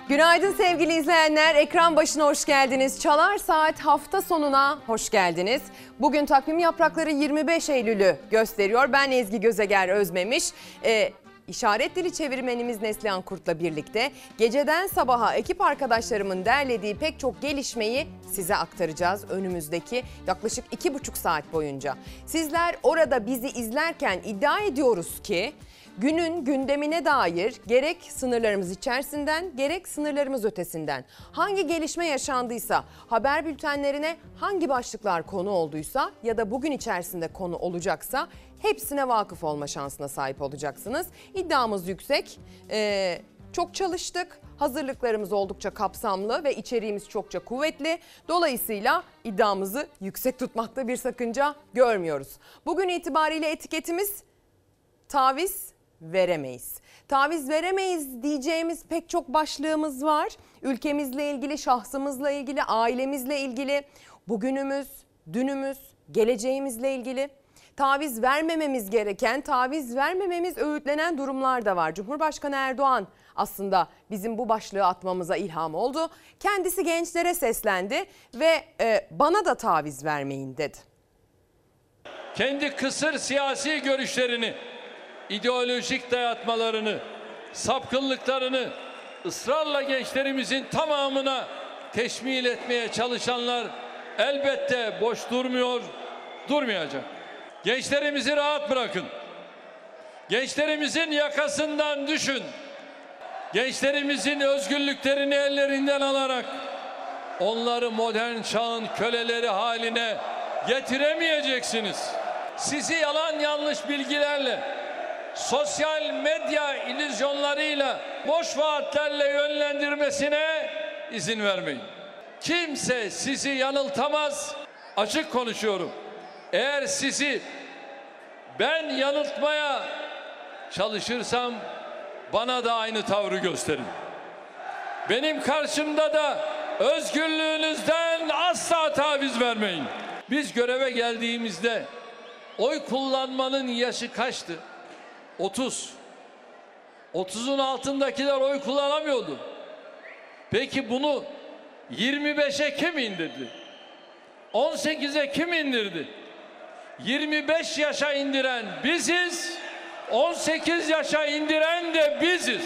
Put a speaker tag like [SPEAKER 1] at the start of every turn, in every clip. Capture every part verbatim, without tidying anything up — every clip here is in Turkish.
[SPEAKER 1] Günaydın sevgili izleyenler. Ekran başına hoş geldiniz. Çalar Saat hafta sonuna hoş geldiniz. Bugün takvim yaprakları yirmi beş Eylül'ü gösteriyor. Ben Ezgi Gözeger Özmemiş. Ee, İşaret dili çevirmenimiz Neslihan Kurt'la birlikte geceden sabaha ekip arkadaşlarımın derlediği pek çok gelişmeyi size aktaracağız önümüzdeki yaklaşık iki buçuk saat boyunca. Sizler orada bizi izlerken iddia ediyoruz ki günün gündemine dair gerek sınırlarımız içerisinden gerek sınırlarımız ötesinden hangi gelişme yaşandıysa, haber bültenlerine hangi başlıklar konu olduysa ya da bugün içerisinde konu olacaksa hepsine vakıf olma şansına sahip olacaksınız. İddiamız yüksek, ee, çok çalıştık, hazırlıklarımız oldukça kapsamlı ve içeriğimiz çokça kuvvetli. Dolayısıyla iddiamızı yüksek tutmakta bir sakınca görmüyoruz. Bugün itibariyle etiketimiz taviz veremeyiz. Taviz veremeyiz diyeceğimiz pek çok başlığımız var. Ülkemizle ilgili, şahsımızla ilgili, ailemizle ilgili, bugünümüz, dünümüz, geleceğimizle ilgili. Taviz vermememiz gereken, taviz vermememiz öğütlenen durumlar da var. Cumhurbaşkanı Erdoğan aslında bizim bu başlığı atmamıza ilham oldu. Kendisi gençlere seslendi ve e, bana da taviz vermeyin dedi.
[SPEAKER 2] Kendi kısır siyasi görüşlerini, ideolojik dayatmalarını, sapkınlıklarını ısrarla gençlerimizin tamamına teşmil etmeye çalışanlar elbette boş durmuyor, durmayacak. Gençlerimizi rahat bırakın. Gençlerimizin yakasından düşün. Gençlerimizin özgürlüklerini ellerinden alarak onları modern çağın köleleri haline getiremeyeceksiniz. Sizi yalan yanlış bilgilerle, sosyal medya illüzyonlarıyla, boş vaatlerle yönlendirmesine izin vermeyin. Kimse sizi yanıltamaz. Açık konuşuyorum. Eğer sizi ben yanıltmaya çalışırsam bana da aynı tavrı gösterin. Benim karşımda da özgürlüğünüzden asla taviz vermeyin. Biz göreve geldiğimizde oy kullanmanın yaşı kaçtı? otuz. otuzun altındakiler oy kullanamıyordu. Peki bunu yirmi beşe kim indirdi? on sekize kim indirdi? yirmi beş yaşa indiren biziz, on sekiz yaşa indiren de biziz.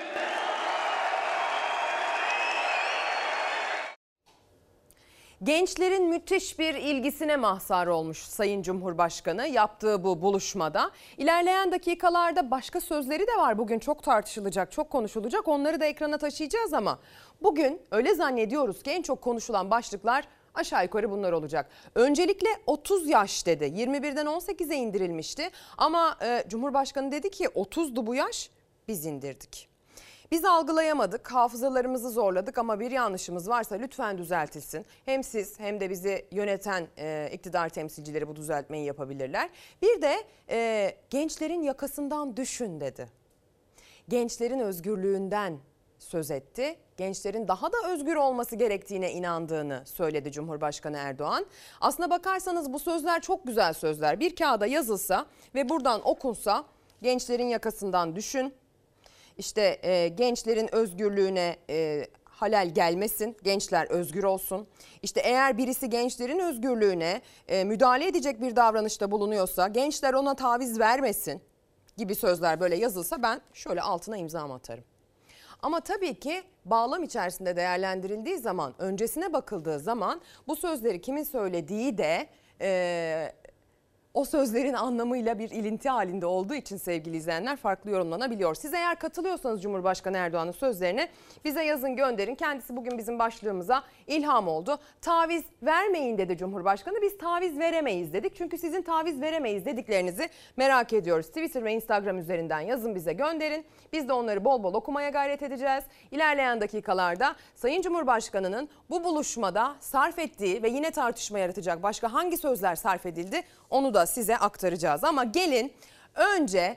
[SPEAKER 1] Gençlerin müthiş bir ilgisine mazhar olmuş Sayın Cumhurbaşkanı yaptığı bu buluşmada. İlerleyen dakikalarda başka sözleri de var. Bugün çok tartışılacak, çok konuşulacak. Onları da ekrana taşıyacağız ama bugün öyle zannediyoruz ki en çok konuşulan başlıklar aşağı yukarı bunlar olacak. Öncelikle otuz yaş dedi. yirmi birden on sekize indirilmişti. Ama e, Cumhurbaşkanı dedi ki otuzdu bu yaş, biz indirdik. Biz algılayamadık, hafızalarımızı zorladık ama bir yanlışımız varsa lütfen düzeltilsin. Hem siz hem de bizi yöneten e, iktidar temsilcileri bu düzeltmeyi yapabilirler. Bir de e, gençlerin yakasından düşün dedi. Gençlerin özgürlüğünden söz etti. Gençlerin daha da özgür olması gerektiğine inandığını söyledi Cumhurbaşkanı Erdoğan. Aslına bakarsanız bu sözler çok güzel sözler. Bir kağıda yazılsa ve buradan okunsa gençlerin yakasından düşün. İşte e, gençlerin özgürlüğüne e, halel gelmesin, gençler özgür olsun. İşte eğer birisi gençlerin özgürlüğüne e, müdahale edecek bir davranışta bulunuyorsa gençler ona taviz vermesin gibi sözler böyle yazılsa ben şöyle altına imzamı atarım. Ama tabii ki bağlam içerisinde değerlendirildiği zaman, öncesine bakıldığı zaman bu sözleri kimin söylediği de e, o sözlerin anlamıyla bir ilinti halinde olduğu için sevgili izleyenler farklı yorumlanabiliyor. Siz eğer katılıyorsanız Cumhurbaşkanı Erdoğan'ın sözlerine bize yazın, gönderin. Kendisi bugün bizim başlığımıza ilham oldu. Taviz vermeyin dedi Cumhurbaşkanı. Biz taviz veremeyiz dedik. Çünkü sizin taviz veremeyiz dediklerinizi merak ediyoruz. Twitter ve Instagram üzerinden yazın, bize gönderin. Biz de onları bol bol okumaya gayret edeceğiz. İlerleyen dakikalarda Sayın Cumhurbaşkanı'nın bu buluşmada sarf ettiği ve yine tartışma yaratacak başka hangi sözler sarf edildi onu da size aktaracağız. Ama gelin önce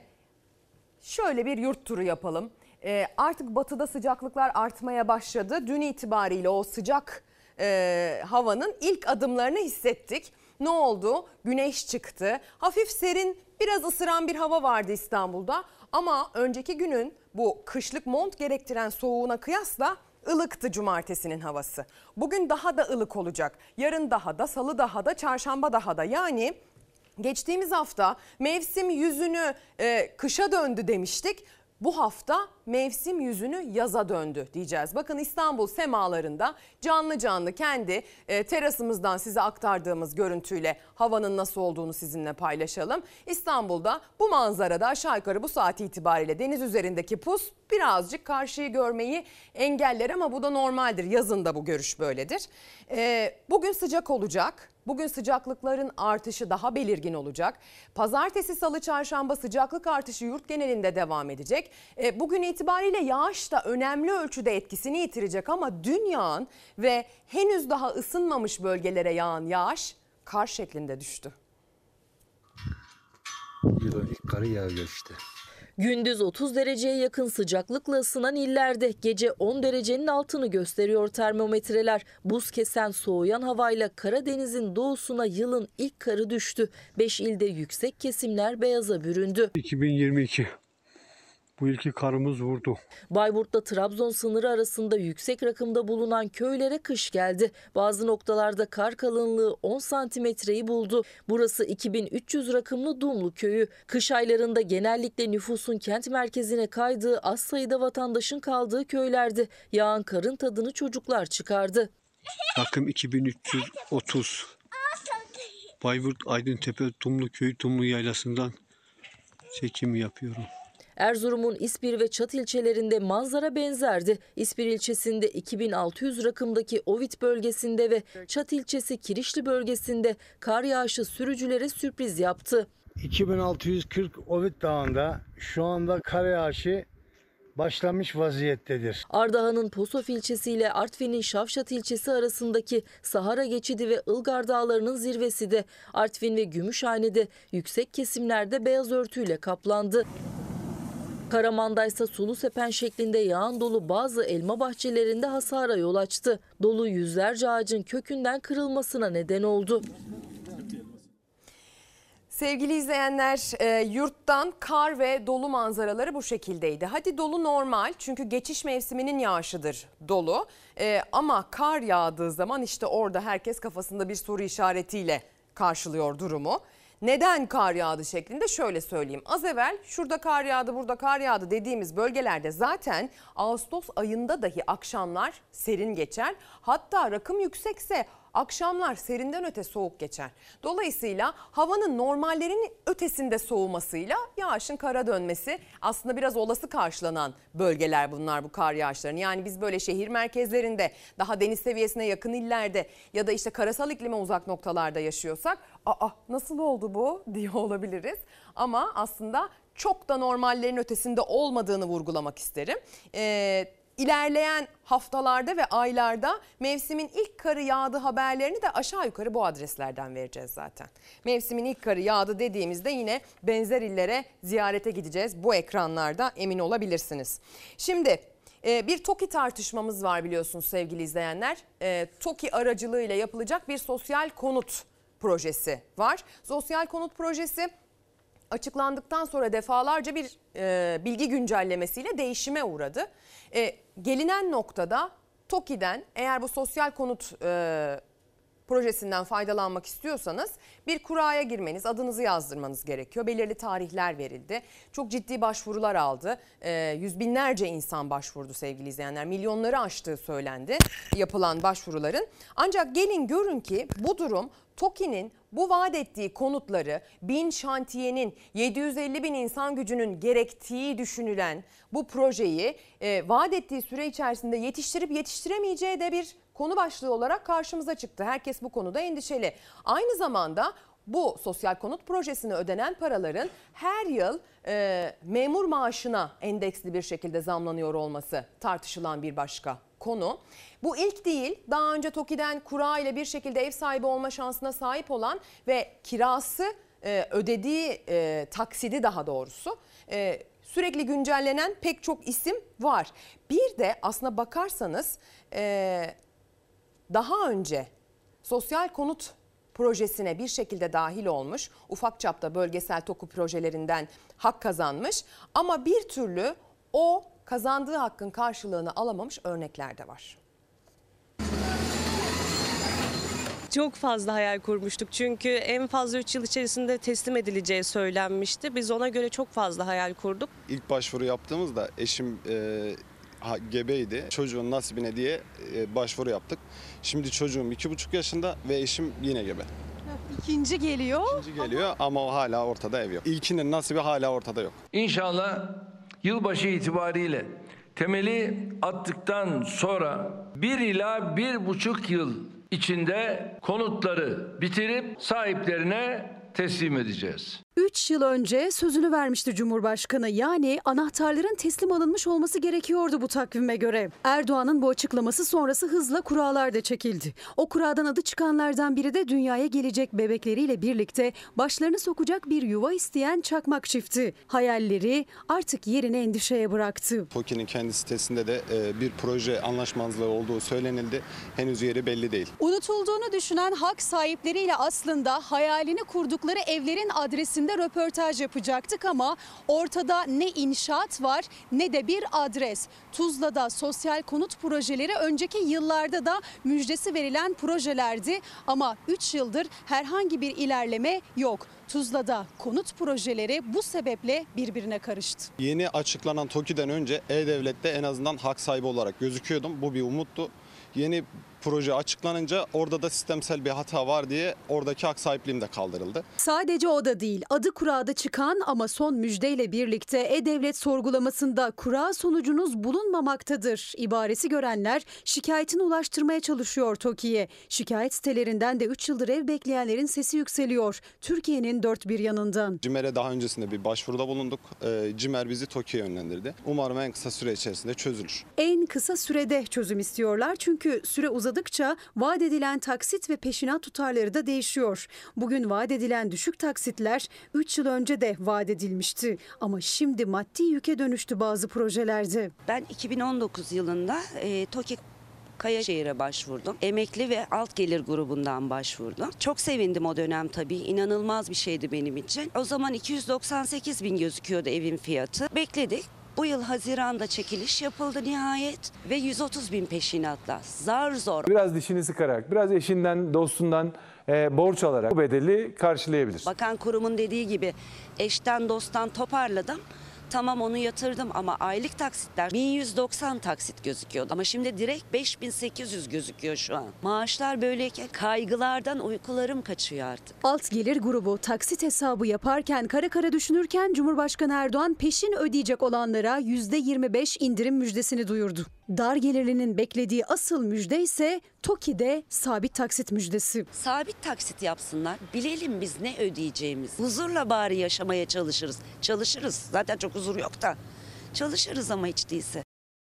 [SPEAKER 1] şöyle bir yurt turu yapalım. Ee, artık batıda sıcaklıklar artmaya başladı. Dün itibariyle o sıcak e, havanın ilk adımlarını hissettik. Ne oldu? Güneş çıktı. Hafif serin, biraz ısıran bir hava vardı İstanbul'da. Ama önceki günün bu kışlık mont gerektiren soğuğuna kıyasla ılıktı cumartesinin havası. Bugün daha da ılık olacak. Yarın daha da, salı daha da, çarşamba daha da. Yani geçtiğimiz hafta mevsim yüzünü e, kışa döndü demiştik. Bu hafta mevsim yüzünü yaza döndü diyeceğiz. Bakın İstanbul semalarında canlı canlı kendi e, terasımızdan size aktardığımız görüntüyle havanın nasıl olduğunu sizinle paylaşalım. İstanbul'da bu manzarada aşağı yukarı bu saat itibariyle deniz üzerindeki pus birazcık karşıyı görmeyi engeller ama bu da normaldir. Yazın da bu görüş böyledir. E, bugün sıcak olacak. Bugün sıcaklıkların artışı daha belirgin olacak. Pazartesi, salı, çarşamba sıcaklık artışı yurt genelinde devam edecek. E, bugün itibariyle yağış da önemli ölçüde etkisini yitirecek ama dün yağan ve henüz daha ısınmamış bölgelere yağan yağış kar şeklinde düştü.
[SPEAKER 3] Yılın ilk karı yağıyor işte.
[SPEAKER 4] Gündüz otuz dereceye yakın sıcaklıkla ısınan illerde gece on derecenin altını gösteriyor termometreler. Buz kesen soğuyan havayla Karadeniz'in doğusuna yılın ilk karı düştü. beş ilde yüksek kesimler beyaza büründü.
[SPEAKER 5] iki bin yirmi iki. Bu ilki karımız vurdu.
[SPEAKER 4] Bayburt'ta Trabzon sınırı arasında yüksek rakımda bulunan köylere kış geldi. Bazı noktalarda kar kalınlığı on santimetreyi buldu. Burası iki bin üç yüz rakımlı Dumlu köyü. Kış aylarında genellikle nüfusun kent merkezine kaydığı, az sayıda vatandaşın kaldığı köylerdi. Yağan karın tadını çocuklar çıkardı.
[SPEAKER 5] Rakım iki bin üç yüz otuz. Bayburt Aydıntepe Tumlu Köyü Tumlu Yaylası'ndan çekim yapıyorum.
[SPEAKER 4] Erzurum'un İspir ve Çat ilçelerinde manzara benzerdi. İspir ilçesinde iki bin altı yüz rakımdaki Ovit bölgesinde ve Çat ilçesi Kirişli bölgesinde kar yağışı sürücülere sürpriz yaptı.
[SPEAKER 6] iki bin altı yüz kırk Ovit Dağı'nda şu anda kar yağışı başlamış vaziyettedir.
[SPEAKER 4] Ardahan'ın Posof ilçesi ile Artvin'in Şavşat ilçesi arasındaki Sahara geçidi ve Ilgar Dağları'nın zirvesi de Artvin ve Gümüşhane'de yüksek kesimlerde beyaz örtüyle kaplandı. Karaman'da ise sulu sepen şeklinde yağan dolu bazı elma bahçelerinde hasara yol açtı. Dolu yüzlerce ağacın kökünden kırılmasına neden oldu.
[SPEAKER 1] Sevgili izleyenler, e, yurttan kar ve dolu manzaraları bu şekildeydi. Hadi dolu normal çünkü geçiş mevsiminin yağışıdır dolu. E, ama kar yağdığı zaman işte orada herkes kafasında bir soru işaretiyle karşılıyor durumu. Neden kar yağdı şeklinde şöyle söyleyeyim. Az evvel şurada kar yağdı, burada kar yağdı dediğimiz bölgelerde zaten Ağustos ayında dahi akşamlar serin geçer. Hatta rakım yüksekse akşamlar serinden öte soğuk geçer. Dolayısıyla havanın normallerinin ötesinde soğumasıyla yağışın kara dönmesi aslında biraz olası karşılanan bölgeler bunlar, bu kar yağışlarının. Yani biz böyle şehir merkezlerinde, daha deniz seviyesine yakın illerde ya da işte karasal iklime uzak noktalarda yaşıyorsak aa nasıl oldu bu diye olabiliriz. Ama aslında çok da normallerin ötesinde olmadığını vurgulamak isterim. Ee, İlerleyen haftalarda ve aylarda mevsimin ilk karı yağdı haberlerini de aşağı yukarı bu adreslerden vereceğiz zaten. Mevsimin ilk karı yağdı dediğimizde yine benzer illere ziyarete gideceğiz. Bu ekranlarda emin olabilirsiniz. Şimdi bir TOKİ tartışmamız var biliyorsunuz sevgili izleyenler. TOKİ aracılığıyla yapılacak bir sosyal konut projesi var. Sosyal konut projesi açıklandıktan sonra defalarca bir e, bilgi güncellemesiyle değişime uğradı. E, gelinen noktada TOKİ'den eğer bu sosyal konut e, projesinden faydalanmak istiyorsanız bir kuraya girmeniz, adınızı yazdırmanız gerekiyor. Belirli tarihler verildi. Çok ciddi başvurular aldı. E, yüz binlerce insan başvurdu sevgili izleyenler. Milyonları aştığı söylendi yapılan başvuruların. Ancak gelin görün ki bu durum TOKİ'nin bu vaat ettiği konutları bin şantiyenin yedi yüz elli bin insan gücünün gerektiği düşünülen bu projeyi e, vaat ettiği süre içerisinde yetiştirip yetiştiremeyeceği de bir konu başlığı olarak karşımıza çıktı. Herkes bu konuda endişeli. Aynı zamanda bu sosyal konut projesine ödenen paraların her yıl e, memur maaşına endeksli bir şekilde zamlanıyor olması tartışılan bir başka konu. Bu ilk değil, daha önce TOKİ'den kura ile bir şekilde ev sahibi olma şansına sahip olan ve kirası e, ödediği e, taksidi daha doğrusu e, sürekli güncellenen pek çok isim var. Bir de aslına bakarsanız e, daha önce sosyal konut projesine bir şekilde dahil olmuş, ufak çapta bölgesel TOKİ projelerinden hak kazanmış ama bir türlü o kazandığı hakkın karşılığını alamamış örnekler de var.
[SPEAKER 7] Çok fazla hayal kurmuştuk çünkü en fazla üç yıl içerisinde teslim edileceği söylenmişti. Biz ona göre çok fazla hayal kurduk.
[SPEAKER 8] İlk başvuru yaptığımızda eşim e, ha, gebeydi. Çocuğun nasibine diye e, başvuru yaptık. Şimdi çocuğum iki buçuk yaşında ve eşim yine gebe.
[SPEAKER 9] İkinci geliyor.
[SPEAKER 8] İkinci geliyor ama o hala ortada, ev yok. İlkinin nasibi hala ortada yok.
[SPEAKER 2] İnşallah yılbaşı itibariyle temeli attıktan sonra bir ila bir buçuk yıl içinde konutları bitirip sahiplerine teslim edeceğiz.
[SPEAKER 9] üç yıl önce sözünü vermişti Cumhurbaşkanı. Yani anahtarların teslim alınmış olması gerekiyordu bu takvime göre. Erdoğan'ın bu açıklaması sonrası hızla kuralar da çekildi. O kuradan adı çıkanlardan biri de dünyaya gelecek bebekleriyle birlikte başlarını sokacak bir yuva isteyen çakmak çifti. Hayalleri artık yerini endişeye bıraktı.
[SPEAKER 8] TOKİ'nin kendi sitesinde de e, bir proje anlaşmazlığı olduğu söylenildi. Henüz yeri belli değil.
[SPEAKER 9] Unutulduğunu düşünen hak sahipleriyle aslında hayalini kurdukları evlerin adresinde röportaj yapacaktık ama ortada ne inşaat var ne de bir adres. Tuzla'da sosyal konut projeleri önceki yıllarda da müjdesi verilen projelerdi ama üç yıldır herhangi bir ilerleme yok. Tuzla'da konut projeleri bu sebeple birbirine karıştı.
[SPEAKER 8] Yeni açıklanan TOKİ'den önce E-Devlet'te en azından hak sahibi olarak gözüküyordum. Bu bir umuttu. Yeni proje açıklanınca orada da sistemsel bir hata var diye oradaki hak sahipliğim de kaldırıldı.
[SPEAKER 9] Sadece o da değil. Adı kurada çıkan ama son müjdeyle birlikte E-Devlet sorgulamasında kura sonucunuz bulunmamaktadır ibaresi görenler şikayetini ulaştırmaya çalışıyor TOKİ'ye. Şikayet sitelerinden de üç yıldır ev bekleyenlerin sesi yükseliyor. Türkiye'nin dört bir yanından.
[SPEAKER 8] CİMER'e daha öncesinde bir başvuruda bulunduk. E, CİMER bizi TOKİ'ye yönlendirdi. Umarım en kısa süre içerisinde çözülür.
[SPEAKER 9] En kısa sürede çözüm istiyorlar çünkü süre uzadıkça vaat edilen taksit ve peşinat tutarları da değişiyor. Bugün vaat edilen düşük taksitler üç yıl önce de vaat edilmişti. Ama şimdi maddi yüke dönüştü bazı projelerde.
[SPEAKER 10] Ben iki bin on dokuz yılında e, TOKİ Kayaşehir'e başvurdum. Emekli ve alt gelir grubundan başvurdum. Çok sevindim o dönem tabii. İnanılmaz bir şeydi benim için. O zaman iki yüz doksan sekiz bin gözüküyordu evin fiyatı. Bekledik. Bu yıl Haziran'da çekiliş yapıldı nihayet ve yüz otuz bin peşinatla. Zar zor.
[SPEAKER 11] Biraz dişini sıkarak, biraz eşinden, dostundan e, borç alarak bu bedeli karşılayabilir.
[SPEAKER 10] Bakan kurumun dediği gibi eşten dosttan toparladım. Tamam onu yatırdım ama aylık taksitler bin yüz doksan taksit gözüküyordu. Ama şimdi direkt beş bin sekiz yüz gözüküyor şu an. Maaşlar böyleyken kaygılardan uykularım kaçıyor artık.
[SPEAKER 9] Alt gelir grubu taksit hesabı yaparken kara kara düşünürken Cumhurbaşkanı Erdoğan peşin ödeyecek olanlara yüzde yirmi beş indirim müjdesini duyurdu. Dar gelirlinin beklediği asıl müjde ise TOKİ'de sabit taksit müjdesi.
[SPEAKER 10] Sabit taksit yapsınlar. Bilelim biz ne ödeyeceğimiz. Huzurla bari yaşamaya çalışırız. Çalışırız. Zaten çok huzur yok da. Çalışırız ama hiç değilse.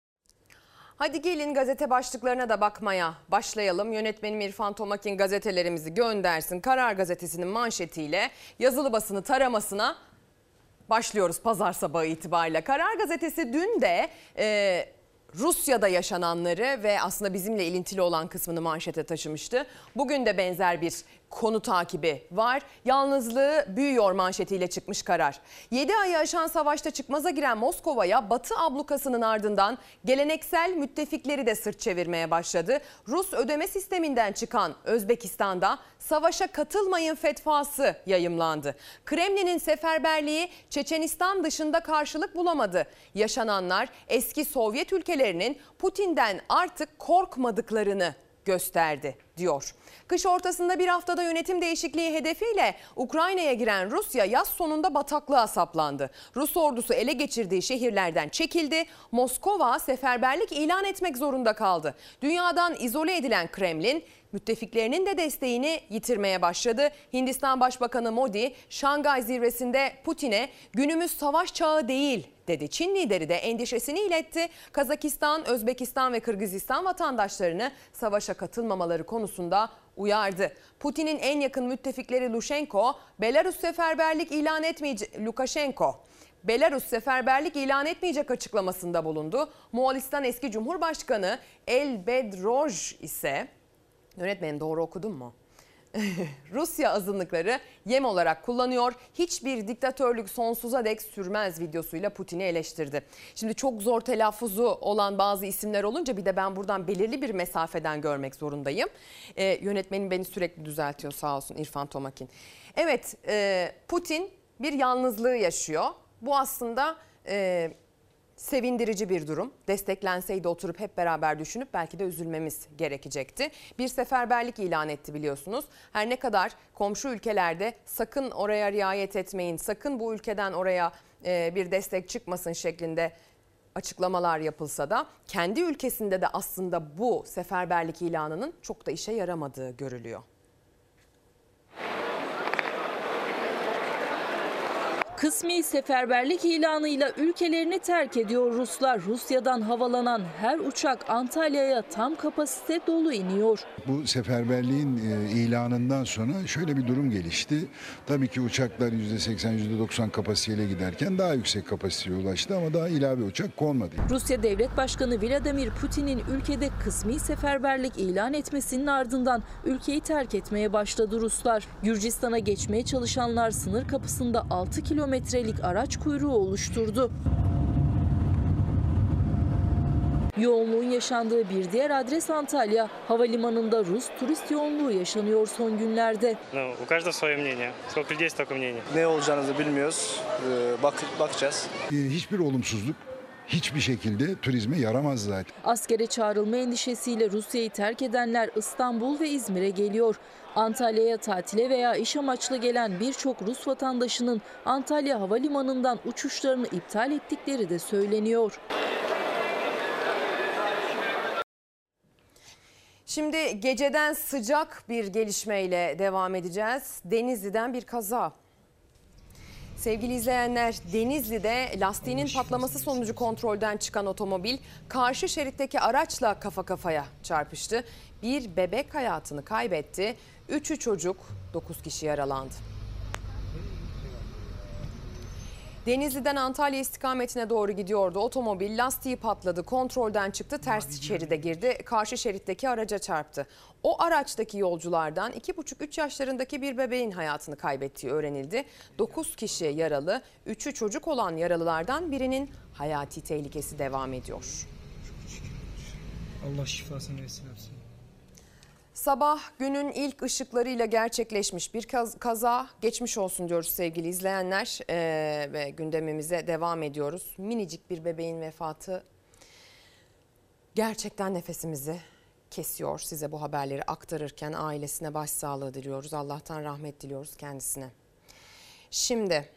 [SPEAKER 1] Hadi gelin gazete başlıklarına da bakmaya başlayalım. Yönetmenim İrfan Tomakin gazetelerimizi göndersin. Karar Gazetesi'nin manşetiyle yazılı basını taramasına başlıyoruz pazar sabahı itibariyle. Karar Gazetesi dün de E, Rusya'da yaşananları ve aslında bizimle ilintili olan kısmını manşete taşımıştı. Bugün de benzer bir konu takibi var. Yalnızlığı büyüyor manşetiyle çıkmış Karar. yedi ayı aşan savaşta çıkmaza giren Moskova'ya Batı ablukasının ardından geleneksel müttefikleri de sırt çevirmeye başladı. Rus ödeme sisteminden çıkan Özbekistan'da savaşa katılmayın fetvası yayımlandı. Kremlin'in seferberliği Çeçenistan dışında karşılık bulamadı. Yaşananlar eski Sovyet ülkelerinin Putin'den artık korkmadıklarını gösterdi diyor. Kış ortasında bir haftada yönetim değişikliği hedefiyle Ukrayna'ya giren Rusya yaz sonunda bataklığa saplandı. Rus ordusu ele geçirdiği şehirlerden çekildi. Moskova seferberlik ilan etmek zorunda kaldı. Dünyadan izole edilen Kremlin müttefiklerinin de desteğini yitirmeye başladı. Hindistan Başbakanı Modi Şangay zirvesinde Putin'e günümüz savaş çağı değil dedi. Çin lideri de endişesini iletti. Kazakistan, Özbekistan ve Kırgızistan vatandaşlarını savaşa katılmamaları konusunda uyardı. Putin'in en yakın müttefikleri Lukashenko, Belarus seferberlik ilan etmeyecek Lukashenko. Belarus seferberlik ilan etmeyecek açıklamasında bulundu. Moğolistan eski Cumhurbaşkanı Elbedroj ise, yönetmenim doğru okudum mu? Rusya azınlıkları yem olarak kullanıyor. Hiçbir diktatörlük sonsuza dek sürmez videosuyla Putin'i eleştirdi. Şimdi çok zor telaffuzu olan bazı isimler olunca bir de ben buradan belirli bir mesafeden görmek zorundayım. Ee, yönetmenim beni sürekli düzeltiyor sağ olsun İrfan Tomakin. Evet, e, Putin bir yalnızlığı yaşıyor. Bu aslında e, sevindirici bir durum. Desteklenseydi oturup hep beraber düşünüp belki de üzülmemiz gerekecekti. Bir seferberlik ilan etti biliyorsunuz. Her ne kadar komşu ülkelerde sakın oraya riayet etmeyin, sakın bu ülkeden oraya e, bir destek çıkmasın şeklinde açıklamalar yapılsa da kendi ülkesinde de aslında bu seferberlik ilanının çok da işe yaramadığı görülüyor.
[SPEAKER 4] Kısmi seferberlik ilanıyla ülkelerini terk ediyor Ruslar. Rusya'dan havalanan her uçak Antalya'ya tam kapasite dolu iniyor.
[SPEAKER 12] Bu seferberliğin ilanından sonra şöyle bir durum gelişti. Tabii ki uçaklar yüzde seksen yüzde doksan kapasiteyle giderken daha yüksek kapasiteye ulaştı ama daha ilave uçak konmadı.
[SPEAKER 4] Rusya Devlet Başkanı Vladimir Putin'in ülkede kısmi seferberlik ilan etmesinin ardından ülkeyi terk etmeye başladı Ruslar. Gürcistan'a geçmeye çalışanlar sınır kapısında altı kilometrelik araç kuyruğu oluşturdu. Yoğunluğun yaşandığı bir diğer adres Antalya. Havalimanında Rus turist yoğunluğu yaşanıyor son günlerde.
[SPEAKER 13] Ne olacağını bilmiyoruz. Bak, bakacağız.
[SPEAKER 12] Hiçbir olumsuzluk hiçbir şekilde turizme yaramaz zaten.
[SPEAKER 4] Askere çağrılma endişesiyle Rusya'yı terk edenler İstanbul ve İzmir'e geliyor. Antalya'ya tatile veya iş amaçlı gelen birçok Rus vatandaşının Antalya Havalimanı'ndan uçuşlarını iptal ettikleri de söyleniyor.
[SPEAKER 1] Şimdi geceden sıcak bir gelişmeyle devam edeceğiz. Denizli'den bir kaza. Sevgili izleyenler, Denizli'de lastiğinin patlaması sonucu kontrolden çıkan otomobil karşı şeritteki araçla kafa kafaya çarpıştı. Bir bebek hayatını kaybetti. Üçü çocuk, dokuz kişi yaralandı. Denizli'den Antalya istikametine doğru gidiyordu. Otomobil lastiği patladı, kontrolden çıktı, ters şeride girdi, karşı şeritteki araca çarptı. O araçtaki yolculardan iki buçuk üç yaşlarındaki bir bebeğin hayatını kaybettiği öğrenildi. dokuz kişi yaralı, üçü çocuk olan yaralılardan birinin hayati tehlikesi devam ediyor.
[SPEAKER 14] Allah şifasını versin hepsine.
[SPEAKER 1] Sabah günün ilk ışıklarıyla gerçekleşmiş bir kaza. Geçmiş olsun diyoruz sevgili izleyenler ee, ve gündemimize devam ediyoruz. Minicik bir bebeğin vefatı gerçekten nefesimizi kesiyor. Size bu haberleri aktarırken ailesine başsağlığı diliyoruz. Allah'tan rahmet diliyoruz kendisine. Şimdi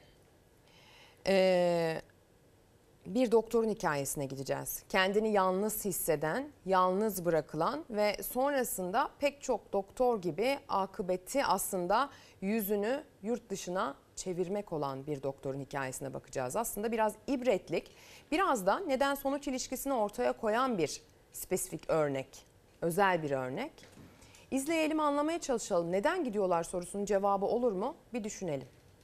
[SPEAKER 1] ee, bir doktorun hikayesine gideceğiz. Kendini yalnız hisseden, yalnız bırakılan ve sonrasında pek çok doktor gibi akıbeti aslında yüzünü yurt dışına çevirmek olan bir doktorun hikayesine bakacağız. Aslında biraz ibretlik, biraz da neden sonuç ilişkisini ortaya koyan bir spesifik örnek, özel bir örnek. İzleyelim, anlamaya çalışalım. Neden gidiyorlar sorusunun cevabı olur mu? Bir düşünelim.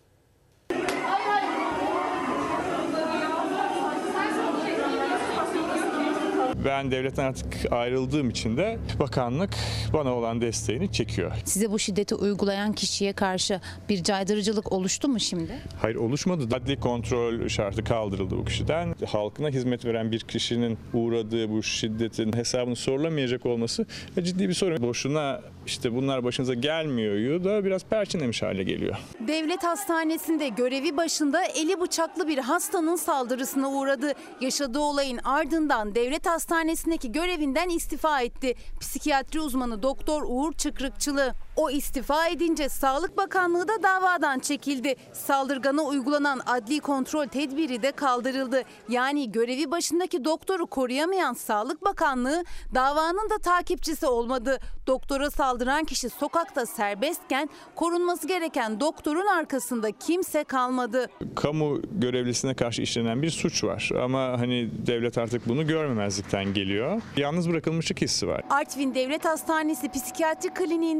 [SPEAKER 15] Ben devletten artık ayrıldığım için de bakanlık bana olan desteğini çekiyor.
[SPEAKER 16] Size bu şiddeti uygulayan kişiye karşı bir caydırıcılık oluştu mu şimdi?
[SPEAKER 15] Hayır, oluşmadı. Adli kontrol şartı kaldırıldı bu kişiden. Halkına hizmet veren bir kişinin uğradığı bu şiddetin hesabını sorulamayacak olması ciddi bir sorun. Boşuna işte bunlar başınıza gelmiyor da biraz perçinlemiş hale geliyor.
[SPEAKER 17] Devlet hastanesinde görevi başında eli bıçaklı bir hastanın saldırısına uğradı. Yaşadığı olayın ardından devlet hastanesindeki görevinden istifa etti. Psikiyatri uzmanı Doktor Uğur Çıkrıkçılı. O istifa edince Sağlık Bakanlığı da davadan çekildi. Saldırgana uygulanan adli kontrol tedbiri de kaldırıldı. Yani görevi başındaki doktoru koruyamayan Sağlık Bakanlığı davanın da takipçisi olmadı. Doktora saldıran kişi sokakta serbestken korunması gereken doktorun arkasında kimse kalmadı.
[SPEAKER 15] Kamu görevlisine karşı işlenen bir suç var ama hani devlet artık bunu görmemezlikten geliyor. Yalnız bırakılmışlık hissi var.
[SPEAKER 17] Artvin Devlet Hastanesi Psikiyatri Kliniğinde görevi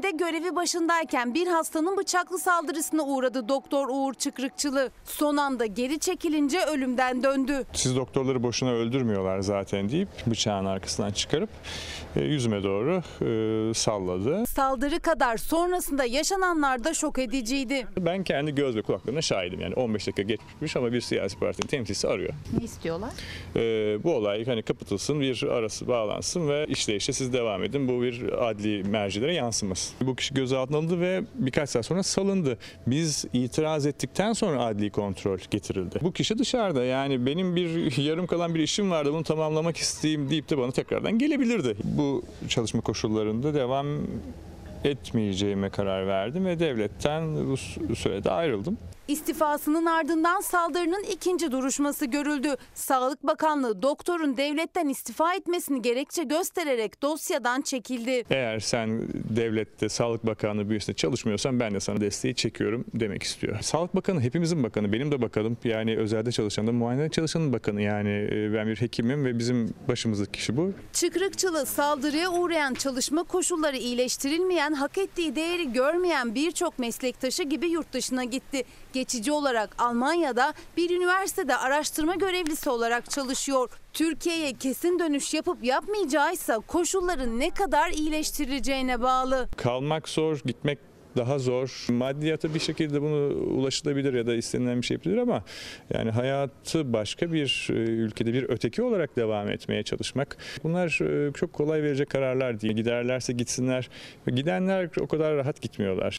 [SPEAKER 17] görevi başındayken bir hastanın bıçaklı saldırısına uğradı Doktor Uğur Çıkrıkçılı. Son anda geri çekilince ölümden döndü.
[SPEAKER 15] Siz doktorları boşuna öldürmüyorlar zaten deyip bıçağın arkasından çıkarıp e, yüzüme doğru e, salladı.
[SPEAKER 17] Saldırı kadar sonrasında yaşananlar da şok ediciydi.
[SPEAKER 15] Ben kendi göz ve kulaklarına şahidim. Yani on beş dakika geçmiş ama bir siyasi partinin temsilcisi arıyor.
[SPEAKER 16] Ne istiyorlar?
[SPEAKER 15] E, bu olay hani kapatılsın, bir arası bağlansın ve işleyişe siz devam edin. Bu bir adli mercilere yansımasın. Bu kişi gözaltına alındı ve birkaç saat sonra salındı. Biz itiraz ettikten sonra adli kontrol getirildi. Bu kişi dışarıda, yani benim bir yarım kalan bir işim vardı, bunu tamamlamak isteyeyim deyip de bana tekrardan gelebilirdi. Bu çalışma koşullarında devam etmeyeceğime karar verdim ve devletten bu sürede ayrıldım.
[SPEAKER 17] İstifasının ardından saldırının ikinci duruşması görüldü. Sağlık Bakanlığı doktorun devletten istifa etmesini gerekçe göstererek dosyadan çekildi.
[SPEAKER 15] Eğer sen devlette Sağlık Bakanlığı bünyesinde çalışmıyorsan ben de sana desteği çekiyorum demek istiyor. Sağlık Bakanı hepimizin bakanı, benim de bakanım. Yani özelde çalışan da muayenede çalışanın bakanı. Yani ben bir hekimim ve bizim başımızdaki kişi bu.
[SPEAKER 17] Çıkrıkçılı saldırıya uğrayan, çalışma koşulları iyileştirilmeyen, hak ettiği değeri görmeyen birçok meslektaşı gibi yurt dışına gitti. Geçici olarak Almanya'da bir üniversitede araştırma görevlisi olarak çalışıyor. Türkiye'ye kesin dönüş yapıp yapmayacağıysa koşulların ne kadar iyileştirileceğine bağlı.
[SPEAKER 15] Kalmak zor, gitmek daha zor. Maddiyata bir şekilde bunu ulaşılabilir ya da istenilen bir şey yapılır ama yani hayatı başka bir ülkede bir öteki olarak devam etmeye çalışmak, bunlar çok kolay verecek kararlar değil. Giderlerse gitsinler. Gidenler o kadar rahat gitmiyorlar.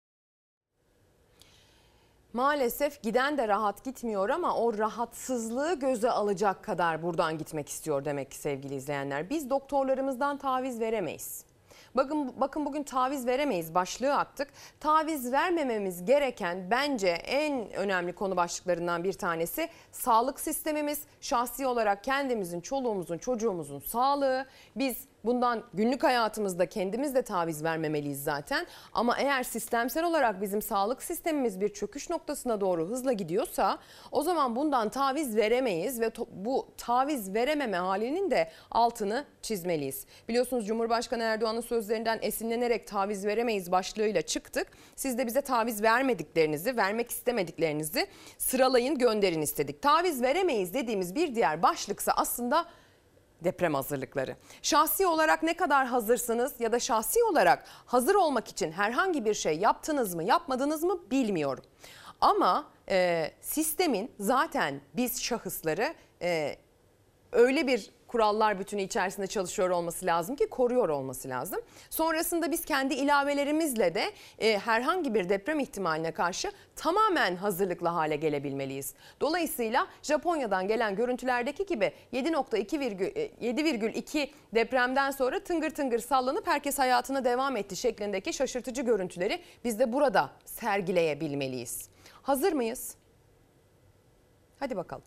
[SPEAKER 1] Maalesef giden de rahat gitmiyor ama o rahatsızlığı göze alacak kadar buradan gitmek istiyor demek ki sevgili izleyenler. Biz doktorlarımızdan taviz veremeyiz. Bakın, bakın bugün taviz veremeyiz başlığı attık. Taviz vermememiz gereken bence en önemli konu başlıklarından bir tanesi sağlık sistemimiz. Şahsi olarak kendimizin, çoluğumuzun, çocuğumuzun sağlığı. Biz bundan günlük hayatımızda kendimiz de taviz vermemeliyiz zaten. Ama eğer sistemsel olarak bizim sağlık sistemimiz bir çöküş noktasına doğru hızla gidiyorsa o zaman bundan taviz veremeyiz ve bu taviz verememe halinin de altını çizmeliyiz. Biliyorsunuz Cumhurbaşkanı Erdoğan'ın sözlerinden esinlenerek taviz veremeyiz başlığıyla çıktık. Siz de bize taviz vermediklerinizi, vermek istemediklerinizi sıralayın, gönderin istedik. Taviz veremeyiz dediğimiz bir diğer başlıksa aslında deprem hazırlıkları. Şahsi olarak ne kadar hazırsınız ya da şahsi olarak hazır olmak için herhangi bir şey yaptınız mı, yapmadınız mı bilmiyorum. Ama e, sistemin zaten biz şahısları e, öyle bir kurallar bütünü içerisinde çalışıyor olması lazım ki koruyor olması lazım. Sonrasında biz kendi ilavelerimizle de e, herhangi bir deprem ihtimaline karşı tamamen hazırlıklı hale gelebilmeliyiz. Dolayısıyla Japonya'dan gelen görüntülerdeki gibi yedi virgül iki depremden sonra tıngır tıngır sallanıp herkes hayatına devam etti şeklindeki şaşırtıcı görüntüleri biz de burada sergileyebilmeliyiz. Hazır mıyız? Hadi bakalım.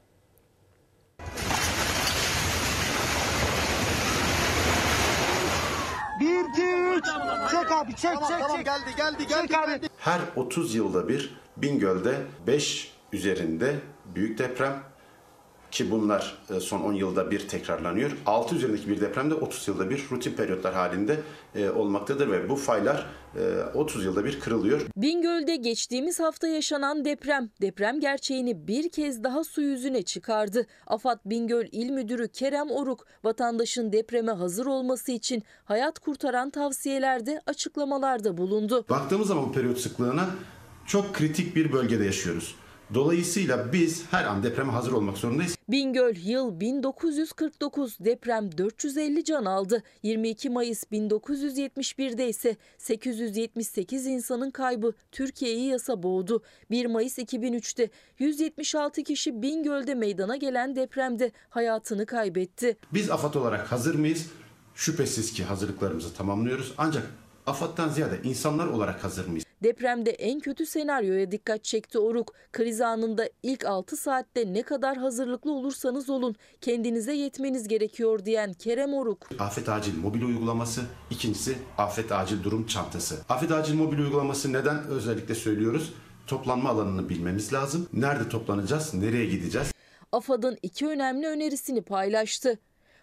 [SPEAKER 18] Bir, iki, üç. Çek abi, çek,
[SPEAKER 19] tamam,
[SPEAKER 18] çek,
[SPEAKER 19] tamam,
[SPEAKER 18] çek.
[SPEAKER 19] geldi, geldi, geldi,
[SPEAKER 18] çek abi.
[SPEAKER 19] geldi. Her otuz yılda bir Bingöl'de beş üzerinde büyük deprem ki bunlar son on yılda bir tekrarlanıyor. altı üzerindeki bir deprem de otuz yılda bir rutin periyotlar halinde olmaktadır ve bu faylar otuz yılda bir kırılıyor.
[SPEAKER 4] Bingöl'de geçtiğimiz hafta yaşanan deprem, deprem gerçeğini bir kez daha su yüzüne çıkardı. AFAD Bingöl İl Müdürü Kerem Oruk, vatandaşın depreme hazır olması için hayat kurtaran tavsiyelerde, açıklamalarda bulundu.
[SPEAKER 19] Baktığımız zaman bu periyot sıklığına çok kritik bir bölgede yaşıyoruz. Dolayısıyla biz her an depreme hazır olmak zorundayız.
[SPEAKER 4] Bingöl yıl bin dokuz yüz kırk dokuz, deprem dört yüz elli can aldı. yirmi iki Mayıs bin dokuz yüz yetmiş bir'de ise sekiz yüz yetmiş sekiz insanın kaybı Türkiye'yi yasa boğdu. bir Mayıs iki bin üç'te yüz yetmiş altı kişi Bingöl'de meydana gelen depremde hayatını kaybetti.
[SPEAKER 19] Biz AFAD olarak hazır mıyız? Şüphesiz ki hazırlıklarımızı tamamlıyoruz. Ancak AFAD'dan ziyade insanlar olarak hazır mıyız?
[SPEAKER 4] Depremde en kötü senaryoya dikkat çekti Oruk. Kriz anında ilk altı saatte ne kadar hazırlıklı olursanız olun kendinize yetmeniz gerekiyor diyen Kerem Oruk.
[SPEAKER 19] Afet Acil Mobil Uygulaması, ikincisi Afet Acil Durum Çantası. Afet Acil Mobil Uygulaması neden özellikle söylüyoruz? Toplanma alanını bilmemiz lazım. Nerede toplanacağız, nereye gideceğiz?
[SPEAKER 4] AFAD'ın iki önemli önerisini paylaştı.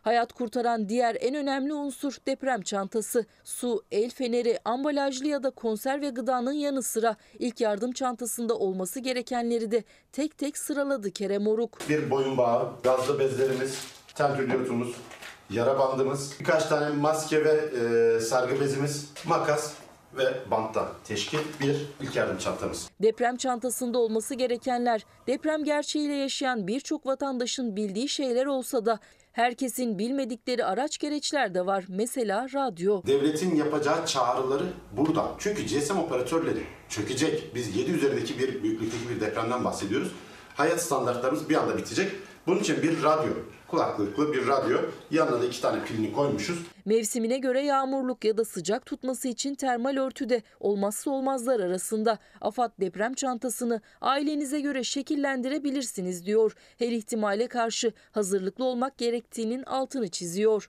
[SPEAKER 4] Hayat kurtaran diğer en önemli unsur deprem çantası. Su, el feneri, ambalajlı ya da konserve gıdanın yanı sıra ilk yardım çantasında olması gerekenleri de tek tek sıraladı Kerem Oruk.
[SPEAKER 19] Bir boyun bağı, gazlı bezlerimiz, tentürlüyotumuz, yara bandımız, birkaç tane maske ve e, sargı bezimiz, makas ve banttan teşkil bir ilk yardım çantamız.
[SPEAKER 4] Deprem çantasında olması gerekenler deprem gerçeğiyle yaşayan birçok vatandaşın bildiği şeyler olsa da herkesin bilmedikleri araç gereçler de var. Mesela radyo.
[SPEAKER 19] Devletin yapacağı çağrıları burada. Çünkü G S M operatörleri çökecek. Biz yedi üzerindeki bir büyüklükteki bir depremden bahsediyoruz. Hayat standartlarımız bir anda bitecek. Bunun için bir radyo, kulaklıklı bir radyo, yanına da iki tane pilini koymuşuz.
[SPEAKER 4] Mevsimine göre yağmurluk ya da sıcak tutması için termal örtü de olmazsa olmazlar arasında. AFAD deprem çantasını ailenize göre şekillendirebilirsiniz diyor. Her ihtimale karşı hazırlıklı olmak gerektiğinin altını çiziyor.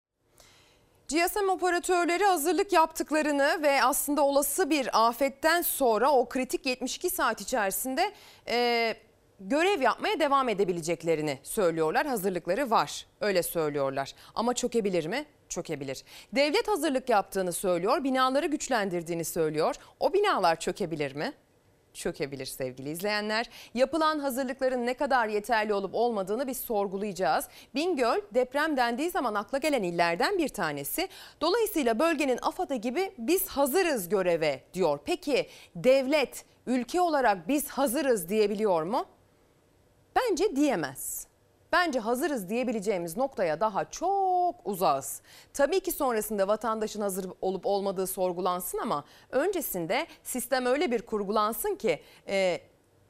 [SPEAKER 1] G S M operatörleri hazırlık yaptıklarını ve aslında olası bir afetten sonra o kritik yetmiş iki saat içerisinde e, görev yapmaya devam edebileceklerini söylüyorlar. Hazırlıkları var, öyle söylüyorlar. Ama çökebilir mi? Çökebilir. Devlet hazırlık yaptığını söylüyor, binaları güçlendirdiğini söylüyor. O binalar çökebilir mi? Çökebilir sevgili izleyenler. Yapılan hazırlıkların ne kadar yeterli olup olmadığını biz sorgulayacağız. Bingöl deprem dendiği zaman akla gelen illerden bir tanesi. Dolayısıyla bölgenin AFAD'ı gibi biz hazırız göreve diyor. Peki devlet, ülke olarak biz hazırız diyebiliyor mu? Bence diyemez. Bence hazırız diyebileceğimiz noktaya daha çok uzağız. Tabii ki sonrasında vatandaşın hazır olup olmadığı sorgulansın ama öncesinde sistem öyle bir kurgulansın ki e,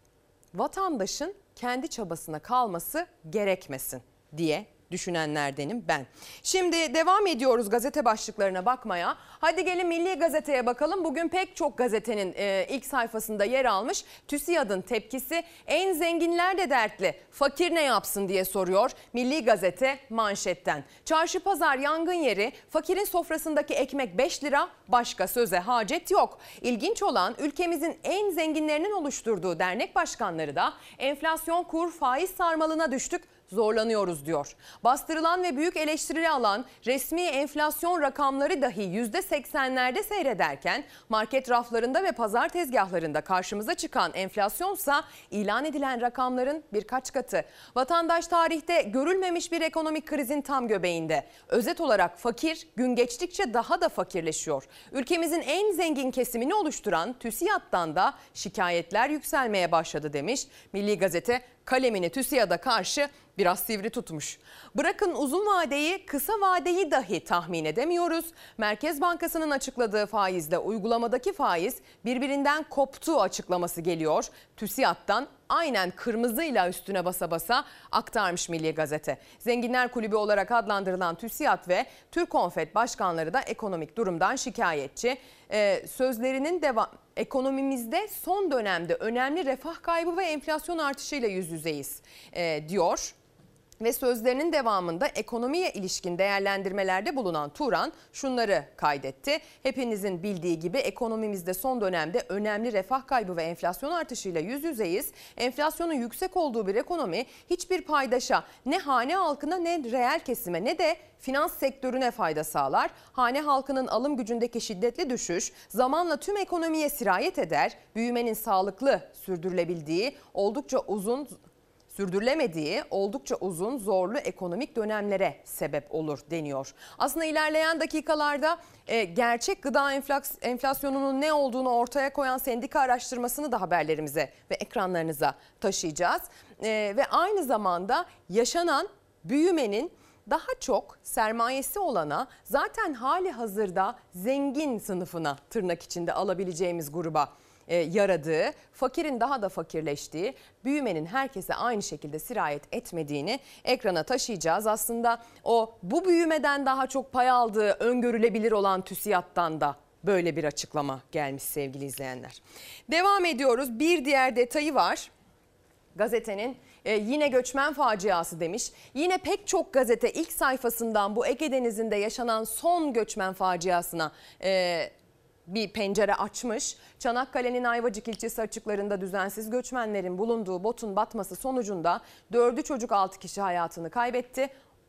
[SPEAKER 1] vatandaşın kendi çabasına kalması gerekmesin diye düşünenlerdenim ben. Şimdi devam ediyoruz gazete başlıklarına bakmaya. Hadi gelin Milli Gazete'ye bakalım. Bugün pek çok gazetenin e, ilk sayfasında yer almış. TÜSİAD'ın tepkisi, en zenginler de dertli, fakir ne yapsın diye soruyor Milli Gazete manşetten. Çarşı pazar yangın yeri, fakirin sofrasındaki ekmek beş lira, başka söze hacet yok. İlginç olan ülkemizin en zenginlerinin oluşturduğu dernek başkanları da enflasyon, kur, faiz sarmalına düştük, zorlanıyoruz diyor. Bastırılan ve büyük eleştiri alan resmi enflasyon rakamları dahi yüzde seksenlerde seyrederken market raflarında ve pazar tezgahlarında karşımıza çıkan enflasyonsa ilan edilen rakamların birkaç katı. Vatandaş tarihte görülmemiş bir ekonomik krizin tam göbeğinde. Özet olarak fakir gün geçtikçe daha da fakirleşiyor. Ülkemizin en zengin kesimini oluşturan TÜSİAD'dan da şikayetler yükselmeye başladı demiş. Milli Gazete kalemini TÜSİAD'a karşı biraz sivri tutmuş. Bırakın uzun vadeyi, kısa vadeyi dahi tahmin edemiyoruz. Merkez Bankası'nın açıkladığı faizle uygulamadaki faiz birbirinden koptu açıklaması geliyor. TÜSİAD'dan aynen kırmızıyla üstüne basa basa aktarmış Milli Gazete. Zenginler Kulübü olarak adlandırılan TÜSİAD ve Türkonfet başkanları da ekonomik durumdan şikayetçi. Ee, sözlerinin devam ekonomimizde son dönemde önemli refah kaybı ve enflasyon artışıyla yüz yüzeyiz e, diyor. Ve sözlerinin devamında ekonomiye ilişkin değerlendirmelerde bulunan Turan şunları kaydetti. Hepinizin bildiği gibi ekonomimizde son dönemde önemli refah kaybı ve enflasyon artışıyla yüz yüzeyiz. Enflasyonun yüksek olduğu bir ekonomi hiçbir paydaşa, ne hane halkına ne reel kesime ne de finans sektörüne fayda sağlar. Hane halkının alım gücündeki şiddetli düşüş zamanla tüm ekonomiye sirayet eder. Büyümenin sağlıklı sürdürülebildiği oldukça uzun sürdürülemediği oldukça uzun zorlu ekonomik dönemlere sebep olur deniyor. Aslında ilerleyen dakikalarda e, gerçek gıda enflasyonunun ne olduğunu ortaya koyan sendika araştırmasını da haberlerimize ve ekranlarınıza taşıyacağız. E, ve aynı zamanda yaşanan büyümenin daha çok sermayesi olana, zaten hali hazırda zengin sınıfına tırnak içinde alabileceğimiz gruba E, yaradığı, fakirin daha da fakirleştiği, büyümenin herkese aynı şekilde sirayet etmediğini ekrana taşıyacağız. Aslında o bu büyümeden daha çok pay aldığı öngörülebilir olan TÜSİAD'dan da böyle bir açıklama gelmiş sevgili izleyenler. Devam ediyoruz. Bir diğer detayı var. Gazetenin e, yine göçmen faciası demiş. Yine pek çok gazete ilk sayfasından bu Ege Denizi'nde yaşanan son göçmen faciasına e, bir pencere açmış. Çanakkale'nin Ayvacık ilçesi açıklarında düzensiz göçmenlerin bulunduğu botun batması sonucunda dördü çocuk altı kişi hayatını kaybetti.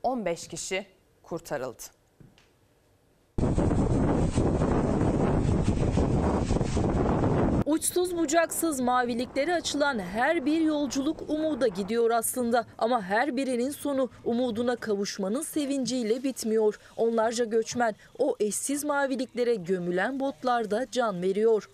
[SPEAKER 1] on beş kişi kurtarıldı.
[SPEAKER 4] Uçsuz bucaksız maviliklere açılan her bir yolculuk umuda gidiyor aslında. Ama her birinin sonu umuduna kavuşmanın sevinciyle bitmiyor. Onlarca göçmen o eşsiz maviliklere gömülen botlarda can veriyor.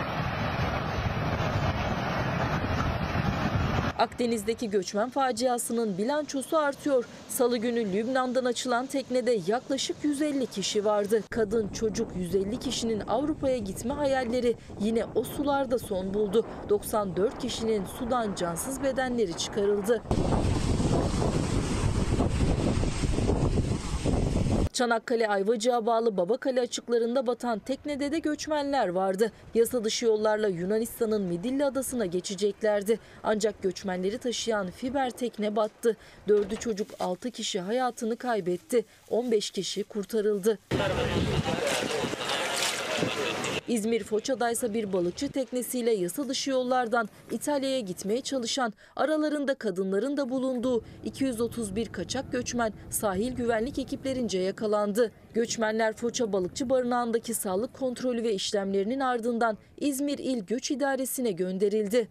[SPEAKER 4] Akdeniz'deki göçmen faciasının bilançosu artıyor. Salı günü Lübnan'dan açılan teknede yaklaşık yüz elli kişi vardı. Kadın, çocuk yüz elli kişinin Avrupa'ya gitme hayalleri yine o sularda son buldu. doksan dört kişinin sudan cansız bedenleri çıkarıldı. Çanakkale Ayvacık'a bağlı Babakale açıklarında batan teknede de göçmenler vardı. Yasa dışı yollarla Yunanistan'ın Midilli adasına geçeceklerdi. Ancak göçmenleri taşıyan fiber tekne battı. Dördü çocuk, altı kişi hayatını kaybetti. on beş kişi kurtarıldı. İzmir Foça'daysa bir balıkçı teknesiyle yasa dışı yollardan İtalya'ya gitmeye çalışan, aralarında kadınların da bulunduğu iki yüz otuz bir kaçak göçmen sahil güvenlik ekiplerince yakalandı. Göçmenler Foça Balıkçı Barınağı'ndaki sağlık kontrolü ve işlemlerinin ardından İzmir İl Göç İdaresi'ne gönderildi.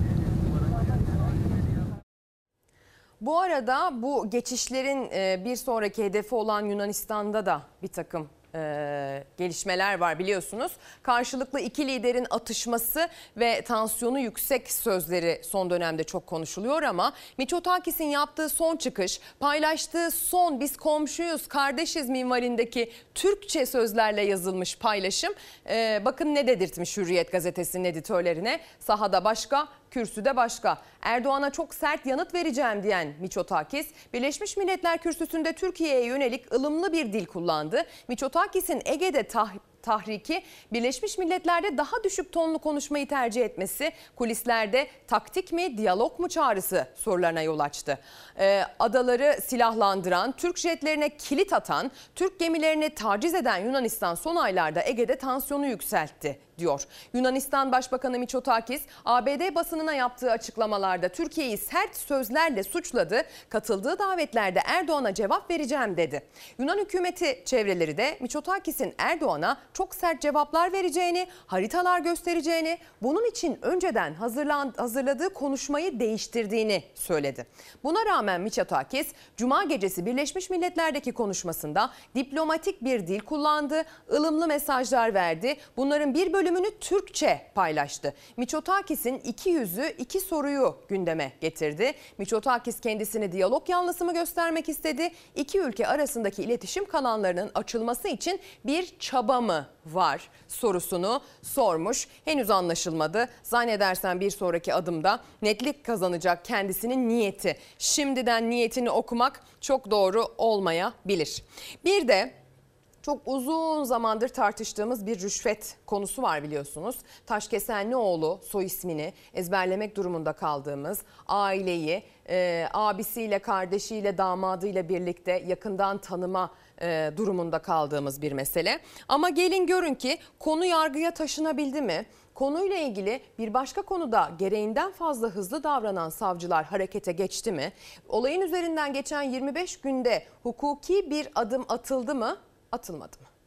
[SPEAKER 1] Bu arada bu geçişlerin bir sonraki hedefi olan Yunanistan'da da bir takım Ee, gelişmeler var biliyorsunuz. Karşılıklı iki liderin atışması ve tansiyonu yüksek sözleri son dönemde çok konuşuluyor ama Mitsotakis'in yaptığı son çıkış, paylaştığı son "biz komşuyuz, kardeşiz" minvalindeki Türkçe sözlerle yazılmış paylaşım. Ee, bakın ne dedirtmiş Hürriyet gazetesinin editörlerine: sahada başka, kürsüde başka. Erdoğan'a çok sert yanıt vereceğim diyen Mitsotakis, Birleşmiş Milletler Kürsüsü'nde Türkiye'ye yönelik ılımlı bir dil kullandı. Mitsotakis'in Ege'de tah tahriki, Birleşmiş Milletler'de daha düşük tonlu konuşmayı tercih etmesi, kulislerde taktik mi, diyalog mu çağrısı sorularına yol açtı. Ee, adaları silahlandıran, Türk jetlerine kilit atan, Türk gemilerini taciz eden Yunanistan son aylarda Ege'de tansiyonu yükseltti diyor. Yunanistan Başbakanı Mitsotakis, A B D basınına yaptığı açıklamalarda Türkiye'yi sert sözlerle suçladı. Katıldığı davetlerde Erdoğan'a cevap vereceğim dedi. Yunan hükümeti çevreleri de Mitsotakis'in Erdoğan'a çok sert cevaplar vereceğini, haritalar göstereceğini, bunun için önceden hazırlan, hazırladığı konuşmayı değiştirdiğini söyledi. Buna rağmen Mitsotakis, Cuma gecesi Birleşmiş Milletler'deki konuşmasında diplomatik bir dil kullandı, ılımlı mesajlar verdi. Bunların bir bölümünü Türkçe paylaştı. Mitsotakis'in iki yüzü iki soruyu gündeme getirdi. Mitsotakis kendisini diyalog yanlısı mı göstermek istedi? İki ülke arasındaki iletişim kanallarının açılması için bir çaba mı var sorusunu sormuş. Henüz anlaşılmadı. Zannedersem bir sonraki adımda netlik kazanacak kendisinin niyeti. Şimdiden niyetini okumak çok doğru olmayabilir. Bir de çok uzun zamandır tartıştığımız bir rüşvet konusu var biliyorsunuz. Taşkesenlioğlu soy ismini ezberlemek durumunda kaldığımız aileyi e, abisiyle, kardeşiyle, damadıyla birlikte yakından tanıma e, durumunda kaldığımız bir mesele. Ama gelin görün ki konu yargıya taşınabildi mi? Konuyla ilgili bir başka konuda gereğinden fazla hızlı davranan savcılar harekete geçti mi? Olayın üzerinden geçen yirmi beş günde hukuki bir adım atıldı mı? Atılmadı mı?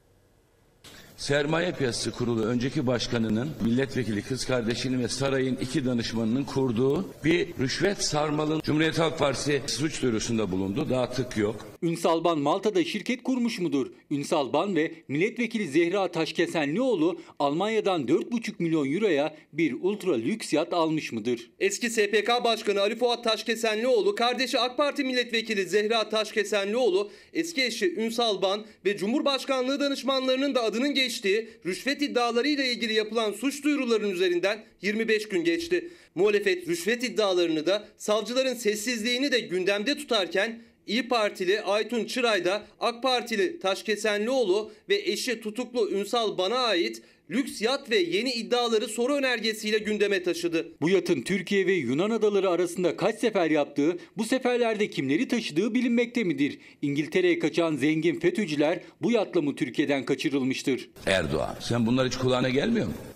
[SPEAKER 20] Sermaye Piyasası Kurulu önceki başkanının milletvekili kız kardeşini ve sarayın iki danışmanının kurduğu bir rüşvet sarmalın Cumhuriyet Halk Partisi suç duyurusunda bulundu. Daha tık yok.
[SPEAKER 21] Ünsal Ban Malta'da şirket kurmuş mudur? Ünsal Ban ve milletvekili Zehra Taşkesenlioğlu Almanya'dan dört buçuk milyon euroya bir ultra lüks yat almış mıdır?
[SPEAKER 22] Eski S P K Başkanı Ali Fuat Taşkesenlioğlu, kardeşi AK Parti milletvekili Zehra Taşkesenlioğlu, eski eşi Ünsal Ban ve Cumhurbaşkanlığı danışmanlarının da adının geçtiği rüşvet iddialarıyla ilgili yapılan suç duyurularının üzerinden yirmi beş gün geçti. Muhalefet rüşvet iddialarını da, savcıların sessizliğini de gündemde tutarken İYİ Partili Aytun Çıray da AK Partili Taşkesenlioğlu ve eşi tutuklu Ünsal Ban'a ait lüks yat ve yeni iddiaları soru önergesiyle gündeme taşıdı.
[SPEAKER 21] Bu yatın Türkiye ve Yunan adaları arasında kaç sefer yaptığı, bu seferlerde kimleri taşıdığı bilinmekte midir? İngiltere'ye kaçan zengin FETÖ'cüler bu yatla mı Türkiye'den kaçırılmıştır?
[SPEAKER 20] Erdoğan, sen bunlar hiç kulağına gelmiyor mu?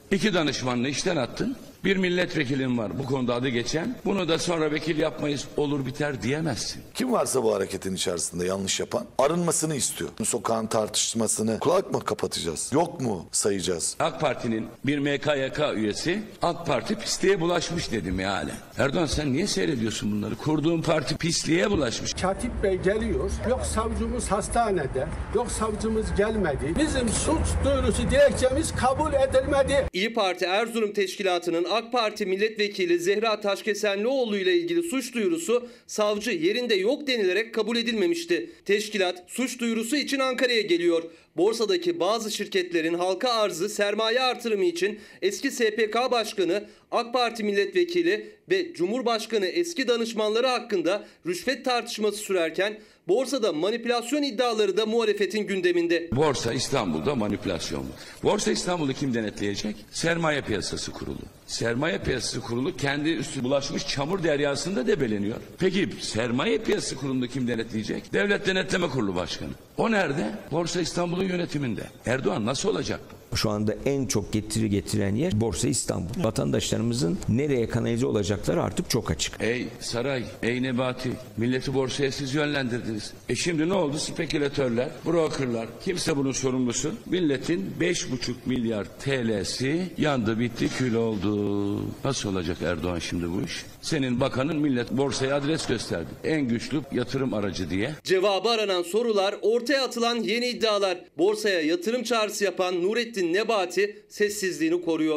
[SPEAKER 20] İki danışmanını işten attın. Bir milletvekilin var bu konuda adı geçen. Bunu da sonra vekil yapmayız, olur biter diyemezsin.
[SPEAKER 3] Kim varsa bu hareketin içerisinde yanlış yapan arınmasını istiyor. Sokağın tartışmasını kulak mı kapatacağız? Yok mu sayacağız?
[SPEAKER 20] AK Parti'nin bir M K Y K üyesi AK Parti pisliğe bulaşmış dedim yani. Erdoğan sen niye seyrediyorsun bunları? Kurduğun parti pisliğe bulaşmış.
[SPEAKER 5] Katip Bey geliyor. Yok savcımız hastanede. Yok savcımız gelmedi. Bizim suç duyurusu dilekçemiz kabul edilmedi.
[SPEAKER 22] İYİ Parti Erzurum Teşkilatı'nın AK Parti milletvekili Zehra Taşkesenlioğlu ile ilgili suç duyurusu savcı yerinde yok denilerek kabul edilmemişti. Teşkilat suç duyurusu için Ankara'ya geliyor. Borsadaki bazı şirketlerin halka arzı sermaye artırımı için eski S P K Başkanı, AK Parti milletvekili ve Cumhurbaşkanı eski danışmanları hakkında rüşvet tartışması sürerken borsada manipülasyon iddiaları da muhalefetin gündeminde.
[SPEAKER 20] Borsa İstanbul'da manipülasyon mu? Borsa İstanbul'u kim denetleyecek? Sermaye Piyasası Kurulu. Sermaye Piyasası Kurulu kendi üstü bulaşmış çamur deryasında debeleniyor. Peki Sermaye Piyasası Kurulu'nu kim denetleyecek? Devlet Denetleme Kurulu Başkanı. O nerede? Borsa İstanbul'un yönetiminde. Erdoğan nasıl olacak?
[SPEAKER 23] Şu anda en çok getiri getiren yer Borsa İstanbul. Vatandaşlarımızın nereye kanalize olacakları artık çok açık.
[SPEAKER 20] Ey saray, ey Nebati, milleti borsaya siz yönlendirdiniz. E şimdi ne oldu? Spekülatörler, brokerlar, kimse bunun sorumlusu. Milletin beş buçuk milyar T L'si yandı, bitti, kül oldu. Nasıl olacak Erdoğan şimdi bu iş? Senin bakanın millet borsaya adres gösterdi. En güçlü yatırım aracı diye.
[SPEAKER 22] Cevabı aranan sorular, ortaya atılan yeni iddialar. Borsaya yatırım çağrısı yapan Nurettin Nebati sessizliğini koruyor.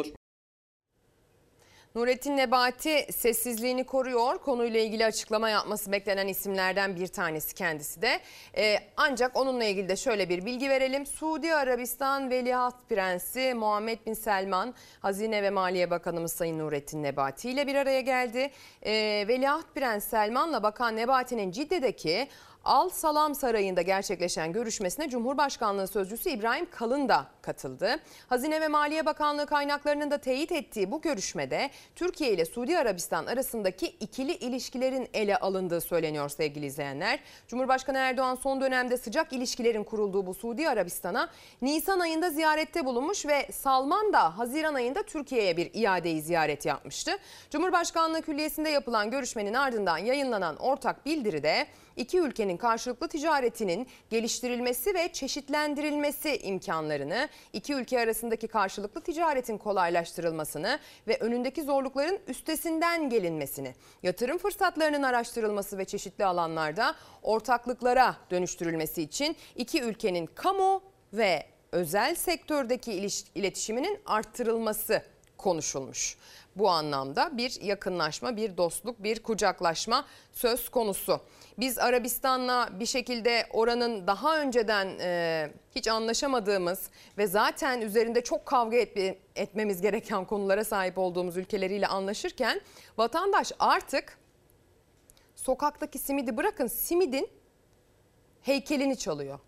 [SPEAKER 1] Nurettin Nebati sessizliğini koruyor. Konuyla ilgili açıklama yapması beklenen isimlerden bir tanesi kendisi de. Ee, ancak onunla ilgili de şöyle bir bilgi verelim. Suudi Arabistan Veliaht Prensi Muhammed Bin Selman, Hazine ve Maliye Bakanımız Sayın Nurettin Nebati ile bir araya geldi. Ee, Veliaht Prens Selman'la Bakan Nebati'nin Cidde'deki Al Salam Sarayı'nda gerçekleşen görüşmesine Cumhurbaşkanlığı Sözcüsü İbrahim Kalın da katıldı. Hazine ve Maliye Bakanlığı kaynaklarının da teyit ettiği bu görüşmede Türkiye ile Suudi Arabistan arasındaki ikili ilişkilerin ele alındığı söyleniyor sevgili izleyenler. Cumhurbaşkanı Erdoğan son dönemde sıcak ilişkilerin kurulduğu bu Suudi Arabistan'a Nisan ayında ziyarette bulunmuş ve Salman da Haziran ayında Türkiye'ye bir iadeyi ziyaret yapmıştı. Cumhurbaşkanlığı Külliyesi'nde yapılan görüşmenin ardından yayınlanan ortak bildiride İki ülkenin karşılıklı ticaretinin geliştirilmesi ve çeşitlendirilmesi imkanlarını, iki ülke arasındaki karşılıklı ticaretin kolaylaştırılmasını ve önündeki zorlukların üstesinden gelinmesini, yatırım fırsatlarının araştırılması ve çeşitli alanlarda ortaklıklara dönüştürülmesi için iki ülkenin kamu ve özel sektördeki iletişiminin arttırılması konuşulmuş. Bu anlamda bir yakınlaşma, bir dostluk, bir kucaklaşma söz konusu. Biz Arabistan'la bir şekilde oranın daha önceden e, hiç anlaşamadığımız ve zaten üzerinde çok kavga etme, etmemiz gereken konulara sahip olduğumuz ülkeleriyle anlaşırken vatandaş artık sokaktaki simidi bırakın, simidin heykelini çalıyor.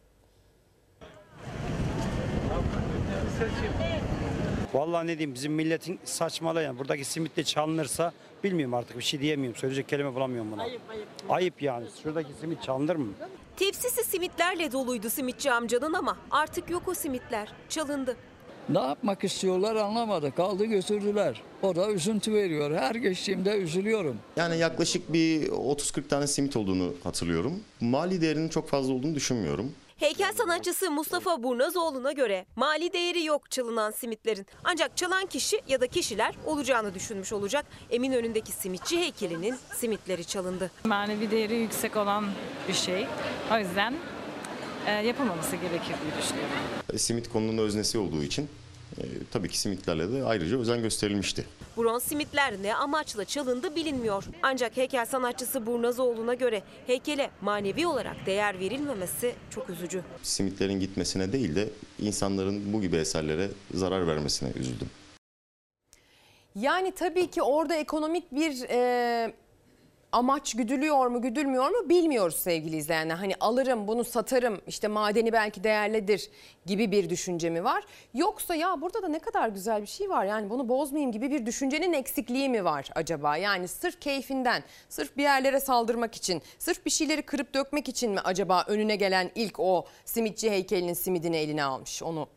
[SPEAKER 24] Vallahi ne diyeyim, bizim milletin saçmalayan, buradaki simit de çalınırsa bilmiyorum, artık bir şey diyemiyorum. Söyleyecek kelime bulamıyorum buna. Ayıp, ayıp. Ayıp yani. Şuradaki simit çalınır mı?
[SPEAKER 25] Tepsisi simitlerle doluydu simitçi amcanın ama artık yok o simitler. Çalındı.
[SPEAKER 26] Ne yapmak istiyorlar anlamadık. Aldı götürdüler. O da üzüntü veriyor. Her geçtiğimde üzülüyorum.
[SPEAKER 27] Yani yaklaşık bir otuz kırk tane simit olduğunu hatırlıyorum. Mali değerinin çok fazla olduğunu düşünmüyorum.
[SPEAKER 25] Heykel sanatçısı Mustafa Burnazoğlu'na göre mali değeri yok çalınan simitlerin. Ancak çalan kişi ya da kişiler olacağını düşünmüş olacak. Eminönü'ndeki simitçi heykelinin simitleri çalındı.
[SPEAKER 28] Manevi değeri yüksek olan bir şey. O yüzden e, yapılmaması gerekir diye düşünüyorum.
[SPEAKER 27] Simit konunun öznesi olduğu için e, tabii ki simitlerle de ayrıca özen gösterilmişti.
[SPEAKER 25] Bronz simitler ne amaçla çalındı bilinmiyor. Ancak heykel sanatçısı Burnazoğlu'na göre heykele manevi olarak değer verilmemesi çok üzücü.
[SPEAKER 27] Simitlerin gitmesine değil de insanların bu gibi eserlere zarar vermesine üzüldüm.
[SPEAKER 1] Yani tabii ki orada ekonomik bir e, amaç güdülüyor mu güdülmüyor mu bilmiyoruz sevgili izleyenler. Hani alırım bunu satarım, işte madeni belki değerlidir gibi bir düşünce mi var? Yoksa ya burada da ne kadar güzel bir şey var, yani bunu bozmayayım gibi bir düşüncenin eksikliği mi var acaba? Yani sırf keyfinden, sırf bir yerlere saldırmak için, sırf bir şeyleri kırıp dökmek için mi acaba önüne gelen ilk o simitçi heykelinin simidini eline almış? Onu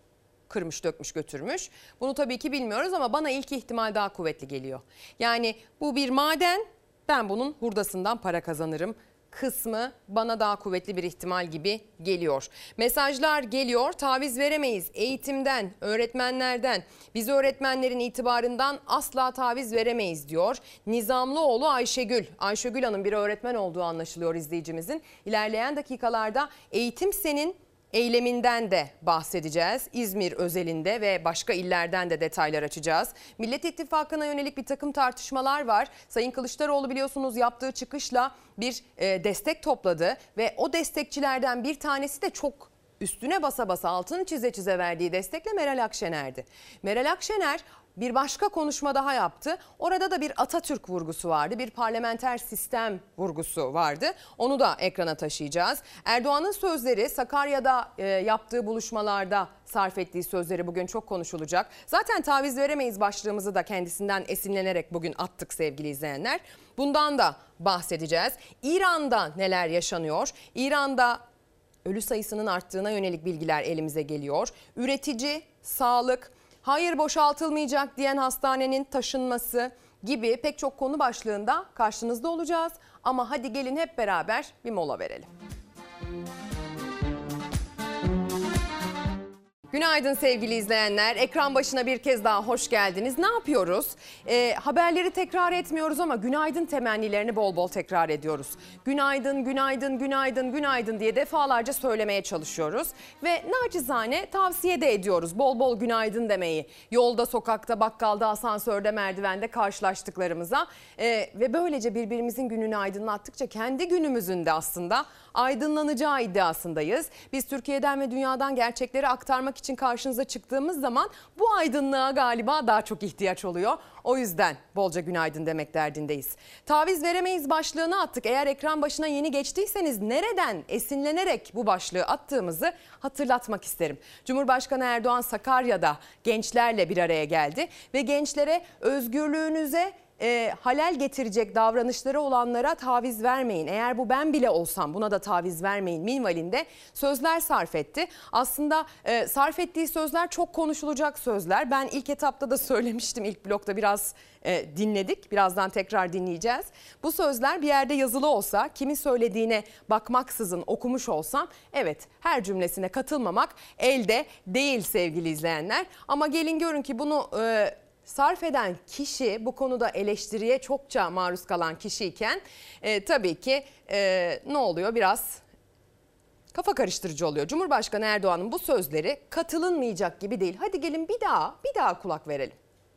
[SPEAKER 1] kırmış, dökmüş, götürmüş. Bunu tabii ki bilmiyoruz ama bana ilk ihtimal daha kuvvetli geliyor. Yani bu bir maden, ben bunun hurdasından para kazanırım kısmı bana daha kuvvetli bir ihtimal gibi geliyor. Mesajlar geliyor, taviz veremeyiz eğitimden, öğretmenlerden, biz öğretmenlerin itibarından asla taviz veremeyiz diyor. Nizamlıoğlu Ayşegül, Ayşegül Hanım bir öğretmen olduğu anlaşılıyor izleyicimizin. İlerleyen dakikalarda Eğitim Sen'in eyleminden de bahsedeceğiz. İzmir özelinde ve başka illerden de detaylar açacağız. Millet İttifakı'na yönelik bir takım tartışmalar var. Sayın Kılıçdaroğlu biliyorsunuz yaptığı çıkışla bir e, destek topladı ve o destekçilerden bir tanesi de çok üstüne basa basa altını çize çize verdiği destekle Meral Akşener'di. Meral Akşener bir başka konuşma daha yaptı. Orada da bir Atatürk vurgusu vardı. Bir parlamenter sistem vurgusu vardı. Onu da ekrana taşıyacağız. Erdoğan'ın sözleri Sakarya'da e, yaptığı buluşmalarda sarf ettiği sözleri bugün çok konuşulacak. Zaten taviz veremeyiz başlığımızı da kendisinden esinlenerek bugün attık sevgili izleyenler. Bundan da bahsedeceğiz. İran'da neler yaşanıyor? İran'da ölü sayısının arttığına yönelik bilgiler elimize geliyor. Üretici, sağlık, hayır boşaltılmayacak diyen hastanenin taşınması gibi pek çok konu başlığında karşınızda olacağız. Ama hadi gelin hep beraber bir mola verelim. Günaydın sevgili izleyenler. Ekran başına bir kez daha hoş geldiniz. Ne yapıyoruz? E, haberleri tekrar etmiyoruz ama günaydın temennilerini bol bol tekrar ediyoruz. Günaydın, günaydın, günaydın, günaydın diye defalarca söylemeye çalışıyoruz. Ve nacizane tavsiye de ediyoruz bol bol günaydın demeyi. Yolda, sokakta, bakkalda, asansörde, merdivende karşılaştıklarımıza. E, ve böylece birbirimizin gününü aydınlattıkça kendi günümüzün de aslında aydınlanacağı iddiasındayız. Biz Türkiye'den ve dünyadan gerçekleri aktarmak için karşınıza çıktığımız zaman bu aydınlığa galiba daha çok ihtiyaç oluyor. O yüzden bolca günaydın demek derdindeyiz. Taviz veremeyiz başlığını attık. Eğer ekran başına yeni geçtiyseniz nereden esinlenerek bu başlığı attığımızı hatırlatmak isterim. Cumhurbaşkanı Erdoğan Sakarya'da gençlerle bir araya geldi ve gençlere özgürlüğünüze E, halel getirecek davranışları olanlara taviz vermeyin. Eğer bu ben bile olsam buna da taviz vermeyin minvalinde sözler sarf etti. Aslında e, sarf ettiği sözler çok konuşulacak sözler. Ben ilk etapta da söylemiştim, ilk blokta biraz e, dinledik. Birazdan tekrar dinleyeceğiz. Bu sözler bir yerde yazılı olsa, kimin söylediğine bakmaksızın okumuş olsam evet her cümlesine katılmamak elde değil sevgili izleyenler. Ama gelin görün ki bunu E, sarf eden kişi, bu konuda eleştiriye çokça maruz kalan kişiyken e, tabii ki e, ne oluyor? Biraz kafa karıştırıcı oluyor. Cumhurbaşkanı Erdoğan'ın bu sözleri katılınmayacak gibi değil. Hadi gelin bir daha bir daha kulak verelim.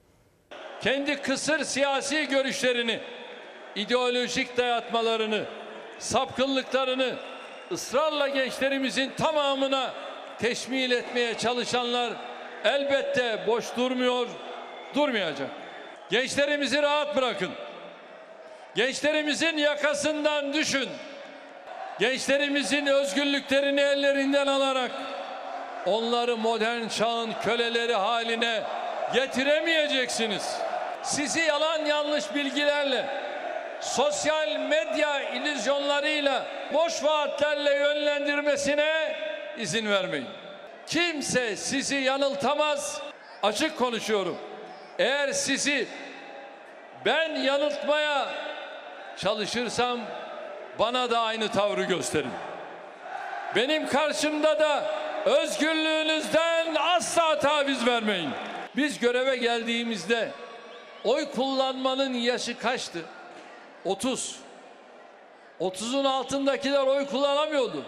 [SPEAKER 2] Kendi kısır siyasi görüşlerini, ideolojik dayatmalarını, sapkınlıklarını ısrarla gençlerimizin tamamına teşmil etmeye çalışanlar elbette boş durmuyor, durmayacak. Gençlerimizi rahat bırakın. Gençlerimizin yakasından düşün. Gençlerimizin özgürlüklerini ellerinden alarak onları modern çağın köleleri haline getiremeyeceksiniz. Sizi yalan yanlış bilgilerle, sosyal medya illüzyonlarıyla, boş vaatlerle yönlendirmesine izin vermeyin. Kimse sizi yanıltamaz. Açık konuşuyorum. Eğer sizi ben yanıltmaya çalışırsam bana da aynı tavrı gösterin. Benim karşımda da özgürlüğünüzden asla taviz vermeyin. Biz göreve geldiğimizde oy kullanmanın yaşı kaçtı? otuz. otuzun altındakiler oy kullanamıyordu.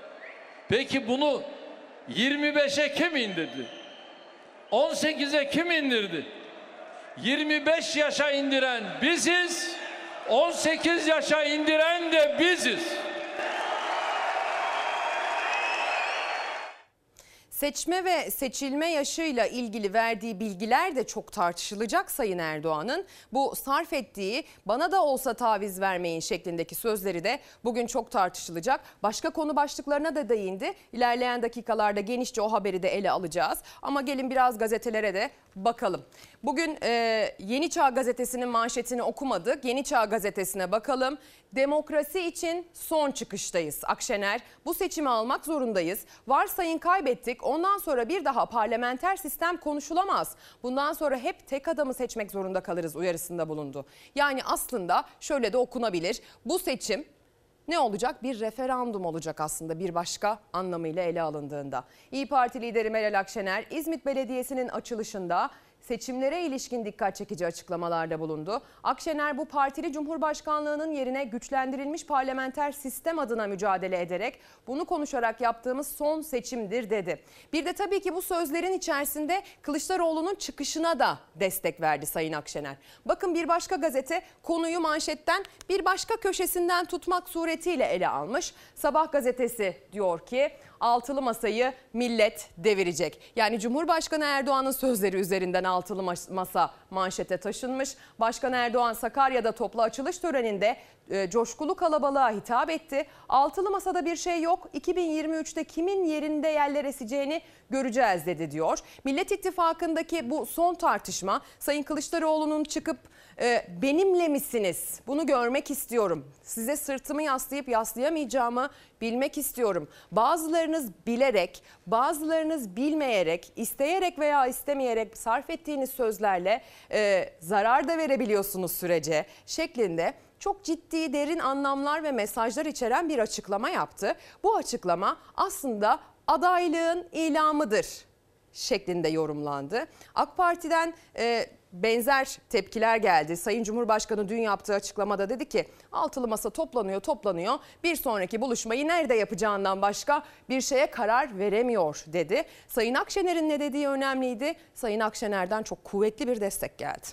[SPEAKER 2] Peki bunu yirmi beşe kim indirdi? on sekize kim indirdi? yirmi beş yaşa indiren biziz, on sekiz yaşa indiren de biziz.
[SPEAKER 1] Seçme ve seçilme yaşıyla ilgili verdiği bilgiler de çok tartışılacak Sayın Erdoğan'ın. Bu sarf ettiği bana da olsa taviz vermeyin şeklindeki sözleri de bugün çok tartışılacak. Başka konu başlıklarına da değindi. İlerleyen dakikalarda genişçe o haberi de ele alacağız. Ama gelin biraz gazetelere de bakalım. Bugün e, Yeni Çağ Gazetesi'nin manşetini okumadık. Yeni Çağ Gazetesi'ne bakalım. Demokrasi için son çıkıştayız. Akşener, bu seçimi almak zorundayız. Varsayın kaybettik. Ondan sonra bir daha parlamenter sistem konuşulamaz. Bundan sonra hep tek adamı seçmek zorunda kalırız uyarısında bulundu. Yani aslında şöyle de okunabilir. Bu seçim ne olacak? Bir referandum olacak aslında bir başka anlamıyla ele alındığında. İYİ Parti lideri Meral Akşener İzmit Belediyesi'nin açılışında seçimlere ilişkin dikkat çekici açıklamalarda bulundu. Akşener bu partili cumhurbaşkanlığının yerine güçlendirilmiş parlamenter sistem adına mücadele ederek bunu konuşarak yaptığımız son seçimdir dedi. Bir de tabii ki bu sözlerin içerisinde Kılıçdaroğlu'nun çıkışına da destek verdi Sayın Akşener. Bakın bir başka gazete konuyu manşetten bir başka köşesinden tutmak suretiyle ele almış. Sabah gazetesi diyor ki altılı masayı millet devirecek. Yani Cumhurbaşkanı Erdoğan'ın sözleri üzerinden altılı masa manşete taşınmış. Başkan Erdoğan Sakarya'da toplu açılış töreninde e, coşkulu kalabalığa hitap etti. Altılı masada bir şey yok. iki bin yirmi üçte kimin yerinde yerler eseceğini göreceğiz dedi diyor. Millet İttifakı'ndaki bu son tartışma Sayın Kılıçdaroğlu'nun çıkıp e, benimle misiniz? Bunu görmek istiyorum. Size sırtımı yaslayıp yaslayamayacağımı bilmek istiyorum. Bazılarınız bilerek, bazılarınız bilmeyerek, isteyerek veya istemeyerek sarf ettiğiniz sözlerle e, zarar da verebiliyorsunuz sürece şeklinde çok ciddi derin anlamlar ve mesajlar içeren bir açıklama yaptı. Bu açıklama aslında adaylığın ilamıdır şeklinde yorumlandı. AK Parti'den e, benzer tepkiler geldi. Sayın Cumhurbaşkanı dün yaptığı açıklamada dedi ki altılı masa toplanıyor toplanıyor bir sonraki buluşmayı nerede yapacağından başka bir şeye karar veremiyor dedi. Sayın Akşener'in ne dediği önemliydi. Sayın Akşener'den çok kuvvetli bir destek geldi.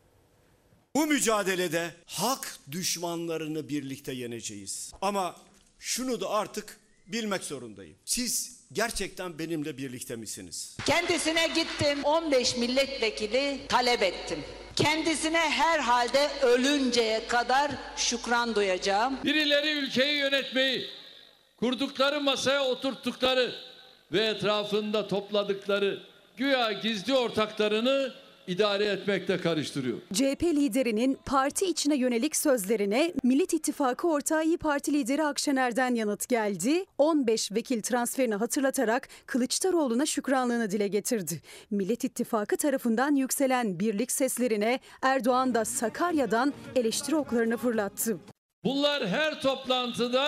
[SPEAKER 6] Bu mücadelede hak düşmanlarını birlikte yeneceğiz. Ama şunu da artık bilmek zorundayım. Siz gerçekten benimle birlikte misiniz?
[SPEAKER 7] Kendisine gittim, on beş milletvekili talep ettim. Kendisine herhalde ölünceye kadar şükran duyacağım.
[SPEAKER 2] Birileri ülkeyi yönetmeyi, kurdukları masaya oturttukları ve etrafında topladıkları güya gizli ortaklarını idare etmekte karıştırıyor.
[SPEAKER 8] C H P liderinin parti içine yönelik sözlerine Millet İttifakı ortağı İYİ Parti lideri Akşener'den yanıt geldi. on beş vekil transferini hatırlatarak Kılıçdaroğlu'na şükranlığını dile getirdi. Millet İttifakı tarafından yükselen birlik seslerine Erdoğan da Sakarya'dan eleştiri oklarını fırlattı.
[SPEAKER 2] Bunlar her toplantıda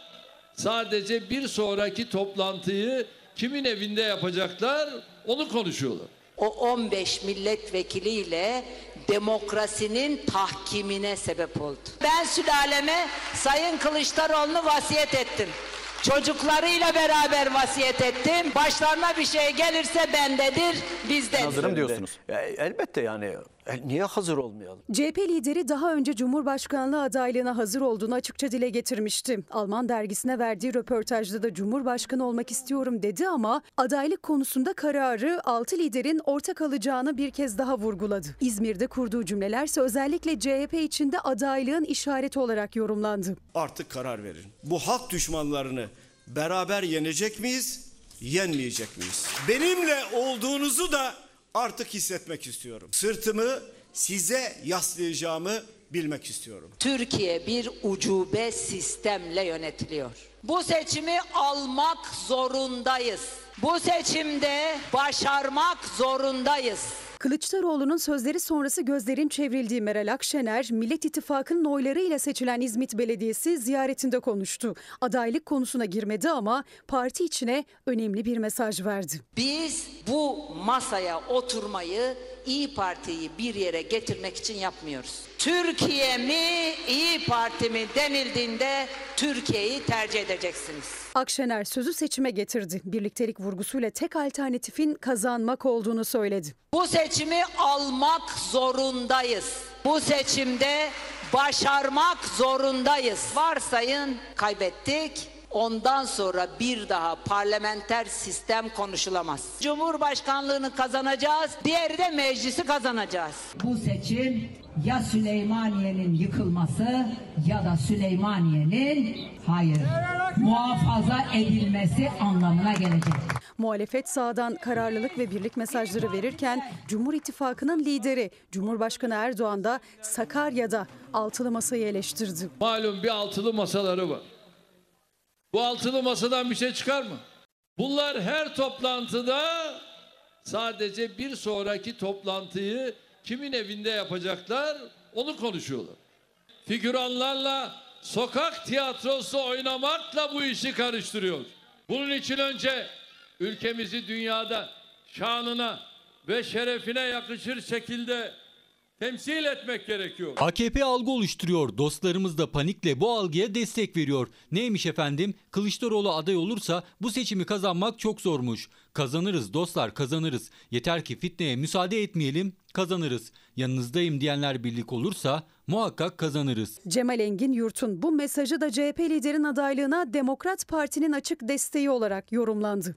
[SPEAKER 2] sadece bir sonraki toplantıyı kimin evinde yapacaklar onu konuşuyorlar.
[SPEAKER 7] O on beş milletvekiliyle demokrasinin tahkimine sebep oldu. Ben sülaleme Sayın Kılıçdaroğlu'nu vasiyet ettim. Çocuklarıyla beraber vasiyet ettim. Başlarına bir şey gelirse bendedir, bizdedir.
[SPEAKER 9] Hazırım diyorsunuz. Elbette yani. Niye hazır olmayalım?
[SPEAKER 8] C H P lideri daha önce Cumhurbaşkanlığı adaylığına hazır olduğunu açıkça dile getirmişti. Alman dergisine verdiği röportajda da Cumhurbaşkanı olmak istiyorum dedi ama adaylık konusunda kararı altı liderin ortak alacağını bir kez daha vurguladı. İzmir'de kurduğu cümlelerse özellikle C H P içinde adaylığın işareti olarak yorumlandı.
[SPEAKER 6] Artık karar verin. Bu halk düşmanlarını beraber yenecek miyiz, yenmeyecek miyiz? Benimle olduğunuzu da artık hissetmek istiyorum. Sırtımı size yaslayacağımı bilmek istiyorum.
[SPEAKER 7] Türkiye bir ucube sistemle yönetiliyor. Bu seçimi almak zorundayız. Bu seçimde başarmak zorundayız.
[SPEAKER 8] Kılıçdaroğlu'nun sözleri sonrası gözlerin çevrildiği Meral Akşener, Millet İttifakı'nın oylarıyla seçilen İzmit Belediyesi ziyaretinde konuştu. Adaylık konusuna girmedi ama parti içine önemli bir mesaj verdi.
[SPEAKER 7] Biz bu masaya oturmayı İYİ Parti'yi bir yere getirmek için yapmıyoruz. Türkiye mi, İYİ Parti mi denildiğinde Türkiye'yi tercih edeceksiniz.
[SPEAKER 8] Akşener sözü seçime getirdi. Birliktelik vurgusuyla tek alternatifin kazanmak olduğunu söyledi.
[SPEAKER 7] Bu seçimi almak zorundayız. Bu seçimde başarmak zorundayız. Varsayın kaybettik. Ondan sonra bir daha parlamenter sistem konuşulamaz. Cumhurbaşkanlığını kazanacağız, diğeri de meclisi kazanacağız.
[SPEAKER 10] Bu seçim ya Süleymaniye'nin yıkılması ya da Süleymaniye'nin hayır muhafaza edilmesi anlamına gelecek.
[SPEAKER 8] Muhalefet sağdan kararlılık ve birlik mesajları verirken Cumhur İttifakı'nın lideri Cumhurbaşkanı Erdoğan da Sakarya'da altılı masayı eleştirdi.
[SPEAKER 2] Malum bir altılı masaları var. Bu altılı masadan bir şey çıkar mı? Bunlar her toplantıda sadece bir sonraki toplantıyı kimin evinde yapacaklar onu konuşuyorlar. Figüranlarla sokak tiyatrosu oynamakla bu işi karıştırıyor. Bunun için önce ülkemizi dünyada şanına ve şerefine yakışır şekilde temsil etmek gerekiyor.
[SPEAKER 21] A K P algı oluşturuyor. Dostlarımız da panikle bu algıya destek veriyor. Neymiş efendim? Kılıçdaroğlu aday olursa bu seçimi kazanmak çok zormuş. Kazanırız dostlar, kazanırız. Yeter ki fitneye müsaade etmeyelim, kazanırız. Yanınızdayım diyenler birlik olursa muhakkak kazanırız.
[SPEAKER 8] Cemal Engin Yurt'un bu mesajı da C H P liderin adaylığına Demokrat Parti'nin açık desteği olarak yorumlandı.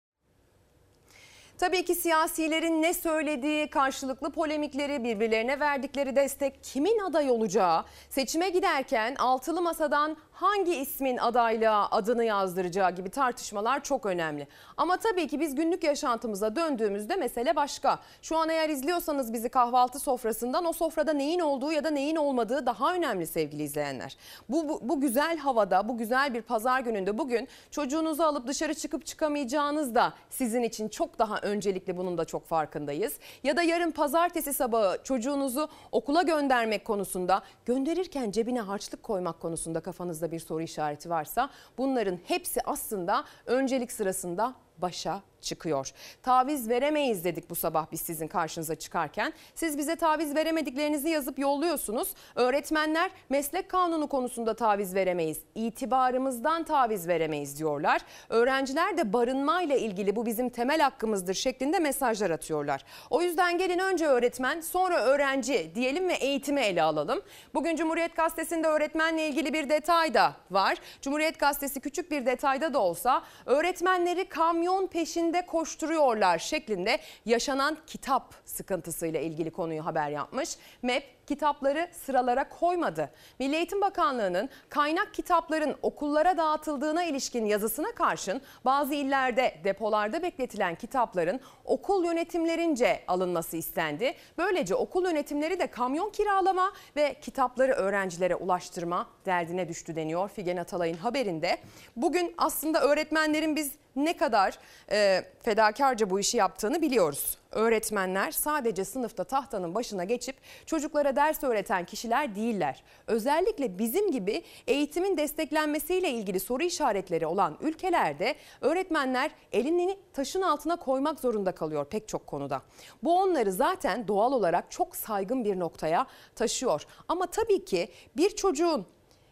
[SPEAKER 1] Tabii ki siyasilerin ne söylediği, karşılıklı polemikleri, birbirlerine verdikleri destek, kimin aday olacağı, seçime giderken altılı masadan hangi ismin adaylığa adını yazdıracağı gibi tartışmalar çok önemli. Ama tabii ki biz günlük yaşantımıza döndüğümüzde mesele başka. Şu an eğer izliyorsanız bizi kahvaltı sofrasından, o sofrada neyin olduğu ya da neyin olmadığı daha önemli sevgili izleyenler. Bu, bu, bu güzel havada, bu güzel bir pazar gününde bugün çocuğunuzu alıp dışarı çıkıp çıkamayacağınız da sizin için çok daha öncelikli, bunun da çok farkındayız. Ya da yarın pazartesi sabahı çocuğunuzu okula göndermek konusunda, gönderirken cebine harçlık koymak konusunda kafanızda bir soru işareti varsa bunların hepsi aslında öncelik sırasında başa çıkıyor. Taviz veremeyiz dedik bu sabah biz sizin karşınıza çıkarken. Siz bize taviz veremediklerinizi yazıp yolluyorsunuz. Öğretmenler meslek kanunu konusunda taviz veremeyiz, itibarımızdan taviz veremeyiz diyorlar. Öğrenciler de barınmayla ilgili bu bizim temel hakkımızdır şeklinde mesajlar atıyorlar. O yüzden gelin önce öğretmen sonra öğrenci diyelim ve eğitimi ele alalım. Bugün Cumhuriyet Gazetesi'nde öğretmenle ilgili bir detay da var. Cumhuriyet Gazetesi küçük bir detayda da olsa öğretmenleri kamyon peşinde koşturuyorlar şeklinde yaşanan kitap sıkıntısıyla ilgili konuyu haber yapmış. M E P kitapları sıralara koymadı. Milli Eğitim Bakanlığı'nın kaynak kitapların okullara dağıtıldığına ilişkin yazısına karşın bazı illerde depolarda bekletilen kitapların okul yönetimlerince alınması istendi. Böylece okul yönetimleri de kamyon kiralama ve kitapları öğrencilere ulaştırma derdine düştü deniyor Figen Atalay'ın haberinde. Bugün aslında öğretmenlerin biz ne kadar e, fedakarca bu işi yaptığını biliyoruz. Öğretmenler sadece sınıfta tahtanın başına geçip çocuklara ders öğreten kişiler değiller. Özellikle bizim gibi eğitimin desteklenmesiyle ilgili soru işaretleri olan ülkelerde öğretmenler elini taşın altına koymak zorunda kalıyor pek çok konuda. Bu onları zaten doğal olarak çok saygın bir noktaya taşıyor. Ama tabii ki bir çocuğun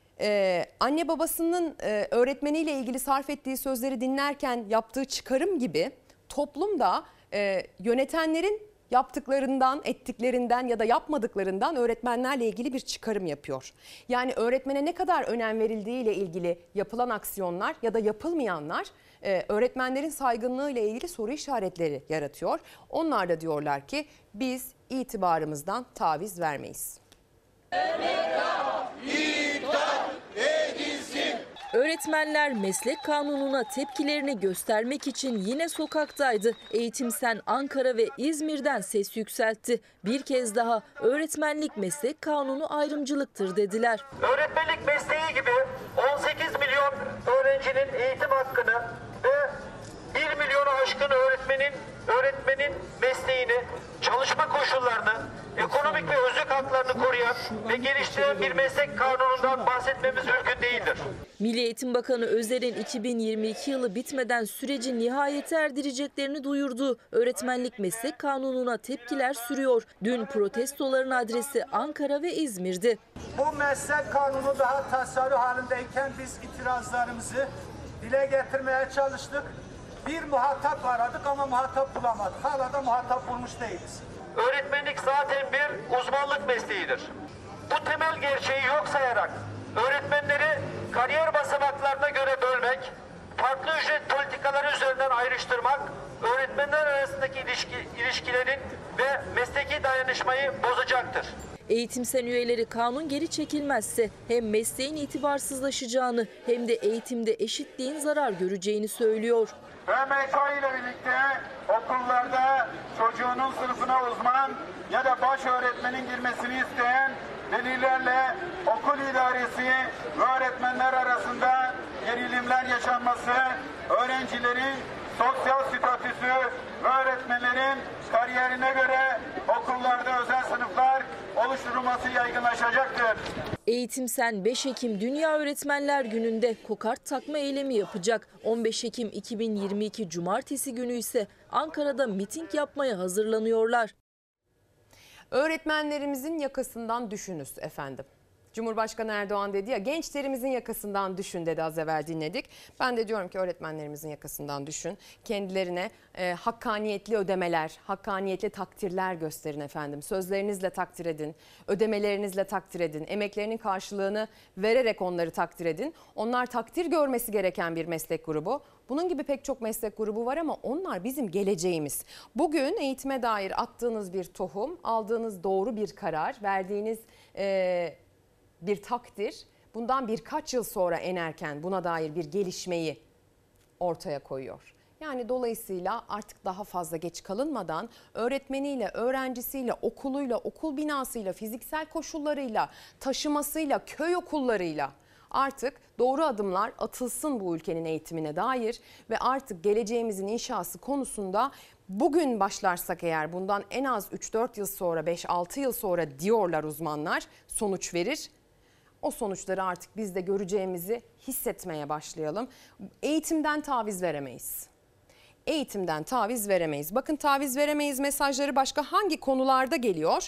[SPEAKER 1] Ee, anne babasının e, öğretmeniyle ilgili sarf ettiği sözleri dinlerken yaptığı çıkarım gibi toplumda e, yönetenlerin yaptıklarından, ettiklerinden ya da yapmadıklarından öğretmenlerle ilgili bir çıkarım yapıyor. Yani öğretmene ne kadar önem verildiğiyle ilgili yapılan aksiyonlar ya da yapılmayanlar e, öğretmenlerin saygınlığı ile ilgili soru işaretleri yaratıyor. Onlar da diyorlar ki biz itibarımızdan taviz vermeyiz.
[SPEAKER 4] Öğretmenler meslek kanununa tepkilerini göstermek için yine sokaktaydı. Eğitim Sen Ankara ve İzmir'den ses yükseltti. Bir kez daha öğretmenlik meslek kanunu ayrımcılıktır dediler.
[SPEAKER 11] Öğretmenlik mesleği gibi on sekiz milyon öğrencinin eğitim hakkını ve bir milyonu aşkın öğretmenin öğretmenin mesleğini, çalışma koşullarını, ekonomik ve özlük haklarını koruyan ve geliştiren bir meslek kanunundan bahsetmemiz mümkün değildir.
[SPEAKER 4] Milli Eğitim Bakanı Özer'in iki bin yirmi iki yılı bitmeden süreci nihayete erdireceklerini duyurdu. Öğretmenlik meslek kanununa tepkiler sürüyor. Dün protestoların adresi Ankara ve İzmir'di.
[SPEAKER 11] Bu meslek kanunu daha tasarruf halindeyken biz itirazlarımızı dile getirmeye çalıştık. Bir muhatap aradık ama muhatap bulamadık. Hala da muhatap bulmuş değiliz. Öğretmenlik zaten bir uzmanlık mesleğidir. Bu temel gerçeği yok sayarak öğretmenleri kariyer basamaklarına göre bölmek, farklı ücret politikaları üzerinden ayrıştırmak, öğretmenler arasındaki ilişki, ilişkilerin ve mesleki dayanışmayı bozacaktır.
[SPEAKER 4] Eğitim Sen üyeleri kanun geri çekilmezse hem mesleğin itibarsızlaşacağını hem de eğitimde eşitliğin zarar göreceğini söylüyor.
[SPEAKER 11] B M K ile birlikte okullarda çocuğunun sınıfına uzman ya da baş öğretmenin girmesini isteyen velilerle okul idaresi ve öğretmenler arasında gerilimler yaşanması, öğrencilerin sosyal statüsü ve öğretmenlerin kariyerine göre okullarda özel sınıflar oluşturulması yaygınlaşacaktır.
[SPEAKER 4] Eğitim Sen beş Ekim Dünya Öğretmenler Günü'nde kokart takma eylemi yapacak. on beş Ekim iki bin yirmi iki Cumartesi günü ise Ankara'da miting yapmaya hazırlanıyorlar.
[SPEAKER 1] Öğretmenlerimizin yakasından düşünüz efendim. Cumhurbaşkanı Erdoğan dedi ya, gençlerimizin yakasından düşün dedi, az evvel dinledik. Ben de diyorum ki öğretmenlerimizin yakasından düşün. Kendilerine e, hakkaniyetli ödemeler, hakkaniyetli takdirler gösterin efendim. Sözlerinizle takdir edin, ödemelerinizle takdir edin, emeklerinin karşılığını vererek onları takdir edin. Onlar takdir görmesi gereken bir meslek grubu. Bunun gibi pek çok meslek grubu var ama onlar bizim geleceğimiz. Bugün eğitime dair attığınız bir tohum, aldığınız doğru bir karar, verdiğiniz e, bir takdir bundan birkaç yıl sonra en erken buna dair bir gelişmeyi ortaya koyuyor. Yani dolayısıyla artık daha fazla geç kalınmadan öğretmeniyle, öğrencisiyle, okuluyla, okul binasıyla, fiziksel koşullarıyla, taşımasıyla, köy okullarıyla artık doğru adımlar atılsın bu ülkenin eğitimine dair ve artık geleceğimizin inşası konusunda bugün başlarsak eğer bundan en az üç dört yıl sonra, beş altı yıl sonra diyorlar uzmanlar, sonuç verir. O sonuçları artık biz de göreceğimizi hissetmeye başlayalım. Eğitimden taviz veremeyiz. Eğitimden taviz veremeyiz. Bakın, taviz veremeyiz mesajları başka hangi konularda geliyor?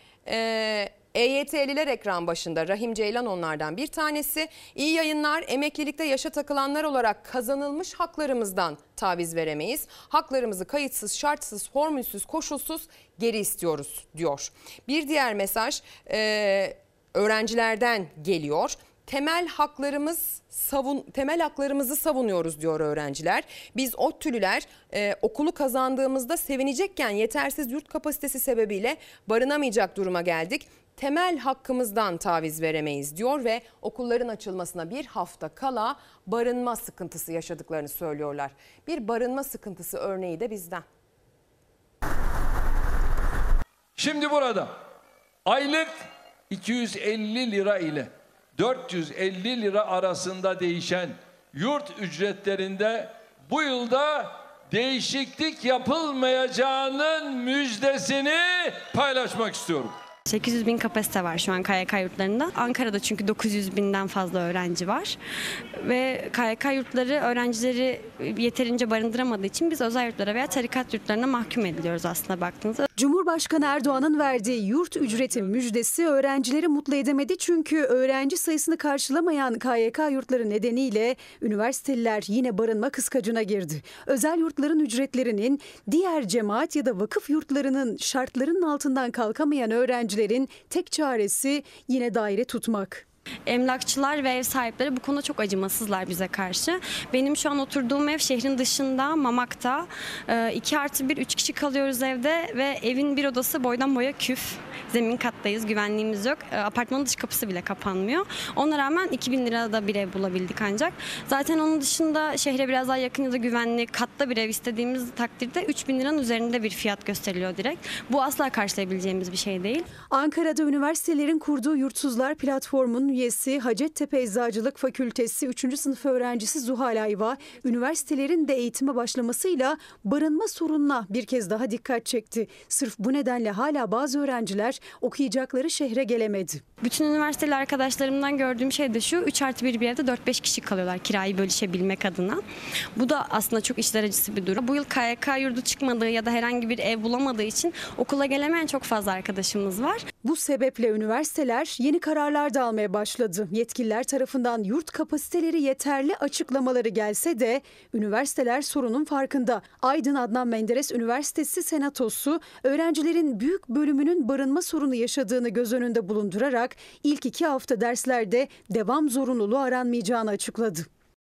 [SPEAKER 1] Ee, E Y T'liler ekran başında. Rahim Ceylan onlardan bir tanesi. İyi yayınlar. Emeklilikte yaşa takılanlar olarak kazanılmış haklarımızdan taviz veremeyiz. Haklarımızı kayıtsız, şartsız, formülsüz, koşulsuz geri istiyoruz diyor. Bir diğer mesaj e, öğrencilerden geliyor. Temel haklarımız savun temel haklarımızı savunuyoruz diyor öğrenciler. Biz ODTÜ'lüler e, okulu kazandığımızda sevinecekken yetersiz yurt kapasitesi sebebiyle barınamayacak duruma geldik. Temel hakkımızdan taviz veremeyiz diyor ve okulların açılmasına bir hafta kala barınma sıkıntısı yaşadıklarını söylüyorlar. Bir barınma sıkıntısı örneği de bizden.
[SPEAKER 2] Şimdi burada aylık iki yüz elli lira ile dört yüz elli lira arasında değişen yurt ücretlerinde bu yılda değişiklik yapılmayacağının müjdesini paylaşmak istiyorum.
[SPEAKER 12] sekiz yüz bin kapasite var şu an K Y K yurtlarında. Ankara'da çünkü dokuz yüz binden fazla öğrenci var. Ve K Y K yurtları öğrencileri yeterince barındıramadığı için biz özel yurtlara veya tarikat yurtlarına mahkum ediliyoruz aslında baktığınızda.
[SPEAKER 8] Cumhurbaşkanı Erdoğan'ın verdiği yurt ücreti müjdesi öğrencileri mutlu edemedi. Çünkü öğrenci sayısını karşılamayan K Y K yurtları nedeniyle üniversiteliler yine barınma kıskacına girdi. Özel yurtların ücretlerinin diğer cemaat ya da vakıf yurtlarının şartlarının altından kalkamayan öğrencilerin tek çaresi yine daire tutmak.
[SPEAKER 12] Emlakçılar ve ev sahipleri bu konuda çok acımasızlar bize karşı. Benim şu an oturduğum ev şehrin dışında, Mamak'ta. iki artı bir, üç kişi kalıyoruz evde ve evin bir odası boydan boya küf. Zemin kattayız, güvenliğimiz yok. Apartmanın dış kapısı bile kapanmıyor. Ona rağmen iki bin lirada bir ev bulabildik ancak. Zaten onun dışında şehre biraz daha yakın ya da güvenli katta bir ev istediğimiz takdirde üç bin liranın üzerinde bir fiyat gösteriliyor direkt. Bu asla karşılayabileceğimiz bir şey değil.
[SPEAKER 8] Ankara'da üniversitelerin kurduğu Yurtsuzlar platformunun üyesi Hacettepe Eczacılık Fakültesi üçüncü sınıf öğrencisi Zuhal Ayva, üniversitelerin de eğitime başlamasıyla barınma sorununa bir kez daha dikkat çekti. Sırf bu nedenle hala bazı öğrenciler okuyacakları şehre gelemedi.
[SPEAKER 12] Bütün üniversiteli arkadaşlarımdan gördüğüm şey de şu: üç artı bir bir evde dört beş kişi kalıyorlar kirayı bölüşebilmek adına. Bu da aslında çok işler acısı bir durum. Bu yıl K Y K yurdu çıkmadığı ya da herhangi bir ev bulamadığı için okula gelemeyen çok fazla arkadaşımız var.
[SPEAKER 8] Bu sebeple üniversiteler yeni kararlar da almaya başladı. Yetkililer tarafından yurt kapasiteleri yeterli açıklamaları gelse de üniversiteler sorunun farkında. Aydın Adnan Menderes Üniversitesi Senatosu öğrencilerin büyük bölümünün barınma sorunu yaşadığını göz önünde bulundurarak ilk iki hafta derslerde devam zorunluluğu aranmayacağını açıkladı.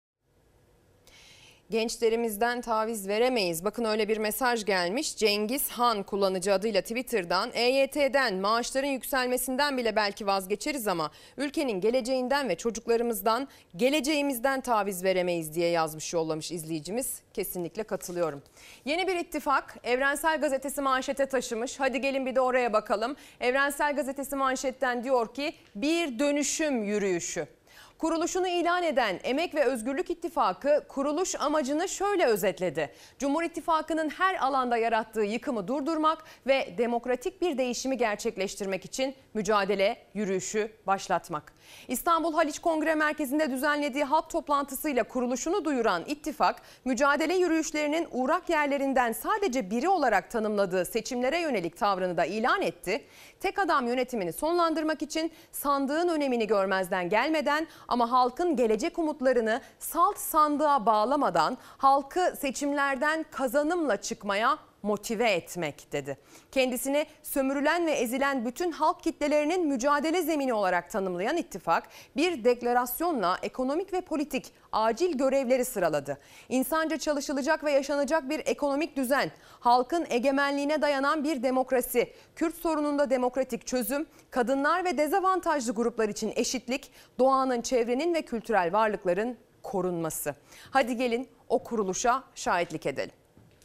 [SPEAKER 1] Gençlerimizden taviz veremeyiz. Bakın, öyle bir mesaj gelmiş. Cengiz Han kullanıcı adıyla Twitter'dan E Y T'den, maaşların yükselmesinden bile belki vazgeçeriz ama ülkenin geleceğinden ve çocuklarımızdan, geleceğimizden taviz veremeyiz diye yazmış, yollamış izleyicimiz. Kesinlikle katılıyorum. Yeni bir ittifak Evrensel Gazetesi manşete taşımış. Hadi gelin bir de oraya bakalım. Evrensel Gazetesi manşetten diyor ki bir dönüşüm yürüyüşü. Kuruluşunu ilan eden Emek ve Özgürlük İttifakı kuruluş amacını şöyle özetledi. Cumhur İttifakı'nın her alanda yarattığı yıkımı durdurmak ve demokratik bir değişimi gerçekleştirmek için mücadele yürüyüşü başlatmak. İstanbul Haliç Kongre Merkezi'nde düzenlediği halk toplantısıyla kuruluşunu duyuran ittifak, mücadele yürüyüşlerinin uğrak yerlerinden sadece biri olarak tanımladığı seçimlere yönelik tavrını da ilan etti. Tek adam yönetimini sonlandırmak için sandığın önemini görmezden gelmeden ama halkın gelecek umutlarını salt sandığa bağlamadan halkı seçimlerden kazanımla çıkmaya motive etmek dedi. Kendisini sömürülen ve ezilen bütün halk kitlelerinin mücadele zemini olarak tanımlayan ittifak bir deklarasyonla ekonomik ve politik acil görevleri sıraladı. İnsanca çalışılacak ve yaşanacak bir ekonomik düzen, halkın egemenliğine dayanan bir demokrasi, Kürt sorununda demokratik çözüm, kadınlar ve dezavantajlı gruplar için eşitlik, doğanın, çevrenin ve kültürel varlıkların korunması. Hadi gelin o kuruluşa şahitlik edelim.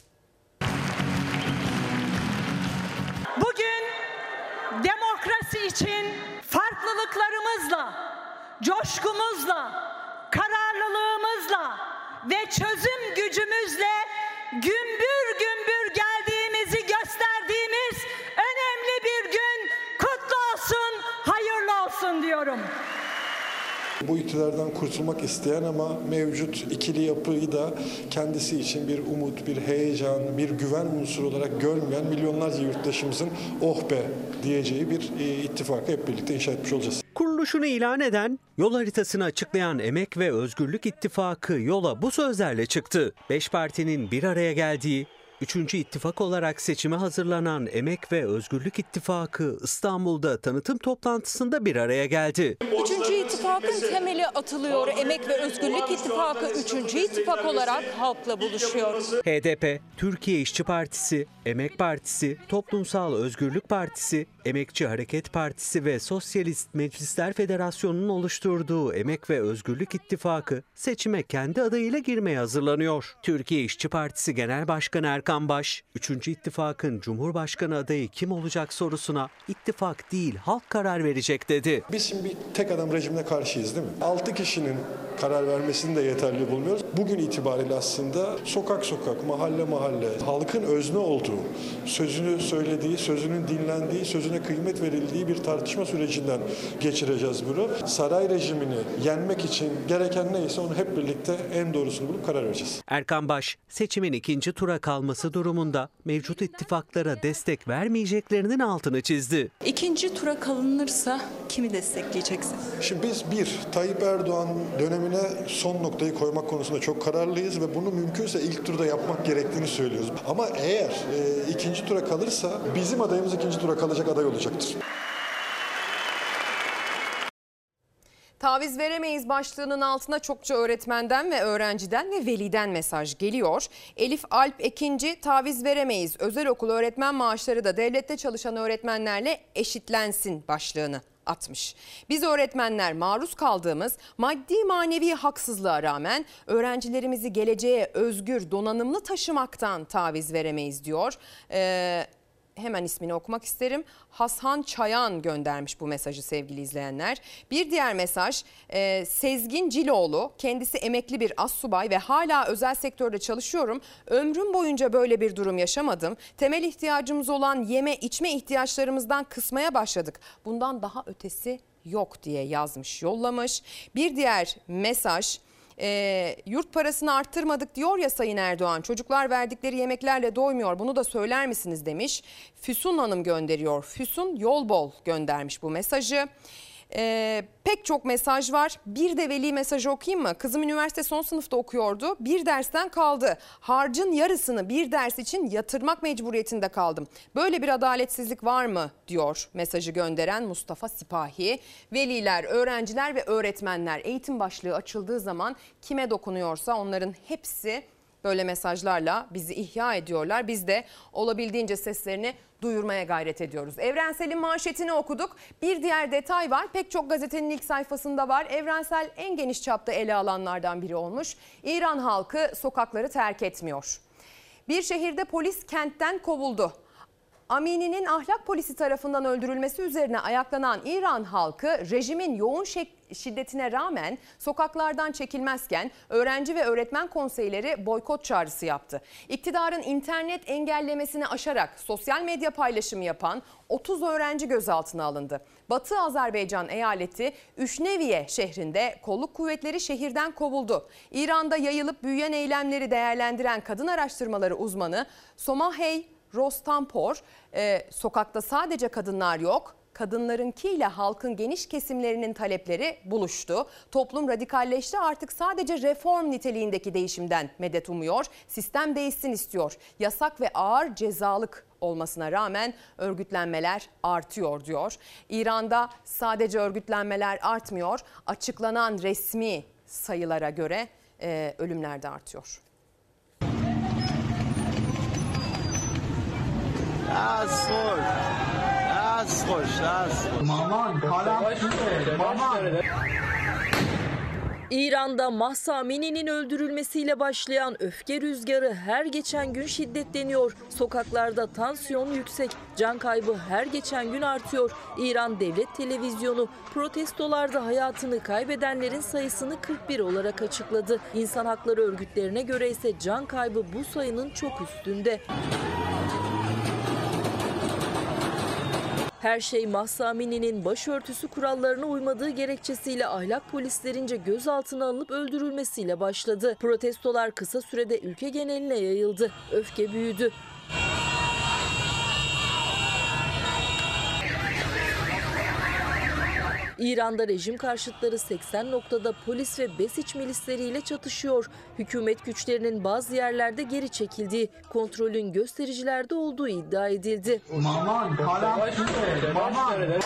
[SPEAKER 3] Bugün demokrasi için farklılıklarımızla, coşkumuzla, kararlılığımızla ve çözüm gücümüzle gümbür gümbür geldiğimizi gösterdiğimiz önemli bir gün kutlu olsun, hayırlı olsun diyorum.
[SPEAKER 13] Bu iktidardan kurtulmak isteyen ama mevcut ikili yapıyı da kendisi için bir umut, bir heyecan, bir güven unsuru olarak görmeyen milyonlarca yurttaşımızın oh be diyeceği bir ittifakı hep birlikte inşa etmiş olacağız.
[SPEAKER 14] Kuruluşunu ilan eden, yol haritasını açıklayan Emek ve Özgürlük İttifakı yola bu sözlerle çıktı. Beş partinin bir araya geldiği, Üçüncü ittifak olarak seçime hazırlanan Emek ve Özgürlük İttifakı İstanbul'da tanıtım toplantısında bir araya geldi.
[SPEAKER 15] Üçüncü ittifakın temeli atılıyor. Emek ve Özgürlük İttifakı üçüncü ittifak olarak halkla buluşuyor.
[SPEAKER 14] H D P, Türkiye İşçi Partisi, Emek Partisi, Toplumsal Özgürlük Partisi, Emekçi Hareket Partisi ve Sosyalist Meclisler Federasyonu'nun oluşturduğu Emek ve Özgürlük İttifakı seçime kendi adayıyla girmeye hazırlanıyor. Türkiye İşçi Partisi Genel Başkanı Erkan Baş, üçüncü ittifakın Cumhurbaşkanı adayı kim olacak sorusuna ittifak değil halk karar verecek dedi.
[SPEAKER 13] Biz şimdi bir tek adam rejimine karşıyız değil mi? altı kişinin karar vermesini de yeterli bulmuyoruz. Bugün itibariyle aslında sokak sokak, mahalle mahalle, halkın özne olduğu, sözünü söylediği, sözünün dinlendiği, sözüne kıymet verildiği bir tartışma sürecinden geçireceğiz bunu. Saray rejimini yenmek için gereken neyse onu hep birlikte en doğrusunu bulup karar vereceğiz.
[SPEAKER 14] Erkan Baş, seçimin ikinci tura kalması durumunda mevcut ittifaklara destek vermeyeceklerinin altını çizdi.
[SPEAKER 15] İkinci tura kalınırsa kimi destekleyeceksin?
[SPEAKER 13] Şimdi biz bir, Tayyip Erdoğan dönemine son noktayı koymak konusunda çok kararlıyız ve bunu mümkünse ilk turda yapmak gerektiğini söylüyoruz. Ama eğer e, ikinci tura kalırsa bizim adayımız ikinci tura kalacak aday olacaktır.
[SPEAKER 1] Taviz veremeyiz başlığının altına çokça öğretmenden ve öğrenciden ve veliden mesaj geliyor. Elif Alp Ekinci, taviz veremeyiz, özel okul öğretmen maaşları da devlette çalışan öğretmenlerle eşitlensin başlığını atmış. Biz öğretmenler maruz kaldığımız maddi manevi haksızlığa rağmen öğrencilerimizi geleceğe özgür, donanımlı taşımaktan taviz veremeyiz diyor. Ee, Hemen ismini okumak isterim. Hasan Çayan göndermiş bu mesajı sevgili izleyenler. Bir diğer mesaj e, Sezgin Ciloğlu, kendisi emekli bir astsubay ve hala özel sektörde çalışıyorum. Ömrüm boyunca böyle bir durum yaşamadım. Temel ihtiyacımız olan yeme içme ihtiyaçlarımızdan kısmaya başladık. Bundan daha ötesi yok diye yazmış, yollamış. Bir diğer mesaj... E, yurt parasını arttırmadık diyor ya Sayın Erdoğan. Çocuklar verdikleri yemeklerle doymuyor. Bunu da söyler misiniz demiş. Füsun Hanım gönderiyor. Füsun Yolbol göndermiş bu mesajı. Ee, pek çok mesaj var. Bir de veli mesajı okuyayım mı? Kızım üniversite son sınıfta okuyordu. Bir dersten kaldı. Harcın yarısını bir ders için yatırmak mecburiyetinde kaldım. Böyle bir adaletsizlik var mı diyor mesajı gönderen Mustafa Sipahi. Veliler, öğrenciler ve öğretmenler eğitim başlığı açıldığı zaman kime dokunuyorsa onların hepsi böyle mesajlarla bizi ihya ediyorlar. Biz de olabildiğince seslerini duyurmaya gayret ediyoruz. Evrensel'in manşetini okuduk. Bir diğer detay var. Pek çok gazetenin ilk sayfasında var. Evrensel en geniş çapta ele alanlardan biri olmuş. İran halkı sokakları terk etmiyor. Bir şehirde polis kentten kovuldu. Amini'nin ahlak polisi tarafından öldürülmesi üzerine ayaklanan İran halkı rejimin yoğun şiddetine rağmen sokaklardan çekilmezken öğrenci ve öğretmen konseyleri boykot çağrısı yaptı. İktidarın internet engellemesini aşarak sosyal medya paylaşımı yapan otuz öğrenci gözaltına alındı. Batı Azerbaycan eyaleti Üşneviye şehrinde kolluk kuvvetleri şehirden kovuldu. İran'da yayılıp büyüyen eylemleri değerlendiren kadın araştırmaları uzmanı Somahey Rostampor, e, sokakta sadece kadınlar yok, kadınlarınkiyle halkın geniş kesimlerinin talepleri buluştu. Toplum radikalleşti, artık sadece reform niteliğindeki değişimden medet umuyor, sistem değişsin istiyor. Yasak ve ağır cezalık olmasına rağmen örgütlenmeler artıyor diyor. İran'da sadece örgütlenmeler artmıyor, açıklanan resmi sayılara göre e, ölümler de artıyor.
[SPEAKER 5] از خوش از خوش از مامان کارم چیه مامان
[SPEAKER 4] İran'da Mahsa Amini'nin öldürülmesiyle başlayan öfke rüzgarı her geçen gün şiddetleniyor. Sokaklarda tansiyon yüksek, can kaybı her geçen gün artıyor. İran Devlet Televizyonu protestolarda hayatını kaybedenlerin sayısını kırk bir olarak açıkladı. İnsan hakları örgütlerine göre ise can kaybı bu sayının çok üstünde. Her şey Mahsa Amini'nin başörtüsü kurallarına uymadığı gerekçesiyle ahlak polislerince gözaltına alınıp öldürülmesiyle başladı. Protestolar kısa sürede ülke geneline yayıldı. Öfke büyüdü. İran'da rejim karşıtları seksen noktada polis ve Besiç milisleriyle çatışıyor. Hükümet güçlerinin bazı yerlerde geri çekildiği, kontrolün göstericilerde olduğu iddia edildi.
[SPEAKER 5] مامان کارم چیه مامان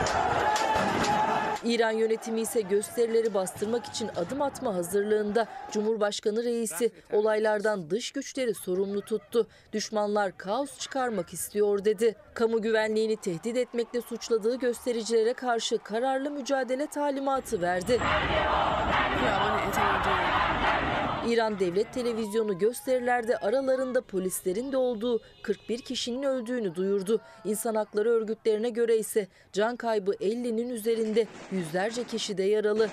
[SPEAKER 4] İran yönetimi ise gösterileri bastırmak için adım atma hazırlığında. Cumhurbaşkanı reisi olaylardan dış güçleri sorumlu tuttu. Düşmanlar kaos çıkarmak istiyor dedi. Kamu güvenliğini tehdit etmekle suçladığı göstericilere karşı kararlı mücadele talimatı verdi. İran Devlet Televizyonu gösterilerde aralarında polislerin de olduğu kırk bir kişinin öldüğünü duyurdu. İnsan hakları örgütlerine göre ise can kaybı ellinin üzerinde, yüzlerce kişi de yaralı.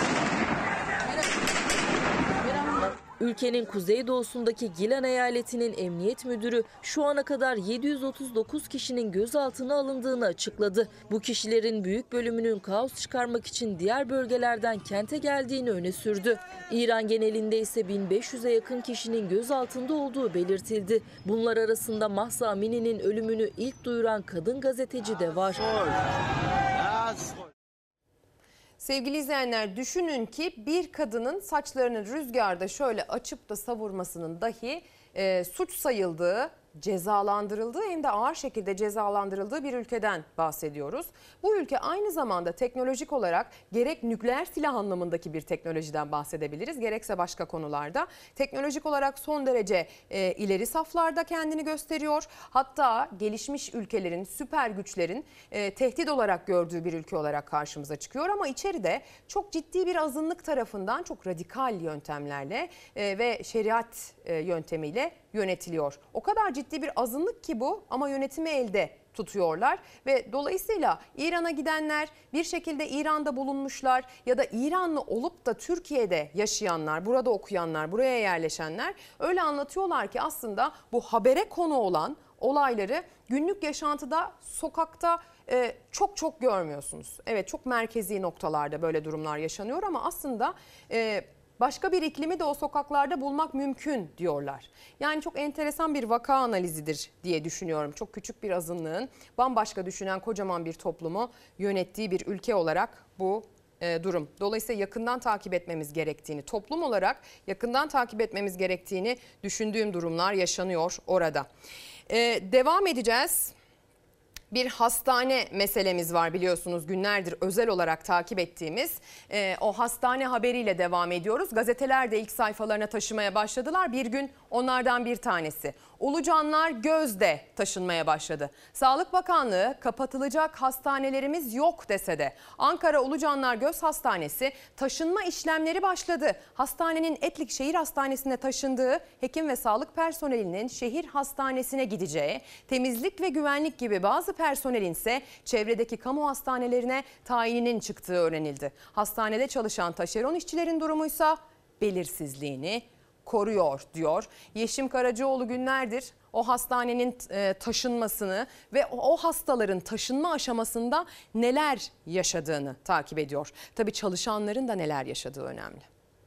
[SPEAKER 4] Ülkenin kuzeydoğusundaki Gilan eyaletinin emniyet müdürü şu ana kadar yedi yüz otuz dokuz kişinin gözaltına alındığını açıkladı. Bu kişilerin büyük bölümünün kaos çıkarmak için diğer bölgelerden kente geldiğini öne sürdü. İran genelinde ise bin beş yüze yakın kişinin gözaltında olduğu belirtildi. Bunlar arasında Mahsa Amini'nin ölümünü ilk duyuran kadın gazeteci de var.
[SPEAKER 1] Sevgili izleyenler, düşünün ki bir kadının saçlarını rüzgarda şöyle açıp da savurmasının dahi e, suç sayıldığı, cezalandırıldığı, hem de ağır şekilde cezalandırıldığı bir ülkeden bahsediyoruz. Bu ülke aynı zamanda teknolojik olarak gerek nükleer silah anlamındaki bir teknolojiden bahsedebiliriz, gerekse başka konularda teknolojik olarak son derece e, ileri saflarda kendini gösteriyor. Hatta gelişmiş ülkelerin, süper güçlerin e, tehdit olarak gördüğü bir ülke olarak karşımıza çıkıyor. Ama içeride çok ciddi bir azınlık tarafından çok radikal yöntemlerle e, ve şeriat e, yöntemiyle yönetiliyor. O kadar ciddi bir azınlık ki bu, ama yönetimi elde tutuyorlar ve dolayısıyla İran'a gidenler, bir şekilde İran'da bulunmuşlar ya da İranlı olup da Türkiye'de yaşayanlar, burada okuyanlar, buraya yerleşenler öyle anlatıyorlar ki aslında bu habere konu olan olayları günlük yaşantıda, sokakta e, çok çok görmüyorsunuz. Evet, çok merkezi noktalarda böyle durumlar yaşanıyor ama aslında e, başka bir iklimi de o sokaklarda bulmak mümkün diyorlar. Yani çok enteresan bir vaka analizidir diye düşünüyorum. Çok küçük bir azınlığın bambaşka düşünen kocaman bir toplumu yönettiği bir ülke olarak bu e, durum. Dolayısıyla yakından takip etmemiz gerektiğini, toplum olarak yakından takip etmemiz gerektiğini düşündüğüm durumlar yaşanıyor orada. E, devam edeceğiz. Bir hastane meselemiz var, biliyorsunuz günlerdir özel olarak takip ettiğimiz e, o hastane haberiyle devam ediyoruz. Gazeteler de ilk sayfalarına taşımaya başladılar. Bir gün onlardan bir tanesi. Ulucanlar Göz'de taşınmaya başladı. Sağlık Bakanlığı kapatılacak hastanelerimiz yok dese de Ankara Ulucanlar Göz Hastanesi taşınma işlemleri başladı. Hastanenin Etlikşehir Hastanesi'ne taşındığı, hekim ve sağlık personelinin şehir hastanesine gideceği, temizlik ve güvenlik gibi bazı personelin ise çevredeki kamu hastanelerine tayininin çıktığı öğrenildi. Hastanede çalışan taşeron işçilerin durumuysa belirsizliğini koruyor diyor. Yeşim Karacaoğlu günlerdir o hastanenin taşınmasını ve o hastaların taşınma aşamasında neler yaşadığını takip ediyor. Tabii çalışanların da neler yaşadığı önemli.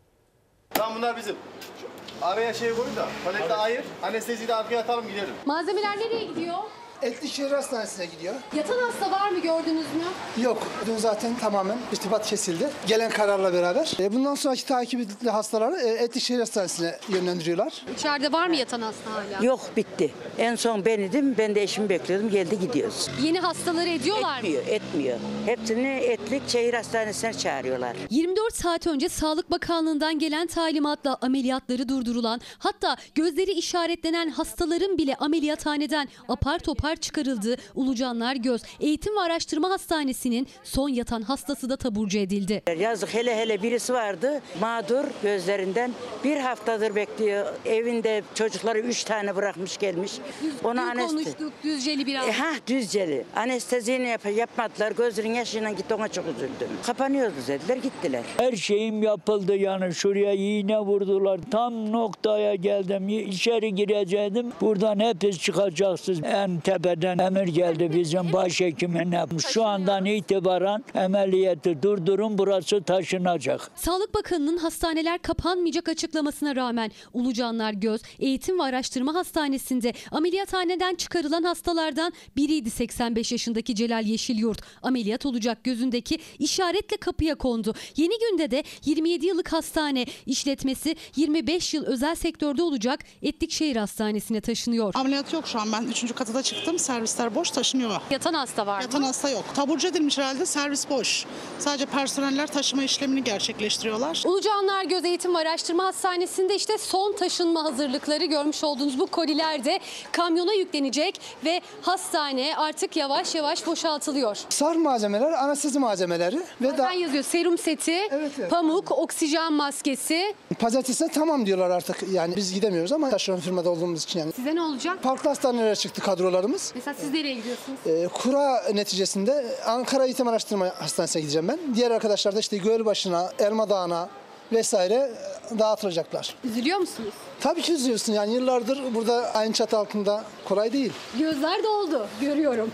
[SPEAKER 16] Tamam, bunlar bizim. Araya şey koyun da palette ayır. Anesteziyi de arkaya atalım, gidelim.
[SPEAKER 17] Malzemeler nereye gidiyor?
[SPEAKER 18] Etlikşehir Hastanesi'ne gidiyor.
[SPEAKER 17] Yatan hasta var mı, gördünüz mü?
[SPEAKER 18] Yok. Dün zaten tamamen irtibat kesildi. Gelen kararla beraber. Bundan sonraki takip edildiği hastaları Etlikşehir Hastanesi'ne yönlendiriyorlar.
[SPEAKER 17] İçeride var mı yatan hasta hala?
[SPEAKER 19] Yok, bitti. En son ben idim. Ben de eşimi bekliyordum. Geldi, gidiyoruz.
[SPEAKER 17] Yeni hastaları ediyorlar mı?
[SPEAKER 19] Etmiyor, etmiyor. Hepsini Etlikşehir Hastanesi'ne çağırıyorlar.
[SPEAKER 17] yirmi dört saat önce Sağlık Bakanlığı'ndan gelen talimatla ameliyatları durdurulan, hatta gözleri işaretlenen hastaların bile ameliyathaneden apar topar çıkarıldığı Ulucanlar Göz Eğitim ve Araştırma Hastanesi'nin son yatan hastası da taburcu edildi.
[SPEAKER 19] Yazık, hele hele birisi vardı, mağdur gözlerinden, bir haftadır bekliyor. Evinde çocukları üç tane bırakmış gelmiş.
[SPEAKER 17] Ona anestezi konuştuk, düzceli biraz.
[SPEAKER 19] E, ha düzceli. Anestezini yap yapmadılar. Gözlerin yaşıyla gitti, ona çok üzüldüm. Kapanıyordu dediler, gittiler.
[SPEAKER 20] Her şeyim yapıldı, yani şuraya iğne vurdular. Tam noktaya geldim. İçeri gireceğim. Buradan hepiniz çıkacaksınız. En tepeden emir geldi bizim başhekimine. Şu andan itibaren ameliyatı durdurun, burası taşınacak.
[SPEAKER 17] Sağlık Bakanı'nın hastaneler kapanmayacak açıklamasına rağmen Ulucanlar Göz Eğitim ve Araştırma Hastanesi'nde ameliyathaneden çıkarılan hastalardan biriydi seksen beş yaşındaki Celal Yeşilyurt. Ameliyat olacak gözündeki işaretle kapıya kondu. Yeni günde de yirmi yedi yıllık hastane işletmesi yirmi beş yıl özel sektörde olacak Etlikşehir Hastanesi'ne taşınıyor.
[SPEAKER 22] Ameliyat yok şu an, ben üçüncü katıda çıktım. Servisler boş, taşınıyor.
[SPEAKER 17] Yatan hasta var mı?
[SPEAKER 22] Yatan hasta yok. Taburcu edilmiş herhalde, servis boş. Sadece personeller taşıma işlemini gerçekleştiriyorlar.
[SPEAKER 17] Ulucanlar Göz Eğitim ve Araştırma Hastanesi'nde işte son taşınma hazırlıkları, görmüş olduğunuz bu koliler de kamyona yüklenecek ve hastane artık yavaş yavaş boşaltılıyor.
[SPEAKER 18] Sarf malzemeler, anestezi malzemeleri ve
[SPEAKER 17] Zaten yazıyor serum seti,
[SPEAKER 18] evet, evet.
[SPEAKER 17] pamuk, oksijen maskesi.
[SPEAKER 18] Pazartesi tamam diyorlar artık, yani biz gidemiyoruz ama taşeron firmada olduğumuz için yani.
[SPEAKER 17] Size ne olacak?
[SPEAKER 18] Farklı hastanelere çıktı kadrolarımız.
[SPEAKER 17] Mesela siz nereye gidiyorsunuz?
[SPEAKER 18] Ee, kura neticesinde Ankara Eğitim Araştırma Hastanesi'ne gideceğim ben. Diğer arkadaşlar da işte Gölbaşı'na, Elma Dağı'na vesaire dağıtılacaklar.
[SPEAKER 17] Üzülüyor musunuz?
[SPEAKER 18] Tabii ki üzülüyorsun, yani yıllardır burada aynı çatı altında, kolay değil.
[SPEAKER 17] Gözler doldu, görüyorum.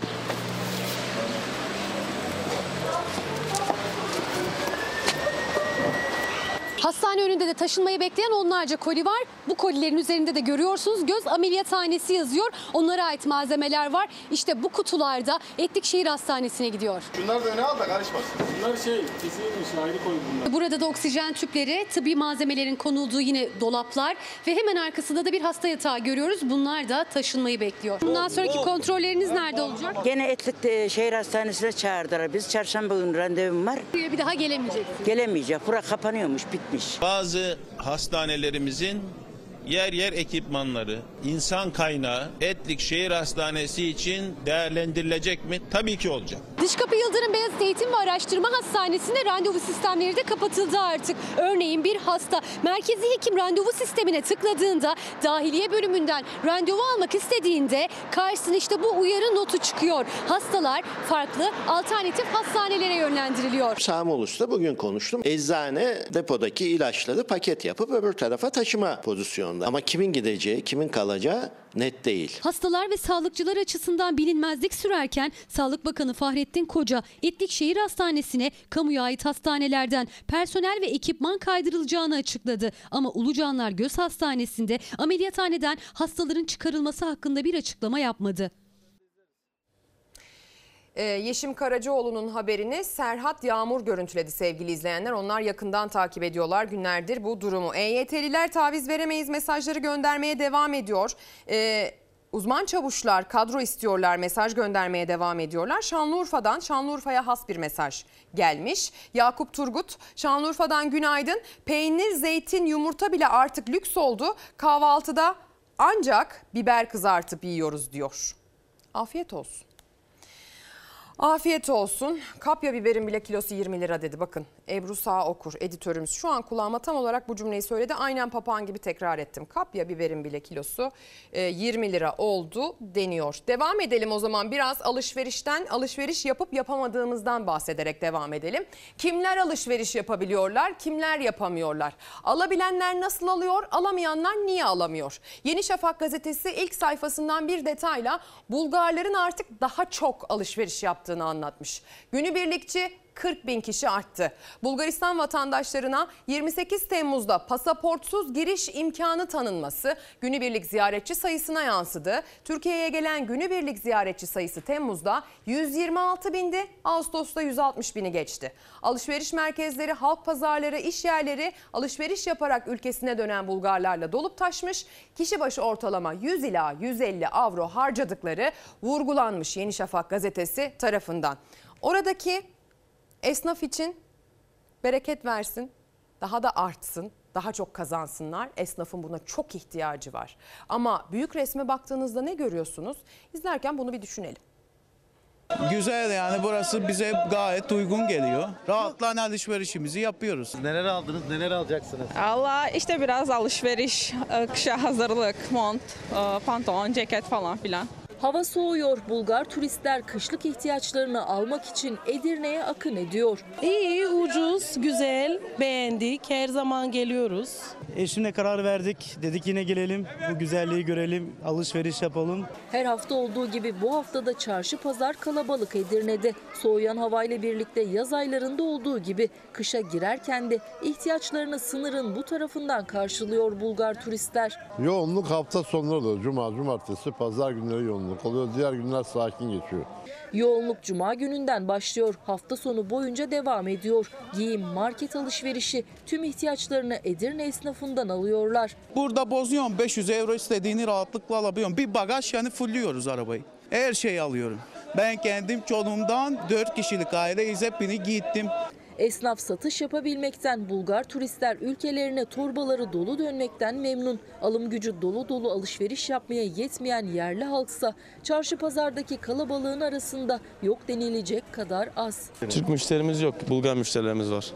[SPEAKER 17] Hastane önünde de taşınmayı bekleyen onlarca koli var. Bu kolilerin üzerinde de görüyorsunuz Göz Ameliyathanesi yazıyor. Onlara ait malzemeler var. İşte bu kutularda Etlikşehir Hastanesi'ne gidiyor.
[SPEAKER 16] Şunları da öne al da karışmasın.
[SPEAKER 23] Bunlar şey, kesinlikle ayrı koy bunlar.
[SPEAKER 17] Burada da oksijen tüpleri, tıbbi malzemelerin konulduğu yine dolaplar ve hemen arkasında da bir hasta yatağı görüyoruz. Bunlar da taşınmayı bekliyor. Bundan sonraki kontrolleriniz nerede olacak?
[SPEAKER 19] Gene Etlikşehir Hastanesi'ne çağırdılar. Biz çarşamba günü randevum var.
[SPEAKER 17] Buraya bir daha gelemeyecek.
[SPEAKER 19] Gelemeyecek. Bura kapanıyormuş, bitmiş.
[SPEAKER 24] Bazı hastanelerimizin yer yer ekipmanları, insan kaynağı Etlikşehir Hastanesi için değerlendirilecek mi? Tabii ki olacak.
[SPEAKER 17] Dışkapı Yıldırım Beyazıt Eğitim ve Araştırma Hastanesi'nde randevu sistemleri de kapatıldı artık. Örneğin bir hasta merkezi hekim randevu sistemine tıkladığında, dahiliye bölümünden randevu almak istediğinde karşısına işte bu uyarı notu çıkıyor. Hastalar farklı alternatif hastanelere yönlendiriliyor.
[SPEAKER 29] Sami Ulus'ta bugün konuştum. Eczane depodaki ilaçları paket yapıp öbür tarafa taşıma pozisyonunda. Ama kimin gideceği, kimin kalacağı net değil.
[SPEAKER 17] Hastalar ve sağlıkçılar açısından bilinmezlik sürerken Sağlık Bakanı Fahrettin Koca Etlikşehir Hastanesi'ne kamuya ait hastanelerden personel ve ekipman kaydırılacağını açıkladı. Ama Ulucanlar Göz Hastanesi'nde ameliyathaneden hastaların çıkarılması hakkında bir açıklama yapmadı.
[SPEAKER 1] Ee, Yeşim Karacaoğlu'nun haberini Serhat Yağmur görüntüledi sevgili izleyenler. Onlar yakından takip ediyorlar günlerdir bu durumu. E Y T'liler taviz veremeyiz mesajları göndermeye devam ediyor. Ee, uzman çavuşlar kadro istiyorlar, mesaj göndermeye devam ediyorlar. Şanlıurfa'dan Şanlıurfa'ya has bir mesaj gelmiş. Yakup Turgut, Şanlıurfa'dan günaydın. Peynir, zeytin, yumurta bile artık lüks oldu. Kahvaltıda ancak biber kızartıp yiyoruz diyor. Afiyet olsun. Afiyet olsun. Kapya biberin bile kilosu yirmi lira dedi. Bakın Ebru Sağ Okur editörümüz şu an kulağıma tam olarak bu cümleyi söyledi. Aynen papağan gibi tekrar ettim. Kapya biberin bile kilosu yirmi lira oldu deniyor. Devam edelim o zaman, biraz alışverişten, alışveriş yapıp yapamadığımızdan bahsederek devam edelim. Kimler alışveriş yapabiliyorlar, kimler yapamıyorlar? Alabilenler nasıl alıyor, alamayanlar niye alamıyor? Yeni Şafak gazetesi ilk sayfasından bir detayla Bulgarların artık daha çok alışveriş yaptığı anlatmış. Günübirlikçi kırk bin kişi arttı. Bulgaristan vatandaşlarına yirmi sekiz Temmuz'da pasaportsuz giriş imkanı tanınması günübirlik ziyaretçi sayısına yansıdı. Türkiye'ye gelen günübirlik ziyaretçi sayısı Temmuz'da yüz yirmi altı bindi, Ağustos'ta yüz altmış bini geçti. Alışveriş merkezleri, halk pazarları, iş yerleri alışveriş yaparak ülkesine dönen Bulgarlarla dolup taşmış. Kişi başı ortalama yüz ila yüz elli avro harcadıkları vurgulanmış Yeni Şafak gazetesi tarafından. Oradaki esnaf için bereket versin, daha da artsın, daha çok kazansınlar. Esnafın buna çok ihtiyacı var. Ama büyük resme baktığınızda ne görüyorsunuz? İzlerken bunu bir düşünelim.
[SPEAKER 6] Güzel, yani burası bize gayet uygun geliyor. Rahatla alışverişimizi yapıyoruz.
[SPEAKER 16] Neler aldınız, neler alacaksınız?
[SPEAKER 7] Allah işte biraz alışveriş, kışa hazırlık, mont, pantolon, ceket falan filan.
[SPEAKER 4] Hava soğuyor. Bulgar turistler kışlık ihtiyaçlarını almak için Edirne'ye akın ediyor.
[SPEAKER 9] İyi, ucuz, güzel, beğendik. Her zaman geliyoruz.
[SPEAKER 10] Eşimle karar verdik. Dedik yine gelelim, bu güzelliği görelim, alışveriş yapalım.
[SPEAKER 4] Her hafta olduğu gibi bu haftada çarşı pazar kalabalık Edirne'de. Soğuyan havayla birlikte yaz aylarında olduğu gibi kışa girerken de ihtiyaçlarını sınırın bu tarafından karşılıyor Bulgar turistler.
[SPEAKER 21] Yoğunluk hafta sonları oluyor. Cuma, cumartesi, pazar günleri yoğunluk oluyor. Diğer günler sakin geçiyor.
[SPEAKER 4] Yoğunluk cuma gününden başlıyor. Hafta sonu boyunca devam ediyor. Giyim, market alışverişi, tüm ihtiyaçlarını Edirne esnafından alıyorlar.
[SPEAKER 6] Burada bozuyorum, beş yüz euro istediğini rahatlıkla alabiliyorum. Bir bagaj, yani fulluyoruz arabayı. Her şeyi alıyorum. Ben kendim çoluğumdan dört kişilik aileyiz, hepini gittim.
[SPEAKER 4] Esnaf satış yapabilmekten, Bulgar turistler ülkelerine torbaları dolu dönmekten memnun. Alım gücü dolu dolu alışveriş yapmaya yetmeyen yerli halksa çarşı pazardaki kalabalığın arasında yok denilecek kadar az.
[SPEAKER 25] Türk müşterimiz yok, Bulgar müşterilerimiz var.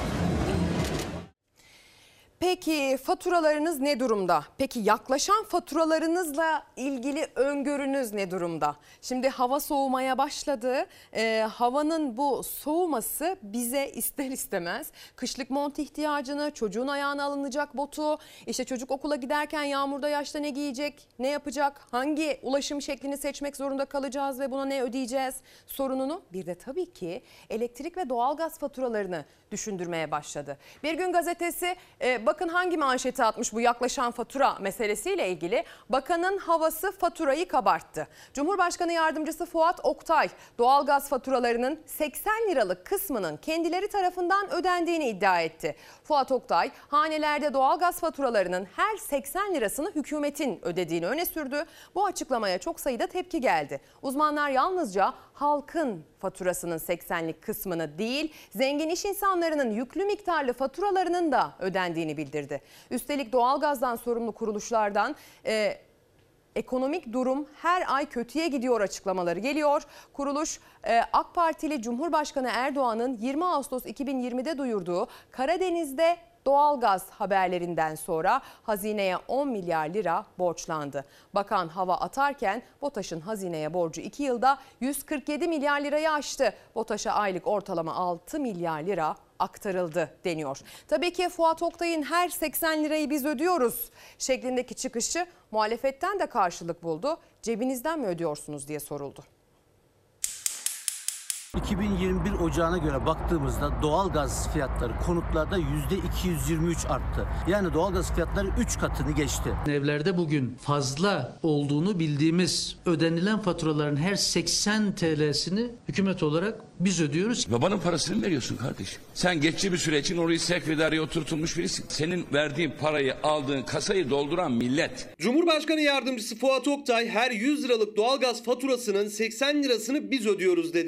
[SPEAKER 1] Peki faturalarınız ne durumda? Peki yaklaşan faturalarınızla ilgili öngörünüz ne durumda? Şimdi hava soğumaya başladı. Ee, havanın bu soğuması bize ister istemez kışlık mont ihtiyacını, çocuğun ayağına alınacak botu, işte çocuk okula giderken yağmurda yaşta ne giyecek, ne yapacak, hangi ulaşım şeklini seçmek zorunda kalacağız ve buna ne ödeyeceğiz sorununu, bir de tabii ki elektrik ve doğalgaz faturalarını düşündürmeye başladı. Bir Gün Gazetesi e, bakın hangi manşeti atmış bu yaklaşan fatura meselesiyle ilgili. Bakanın havası faturayı kabarttı. Cumhurbaşkanı Yardımcısı Fuat Oktay doğalgaz faturalarının seksen liralık kısmının kendileri tarafından ödendiğini iddia etti. Fuat Oktay hanelerde doğalgaz faturalarının her seksen lirasını hükümetin ödediğini öne sürdü. Bu açıklamaya çok sayıda tepki geldi. Uzmanlar yalnızca halkın faturasının seksenlik kısmını değil, zengin iş insanlarının yüklü miktarlı faturalarının da ödendiğini bildirdi. Üstelik doğalgazdan sorumlu kuruluşlardan e, ekonomik durum her ay kötüye gidiyor açıklamaları geliyor. Kuruluş e, AK Partili Cumhurbaşkanı Erdoğan'ın yirmi Ağustos iki bin yirmide duyurduğu Karadeniz'de doğalgaz haberlerinden sonra hazineye on milyar lira borçlandı. Bakan hava atarken BOTAŞ'ın hazineye borcu iki yılda yüz kırk yedi milyar lirayı aştı. BOTAŞ'a aylık ortalama altı milyar lira aktarıldı deniyor. Tabii ki Fuat Oktay'ın her seksen lirayı biz ödüyoruz şeklindeki çıkışı muhalefetten de karşılık buldu. Cebinizden mi ödüyorsunuz diye soruldu.
[SPEAKER 26] iki bin yirmi bir ocağına göre baktığımızda doğalgaz fiyatları konutlarda yüzde iki yüz yirmi üç arttı. Yani doğalgaz fiyatları üç katını geçti.
[SPEAKER 27] Evlerde bugün fazla olduğunu bildiğimiz ödenilen faturaların her seksen T L'sini hükümet olarak biz ödüyoruz.
[SPEAKER 28] Babanın parasını veriyorsun kardeşim. Sen geçici bir süre için orayı sevk ve idareye oturtulmuş birisin. Senin verdiğin parayı aldığın kasayı dolduran millet.
[SPEAKER 30] Cumhurbaşkanı Yardımcısı Fuat Oktay her yüz liralık doğalgaz faturasının seksen lirasını biz ödüyoruz dedi.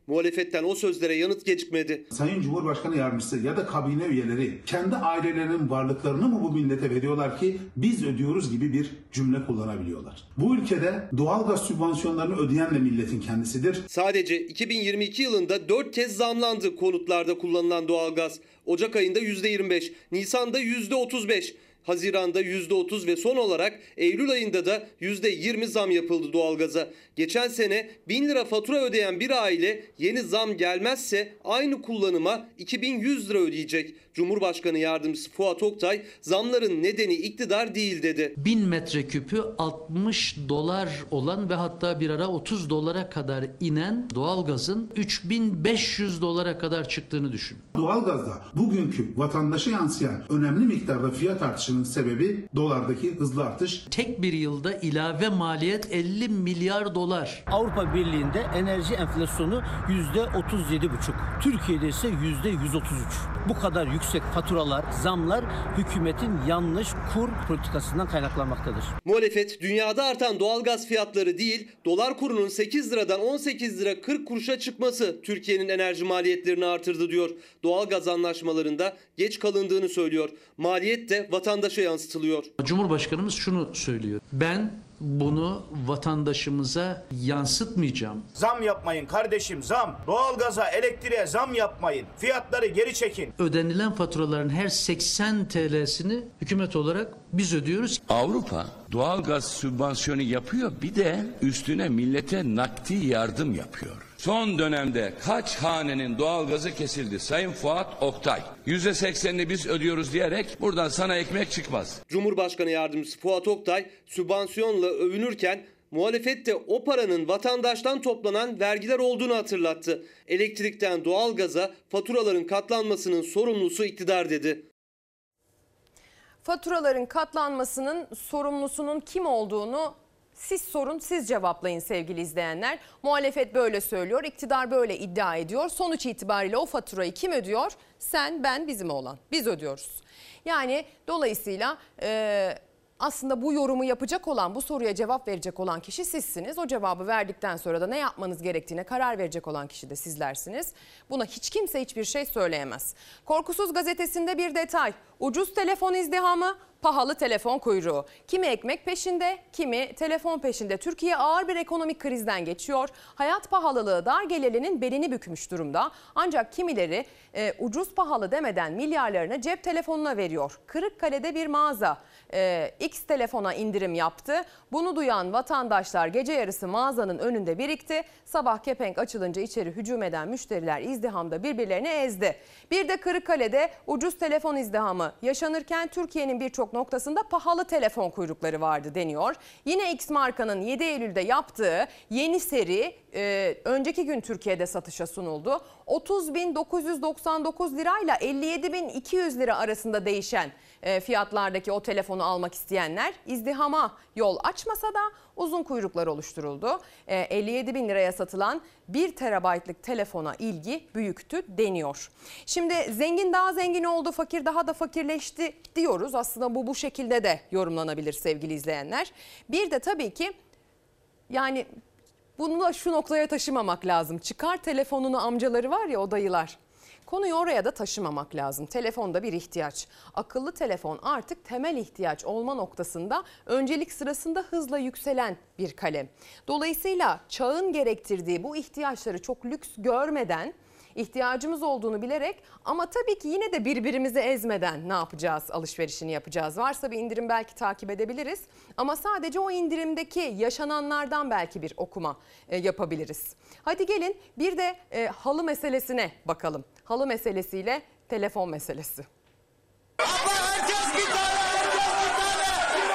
[SPEAKER 2] Muhalefetten o sözlere yanıt gecikmedi.
[SPEAKER 3] Sayın Cumhurbaşkanı Yardımcısı ya da kabine üyeleri kendi ailelerinin varlıklarını mı bu millete veriyorlar ki biz ödüyoruz gibi bir cümle kullanabiliyorlar. Bu ülkede doğalgaz sübvansiyonlarını ödeyen de milletin kendisidir.
[SPEAKER 2] Sadece iki bin yirmi iki yılında dört kez zamlandı konutlarda kullanılan doğalgaz. Ocak ayında yüzde yirmi beş, Nisan'da yüzde otuz beş. Haziran'da yüzde otuz ve son olarak Eylül ayında da yüzde yirmi zam yapıldı doğalgaza. Geçen sene bin lira fatura ödeyen bir aile yeni zam gelmezse aynı kullanıma iki bin yüz lira ödeyecek. Cumhurbaşkanı Yardımcısı Fuat Oktay zamların nedeni iktidar değil dedi.
[SPEAKER 27] bin metreküpü altmış dolar olan ve hatta bir ara otuz dolara kadar inen doğalgazın üç bin beş yüz dolara kadar çıktığını düşün.
[SPEAKER 3] Doğalgazda bugünkü vatandaşa yansıyan önemli miktarda fiyat artışının sebebi dolardaki hızlı artış.
[SPEAKER 27] Tek bir yılda ilave maliyet elli milyar dolar.
[SPEAKER 26] Avrupa Birliği'nde enerji enflasyonu yüzde otuz yedi buçuk. Türkiye'de ise yüzde yüz otuz üç. Bu kadar yüksek faturalar, zamlar hükümetin yanlış kur politikasından kaynaklanmaktadır.
[SPEAKER 2] Muhalefet dünyada artan doğalgaz fiyatları değil, dolar kurunun sekiz liradan on sekiz lira kırk kuruşa çıkması Türkiye'nin enerji maliyetlerini artırdı diyor. Doğalgaz anlaşmalarında geç kalındığını söylüyor. Maliyet de vatandaşa yansıtılıyor.
[SPEAKER 27] Cumhurbaşkanımız şunu söylüyor. Ben bunu vatandaşımıza yansıtmayacağım.
[SPEAKER 5] Zam yapmayın kardeşim, zam. Doğalgaza, elektriğe zam yapmayın. Fiyatları geri çekin.
[SPEAKER 27] Ödenilen faturaların her seksen T L'sini hükümet olarak biz ödüyoruz.
[SPEAKER 28] Avrupa doğalgaz sübvansiyonu yapıyor, bir de üstüne millete nakdi yardım yapıyor. Son dönemde kaç hanenin doğalgazı kesildi Sayın Fuat Oktay? yüzde seksenini biz ödüyoruz diyerek buradan sana ekmek çıkmaz.
[SPEAKER 2] Cumhurbaşkanı Yardımcısı Fuat Oktay sübvansiyonla övünürken muhalefet de o paranın vatandaştan toplanan vergiler olduğunu hatırlattı. Elektrikten doğalgaza faturaların katlanmasının sorumlusu iktidar dedi.
[SPEAKER 1] Faturaların katlanmasının sorumlusunun kim olduğunu siz sorun, siz cevaplayın sevgili izleyenler. Muhalefet böyle söylüyor, iktidar böyle iddia ediyor. Sonuç itibariyle o faturayı kim ödüyor? Sen, ben, bizim olan. Biz ödüyoruz. Yani dolayısıyla e, aslında bu yorumu yapacak olan, bu soruya cevap verecek olan kişi sizsiniz. O cevabı verdikten sonra da ne yapmanız gerektiğine karar verecek olan kişi de sizlersiniz. Buna hiç kimse hiçbir şey söyleyemez. Korkusuz gazetesinde bir detay. Ucuz telefon izdihamı, pahalı telefon kuyruğu. Kimi ekmek peşinde, kimi telefon peşinde. Türkiye ağır bir ekonomik krizden geçiyor. Hayat pahalılığı dar gelirlinin belini bükmüş durumda. Ancak kimileri e, ucuz pahalı demeden milyarlarını cep telefonuna veriyor. Kırıkkale'de bir mağaza e, X telefona indirim yaptı. Bunu duyan vatandaşlar gece yarısı mağazanın önünde birikti. Sabah kepenk açılınca içeri hücum eden müşteriler izdihamda birbirlerini ezdi. Bir de Kırıkkale'de ucuz telefon izdihamı yaşanırken Türkiye'nin birçok noktasında pahalı telefon kuyrukları vardı deniyor. Yine X markanın yedi Eylül'de yaptığı yeni seri e, önceki gün Türkiye'de satışa sunuldu. otuz bin dokuz yüz doksan dokuz lirayla elli yedi bin iki yüz lira arasında değişen e, fiyatlardaki o telefonu almak isteyenler izdihama yol açmasa da uzun kuyruklar oluşturuldu. E, elli yedi bin liraya satılan bir terabaytlık telefona ilgi büyüktü deniyor. Şimdi zengin daha zengin oldu, fakir daha da fakirleşti diyoruz. Aslında bu bu şekilde de yorumlanabilir sevgili izleyenler. Bir de tabii ki yani bunu da şu noktaya taşımamak lazım. Çıkar telefonunu amcaları var ya, o dayılar. Konuyu oraya da taşımamak lazım. Telefon da bir ihtiyaç. Akıllı telefon artık temel ihtiyaç olma noktasında öncelik sırasında hızla yükselen bir kalem. Dolayısıyla çağın gerektirdiği bu ihtiyaçları çok lüks görmeden, ihtiyacımız olduğunu bilerek ama tabii ki yine de birbirimizi ezmeden ne yapacağız? Alışverişini yapacağız. Varsa bir indirim belki takip edebiliriz ama sadece o indirimdeki yaşananlardan belki bir okuma e, yapabiliriz. Hadi gelin bir de e, halı meselesine bakalım. Halı meselesiyle telefon meselesi.
[SPEAKER 8] Abla herkes bir tane, herkes bir tane.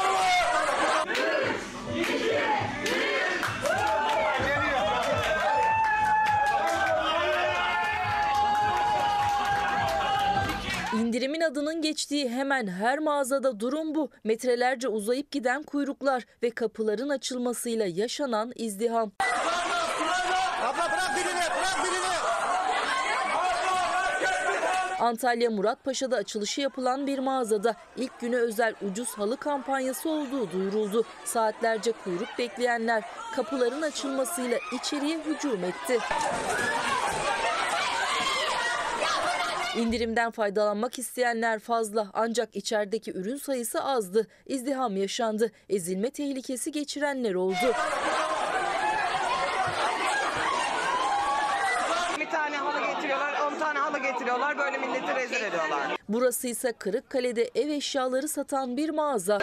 [SPEAKER 4] İndirimin adının geçtiği hemen her mağazada durum bu. Metrelerce uzayıp giden kuyruklar ve kapıların açılmasıyla yaşanan izdiham.
[SPEAKER 8] Abla bırak birini, bırak birini.
[SPEAKER 4] Antalya Muratpaşa'da açılışı yapılan bir mağazada ilk güne özel ucuz halı kampanyası olduğu duyuruldu. Saatlerce kuyruk bekleyenler kapıların açılmasıyla içeriye hücum etti. İndirimden faydalanmak isteyenler fazla ancak içerideki ürün sayısı azdı. İzdiham yaşandı. Ezilme tehlikesi geçirenler oldu.
[SPEAKER 11] Bir tane halı getiriyorlar, on tane halı getiriyorlar, böyle milleti rezil ediyorlar.
[SPEAKER 4] Burası ise Kırıkkale'de ev eşyaları satan bir mağaza.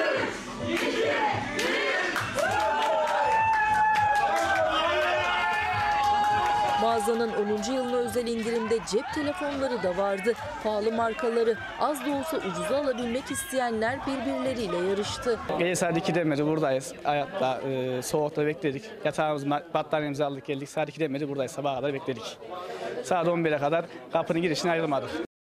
[SPEAKER 4] Mağazanın onuncu yılına özel indirimde cep telefonları da vardı. Pahalı markaları az da olsa ucuza alabilmek isteyenler birbirleriyle yarıştı.
[SPEAKER 12] Gece saat iki demedi buradayız. Hayatta e, soğukta bekledik. Yatağımızı, battaniyemizi aldık geldik. Saat iki demedi buradayız. Sabaha kadar bekledik. Saat on bire kadar kapının girişine ayrılmadık.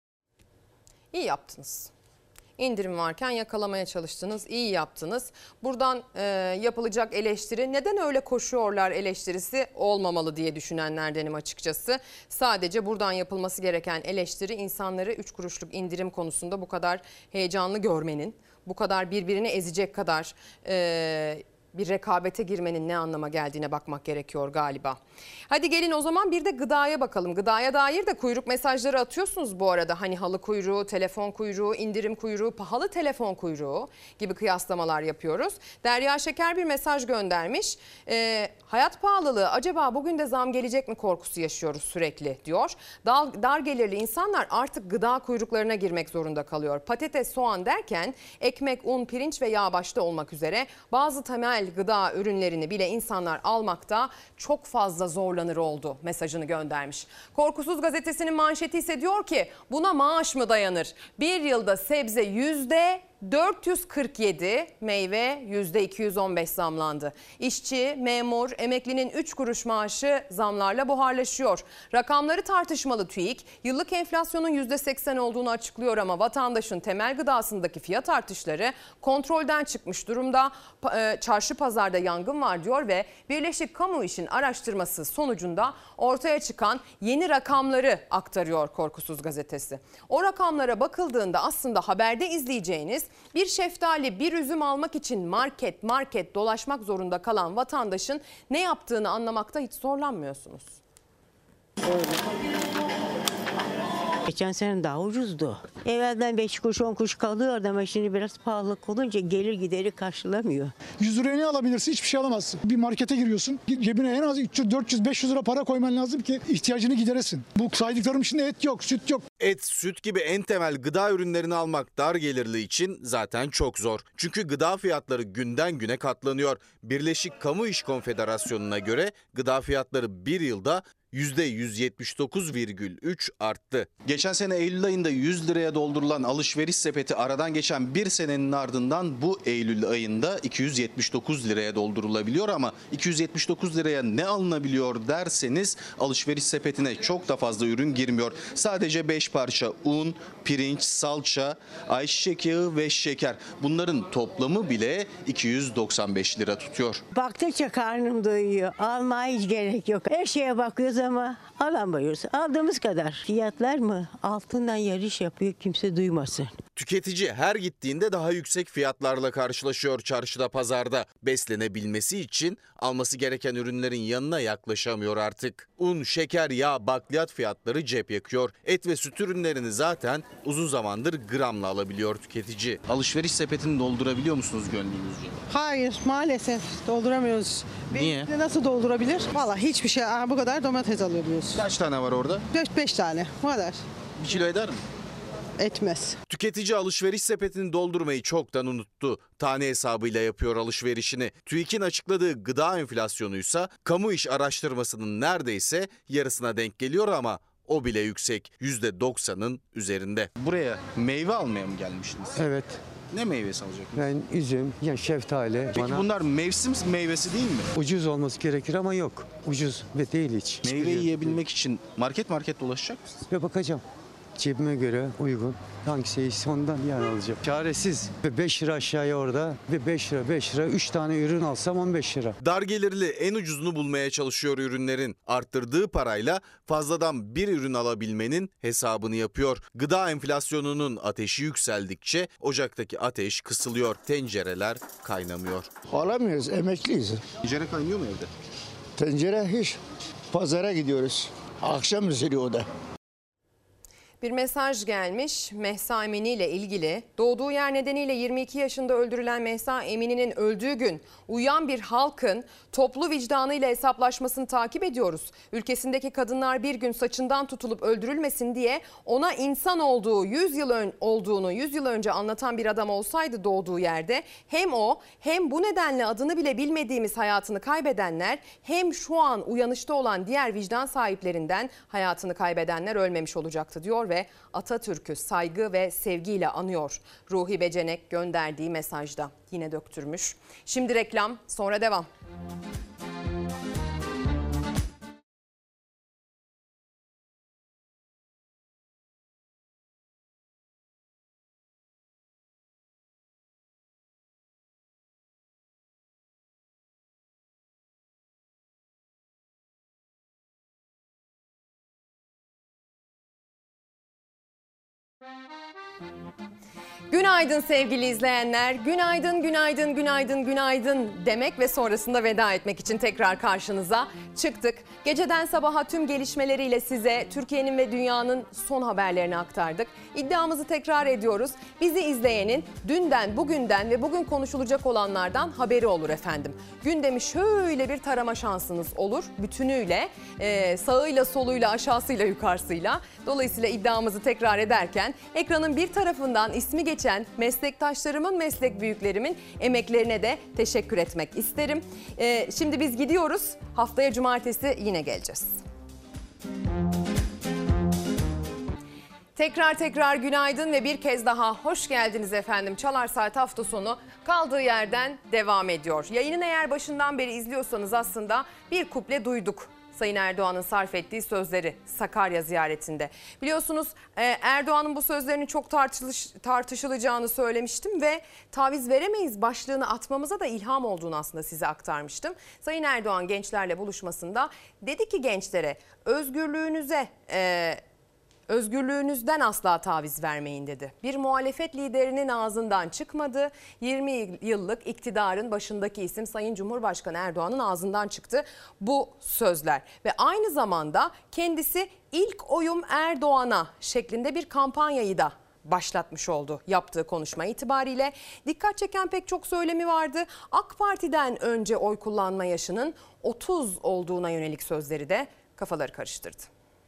[SPEAKER 1] İyi yaptınız. İndirim varken yakalamaya çalıştınız, iyi yaptınız. Buradan e, yapılacak eleştiri, neden öyle koşuyorlar eleştirisi olmamalı diye düşünenlerdenim açıkçası. Sadece buradan yapılması gereken eleştiri insanları üç kuruşluk indirim konusunda bu kadar heyecanlı görmenin, bu kadar birbirini ezecek kadar e, bir rekabete girmenin ne anlama geldiğine bakmak gerekiyor galiba. Hadi gelin o zaman bir de gıdaya bakalım. Gıdaya dair de kuyruk mesajları atıyorsunuz bu arada. Hani halı kuyruğu, telefon kuyruğu, indirim kuyruğu, pahalı telefon kuyruğu gibi kıyaslamalar yapıyoruz. Derya Şeker bir mesaj göndermiş. Ee, hayat pahalılığı acaba bugün de zam gelecek mi korkusu yaşıyoruz sürekli diyor. Dar, dar gelirli insanlar artık gıda kuyruklarına girmek zorunda kalıyor. Patates, soğan derken ekmek, un, pirinç ve yağ başta olmak üzere bazı temel gıda ürünlerini bile insanlar almakta çok fazla zorlanır oldu mesajını göndermiş. Korkusuz gazetesinin manşeti ise diyor ki buna maaş mı dayanır? Bir yılda sebze yüzde dört yüz kırk yedi, meyve yüzde iki yüz on beş zamlandı. İşçi, memur, emeklinin üç kuruş maaşı zamlarla buharlaşıyor. Rakamları tartışmalı TÜİK, yıllık enflasyonun yüzde seksen olduğunu açıklıyor ama vatandaşın temel gıdasındaki fiyat artışları kontrolden çıkmış durumda. Çarşı pazarda yangın var diyor ve Birleşik Kamu İş'in araştırması sonucunda ortaya çıkan yeni rakamları aktarıyor Korkusuz gazetesi. O rakamlara bakıldığında aslında haberde izleyeceğiniz bir şeftali, bir üzüm almak için market market dolaşmak zorunda kalan vatandaşın ne yaptığını anlamakta hiç zorlanmıyorsunuz.
[SPEAKER 13] Geçen sene daha ucuzdu. Evvelden beş kuruş on kuruş kalıyordu ama şimdi biraz pahalılık olunca gelir gideri karşılamıyor.
[SPEAKER 14] yüz liraya ne alabilirsin? Hiçbir şey alamazsın. Bir markete giriyorsun. Cebine en az üç yüz dört yüz beş yüz lira para koyman lazım ki ihtiyacını gideresin. Bu saydıklarım içinde et yok, süt yok.
[SPEAKER 15] Et, süt gibi en temel gıda ürünlerini almak dar gelirli için zaten çok zor. Çünkü gıda fiyatları günden güne katlanıyor. Birleşik Kamu İş Konfederasyonu'na göre gıda fiyatları bir yılda yüzde yüz yetmiş dokuz virgül üç arttı.
[SPEAKER 18] Geçen sene Eylül ayında yüz liraya doldurulan alışveriş sepeti aradan geçen bir senenin ardından bu Eylül ayında iki yüz yetmiş dokuz liraya doldurulabiliyor ama iki yüz yetmiş dokuz liraya ne alınabiliyor derseniz alışveriş sepetine çok da fazla ürün girmiyor. Sadece beş parça un, pirinç, salça, ayçiçek yağı ve şeker. Bunların toplamı bile iki yüz doksan beş lira tutuyor.
[SPEAKER 13] Baktıkça karnım doyuyor. Almaya hiç gerek yok. Her şeye bakıyoruz ama alamıyoruz. Aldığımız kadar. Fiyatlar mı? Altından yarış yapıyor, kimse duymasın.
[SPEAKER 15] Tüketici her gittiğinde daha yüksek fiyatlarla karşılaşıyor çarşıda, pazarda. Beslenebilmesi için alması gereken ürünlerin yanına yaklaşamıyor artık. Un, şeker, yağ, bakliyat fiyatları cep yakıyor. Et ve süt ürünlerini zaten uzun zamandır gramla alabiliyor tüketici.
[SPEAKER 18] Alışveriş sepetini doldurabiliyor musunuz gönlünüzce?
[SPEAKER 20] Hayır, maalesef dolduramıyoruz.
[SPEAKER 18] Niye?
[SPEAKER 20] Nasıl doldurabilir? Vallahi hiçbir şey. Aa, bu kadar domates alıyoruz.
[SPEAKER 18] Kaç tane var orada?
[SPEAKER 20] beş beş tane. Bu kadar.
[SPEAKER 18] Bir kilo eder mi?
[SPEAKER 20] Etmez.
[SPEAKER 15] Tüketici alışveriş sepetini doldurmayı çoktan unuttu. Tane hesabıyla yapıyor alışverişini. TÜİK'in açıkladığı gıda enflasyonuysa kamu iş araştırmasının neredeyse yarısına denk geliyor ama o bile yüksek. yüzde doksanın üzerinde.
[SPEAKER 18] Buraya meyve almaya mı gelmiştiniz?
[SPEAKER 22] Evet.
[SPEAKER 18] Ne meyvesi alacaksınız?
[SPEAKER 22] Ben üzüm, yani şeftali.
[SPEAKER 18] Peki
[SPEAKER 22] Bana
[SPEAKER 18] bunlar mevsim meyvesi değil mi?
[SPEAKER 22] ucuz olması gerekir ama yok. Ucuz ve değil hiç.
[SPEAKER 18] Meyve yiyebilmek için market market dolaşacak mısınız?
[SPEAKER 22] Ve bakacağım. Cebime göre uygun. Hangisi ise ondan yani alacağım. Çaresiz. Ve beş lira aşağıya orada ve beş lira beş lira üç tane ürün alsam on beş lira.
[SPEAKER 15] Dar gelirli en ucuzunu bulmaya çalışıyor ürünlerin. Arttırdığı parayla fazladan bir ürün alabilmenin hesabını yapıyor. Gıda enflasyonunun ateşi yükseldikçe ocaktaki ateş kısılıyor. Tencereler kaynamıyor.
[SPEAKER 23] Alamıyoruz, emekliyiz.
[SPEAKER 18] Tencere kaynıyor mu evde?
[SPEAKER 23] Tencere hiç. Pazara gidiyoruz. Akşam üzeri o da.
[SPEAKER 1] Bir mesaj gelmiş Mehsa Emini ile ilgili. Doğduğu yer nedeniyle yirmi iki yaşında öldürülen Mehsa Emini'nin öldüğü gün uyuyan bir halkın toplu vicdanıyla hesaplaşmasını takip ediyoruz. Ülkesindeki kadınlar bir gün saçından tutulup öldürülmesin diye ona insan olduğu yüz yıl ön, olduğunu yüz yıl önce anlatan bir adam olsaydı doğduğu yerde, hem o hem bu nedenle adını bile bilmediğimiz hayatını kaybedenler, hem şu an uyanışta olan diğer vicdan sahiplerinden hayatını kaybedenler ölmemiş olacaktı diyor ve Atatürk'ü saygı ve sevgiyle anıyor. Ruhi Becenek gönderdiği mesajda yine döktürmüş. Şimdi reklam, sonra devam. Günaydın sevgili izleyenler. Günaydın, günaydın, günaydın, günaydın demek ve sonrasında veda etmek için tekrar karşınıza çıktık. Geceden sabaha tüm gelişmeleriyle size Türkiye'nin ve dünyanın son haberlerini aktardık. İddiamızı tekrar ediyoruz. Bizi izleyenin dünden, bugünden ve bugün konuşulacak olanlardan haberi olur efendim. Gündemi şöyle bir tarama şansınız olur. Bütünüyle, e, sağıyla, soluyla, aşağısıyla, yukarısıyla. Dolayısıyla iddiamızı tekrar ederken ekranın bir tarafından ismi geçen meslektaşlarımın, meslek büyüklerimin emeklerine de teşekkür etmek isterim. Ee, şimdi biz gidiyoruz. Haftaya cumartesi yine geleceğiz. Tekrar tekrar günaydın ve bir kez daha hoş geldiniz efendim. Çalar Saat hafta sonu kaldığı yerden devam ediyor. Yayının eğer başından beri izliyorsanız aslında bir kuple duyduk. Sayın Erdoğan'ın sarf ettiği sözleri Sakarya ziyaretinde. Biliyorsunuz Erdoğan'ın bu sözlerinin çok tartışılış, tartışılacağını söylemiştim ve taviz veremeyiz başlığını atmamıza da ilham olduğunu aslında size aktarmıştım. Sayın Erdoğan gençlerle buluşmasında dedi ki gençlere özgürlüğünüze... E, Özgürlüğünüzden asla taviz vermeyin dedi. Bir muhalefet liderinin ağzından çıkmadı. yirmi yıllık iktidarın başındaki isim Sayın Cumhurbaşkanı Erdoğan'ın ağzından çıktı bu sözler. Ve aynı zamanda kendisi ilk oyum Erdoğan'a şeklinde bir kampanyayı da başlatmış oldu yaptığı konuşma itibariyle. Dikkat çeken pek çok söylemi vardı. AK Parti'den önce oy kullanma yaşının otuz olduğuna yönelik sözleri de kafaları karıştırdı.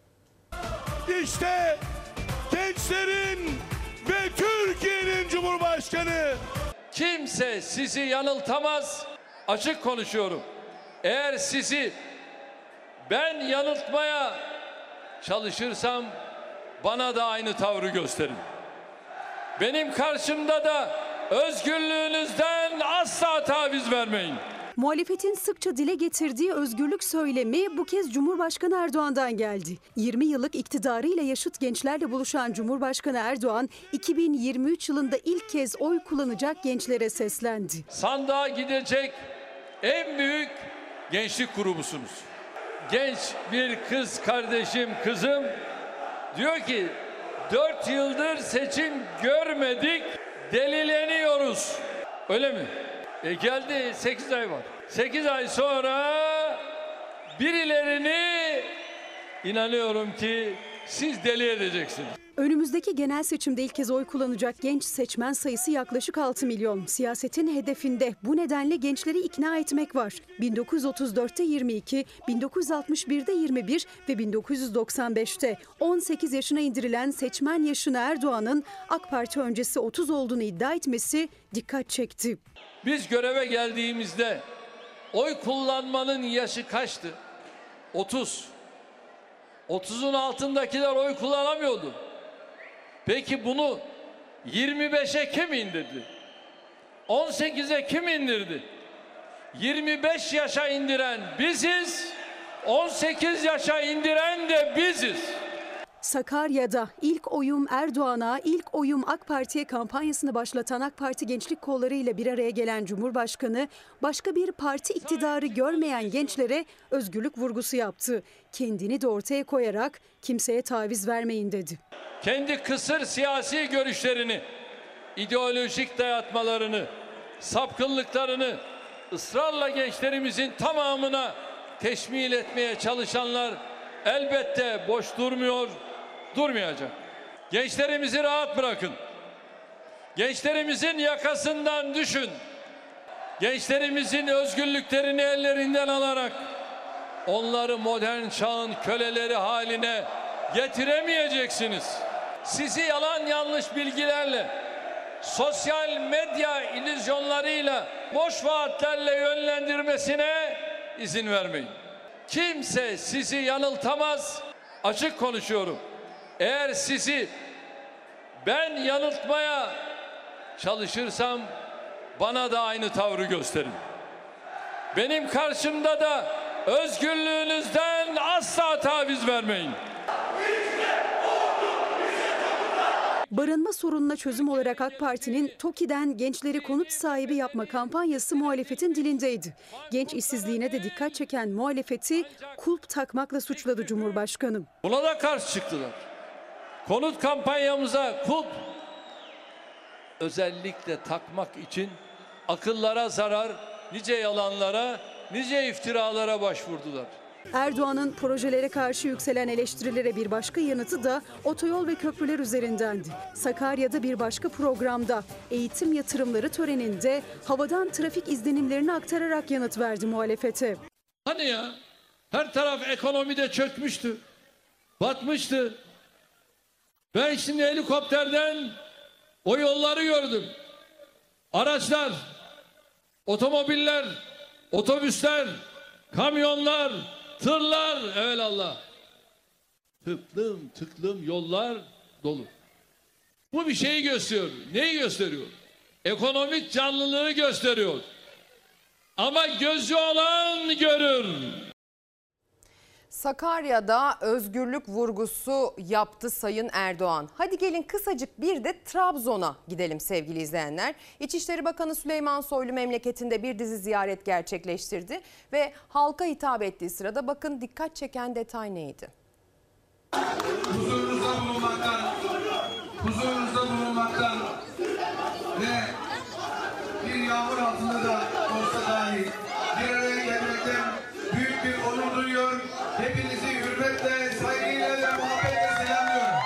[SPEAKER 7] İşte gençlerin ve Türkiye'nin Cumhurbaşkanı.
[SPEAKER 28] Kimse sizi yanıltamaz. Açık konuşuyorum. Eğer sizi ben yanıltmaya çalışırsam bana da aynı tavrı gösterin. Benim karşımda da özgürlüğünüzden asla taviz vermeyin.
[SPEAKER 9] Muhalefetin sıkça dile getirdiği özgürlük söylemi bu kez Cumhurbaşkanı Erdoğan'dan geldi. yirmi yıllık iktidarıyla yaşıt gençlerle buluşan Cumhurbaşkanı Erdoğan, iki bin yirmi üç yılında ilk kez oy kullanacak gençlere seslendi.
[SPEAKER 28] Sandığa gidecek en büyük gençlik grubusunuz. Genç bir kız kardeşim, kızım diyor ki dört yıldır seçim görmedik, delileniyoruz. Öyle mi? E geldi sekiz ay var. sekiz ay sonra birilerini inanıyorum ki siz deli edeceksiniz.
[SPEAKER 9] Önümüzdeki genel seçimde ilk kez oy kullanacak genç seçmen sayısı yaklaşık altı milyon. Siyasetin hedefinde bu nedenle gençleri ikna etmek var. bin dokuz yüz otuz dörtte yirmi iki, bin dokuz yüz altmış birde yirmi bir ve bin dokuz yüz doksan beşte on sekiz yaşına indirilen seçmen yaşını Erdoğan'ın AK Parti öncesi otuz olduğunu iddia etmesi dikkat çekti.
[SPEAKER 28] Biz göreve geldiğimizde oy kullanmanın yaşı kaçtı? otuz. otuzun altındakiler oy kullanamıyordu. Peki bunu yirmi beşe kim indirdi? on sekize kim indirdi? yirmi beş yaşa indiren biziz, on sekiz yaşa indiren de biziz.
[SPEAKER 9] Sakarya'da ilk oyum Erdoğan'a, ilk oyum AK Parti'ye kampanyasını başlatan AK Parti gençlik kolları ile bir araya gelen Cumhurbaşkanı, başka bir parti iktidarı görmeyen gençlere özgürlük vurgusu yaptı. Kendini de ortaya koyarak kimseye taviz vermeyin dedi.
[SPEAKER 28] Kendi kısır siyasi görüşlerini, ideolojik dayatmalarını, sapkınlıklarını ısrarla gençlerimizin tamamına teşmil etmeye çalışanlar elbette boş durmuyor, durmayacak.
[SPEAKER 6] Gençlerimizi rahat bırakın. Gençlerimizin yakasından düşün. Gençlerimizin özgürlüklerini ellerinden alarak onları modern çağın köleleri haline getiremeyeceksiniz. Sizi yalan yanlış bilgilerle, sosyal medya illüzyonlarıyla, boş vaatlerle yönlendirmesine izin vermeyin. Kimse sizi yanıltamaz. Açık konuşuyorum. Eğer sizi ben yanıltmaya çalışırsam bana da aynı tavrı gösterin. Benim karşımda da özgürlüğünüzden asla taviz vermeyin.
[SPEAKER 9] Barınma sorununa çözüm olarak AK Parti'nin TOKİ'den gençleri konut sahibi yapma kampanyası muhalefetin dilindeydi. Genç işsizliğine de dikkat çeken muhalefeti kulp takmakla suçladı Cumhurbaşkanı.
[SPEAKER 6] Buna da karşı çıktılar. Konut kampanyamıza kulp özellikle takmak için akıllara zarar, nice yalanlara, nice iftiralara başvurdular.
[SPEAKER 9] Erdoğan'ın projelere karşı yükselen eleştirilere bir başka yanıtı da otoyol ve köprüler üzerindendi. Sakarya'da bir başka programda eğitim yatırımları töreninde havadan trafik izlenimlerini aktararak yanıt verdi muhalefete.
[SPEAKER 6] Hani ya her taraf ekonomide çökmüştü, batmıştı. Ben şimdi helikopterden o yolları gördüm. Araçlar, otomobiller, otobüsler, kamyonlar, tırlar, evelallah. Tıklım tıklım yollar dolu. Bu bir şeyi gösteriyor. Neyi gösteriyor? Ekonomik canlılığı gösteriyor. Ama gözü olan görür.
[SPEAKER 1] Sakarya'da özgürlük vurgusu yaptı Sayın Erdoğan. Hadi gelin kısacık bir de Trabzon'a gidelim sevgili izleyenler. İçişleri Bakanı Süleyman Soylu memleketinde bir dizi ziyaret gerçekleştirdi ve halka hitap ettiği sırada bakın dikkat çeken detay neydi?
[SPEAKER 10] Huzurunuzda bulunmaktan, huzurunuzda bulunmaktan ve bir yağmur altında da olsa dahi bir araya gelmekten büyük bir onur duyuyor. Hepinizi hürmetle, saygıyla ve muhabbetle selamlıyorum.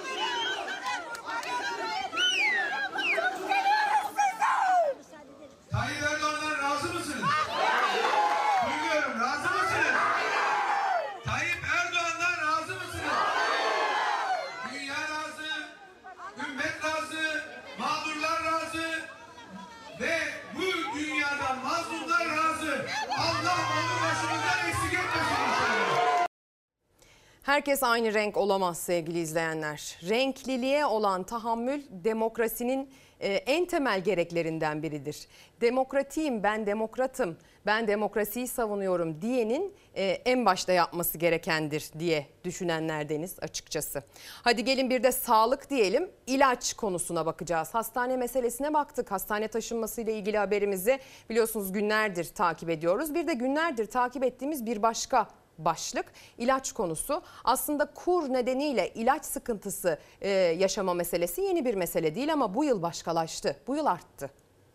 [SPEAKER 10] Tayyip Erdoğan'dan razı mısınız? Duyuyorum, razı mısınız? Tayyip Erdoğan'dan razı mısınız? Dünya razı, ümmet razı, mağdurlar razı ve bu dünyadan mazlumlar razı. Allah onu başımızdan eksik etmesin inşallah.
[SPEAKER 1] Herkes aynı renk olamaz sevgili izleyenler. Renkliliğe olan tahammül demokrasinin en temel gereklerinden biridir. Demokratiyim, ben demokratım, ben demokrasiyi savunuyorum diyenin en başta yapması gerekendir diye düşünenlerdeniz açıkçası. Hadi gelin bir de sağlık diyelim, ilaç konusuna bakacağız. Hastane meselesine baktık. Hastane taşınmasıyla ilgili haberimizi biliyorsunuz günlerdir takip ediyoruz. Bir de günlerdir takip ettiğimiz bir başka başlık ilaç konusu. Aslında kur nedeniyle ilaç sıkıntısı e, yaşama meselesi yeni bir mesele değil ama bu yıl başkalaştı. Bu yıl arttı.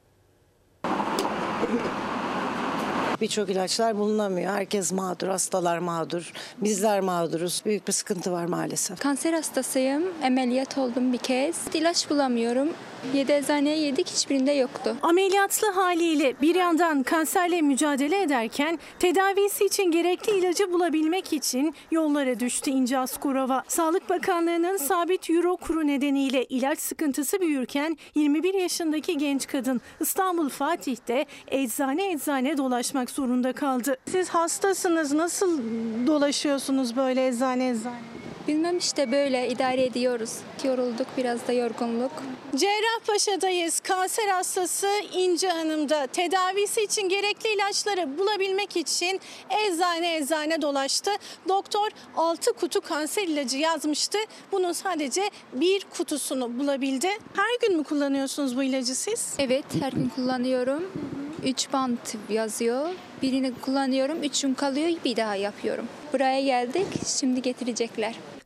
[SPEAKER 16] Birçok ilaçlar bulunamıyor. Herkes mağdur, hastalar mağdur, bizler mağduruz. Büyük bir sıkıntı var maalesef.
[SPEAKER 17] Kanser hastasıyım, ameliyat oldum bir kez. İlaç bulamıyorum. Yedi eczaneye yedik, hiçbirinde yoktu.
[SPEAKER 19] Ameliyatlı haliyle bir yandan kanserle mücadele ederken tedavisi için gerekli ilacı bulabilmek için yollara düştü İnce Askurova. Sağlık Bakanlığı'nın sabit euro kuru nedeniyle ilaç sıkıntısı büyürken yirmi bir yaşındaki genç kadın İstanbul Fatih'te eczane eczane dolaşmak zorunda kaldı. Siz hastasınız, nasıl dolaşıyorsunuz böyle eczane eczane?
[SPEAKER 17] Bilmem işte böyle idare ediyoruz. Yorulduk, biraz da yorgunluk.
[SPEAKER 19] Cerrahpaşa'dayız. Kanser hastası İnce Hanım da tedavisi için gerekli ilaçları bulabilmek için eczane eczane dolaştı. Doktor altı kutu kanser ilacı yazmıştı. Bunun sadece bir kutusunu bulabildi. Her gün mü kullanıyorsunuz bu ilacı siz?
[SPEAKER 17] Evet, her gün kullanıyorum. üç bant yazıyor. Birini kullanıyorum, üç gün kalıyor, bir daha yapıyorum. Buraya geldik, şimdi getirecekler.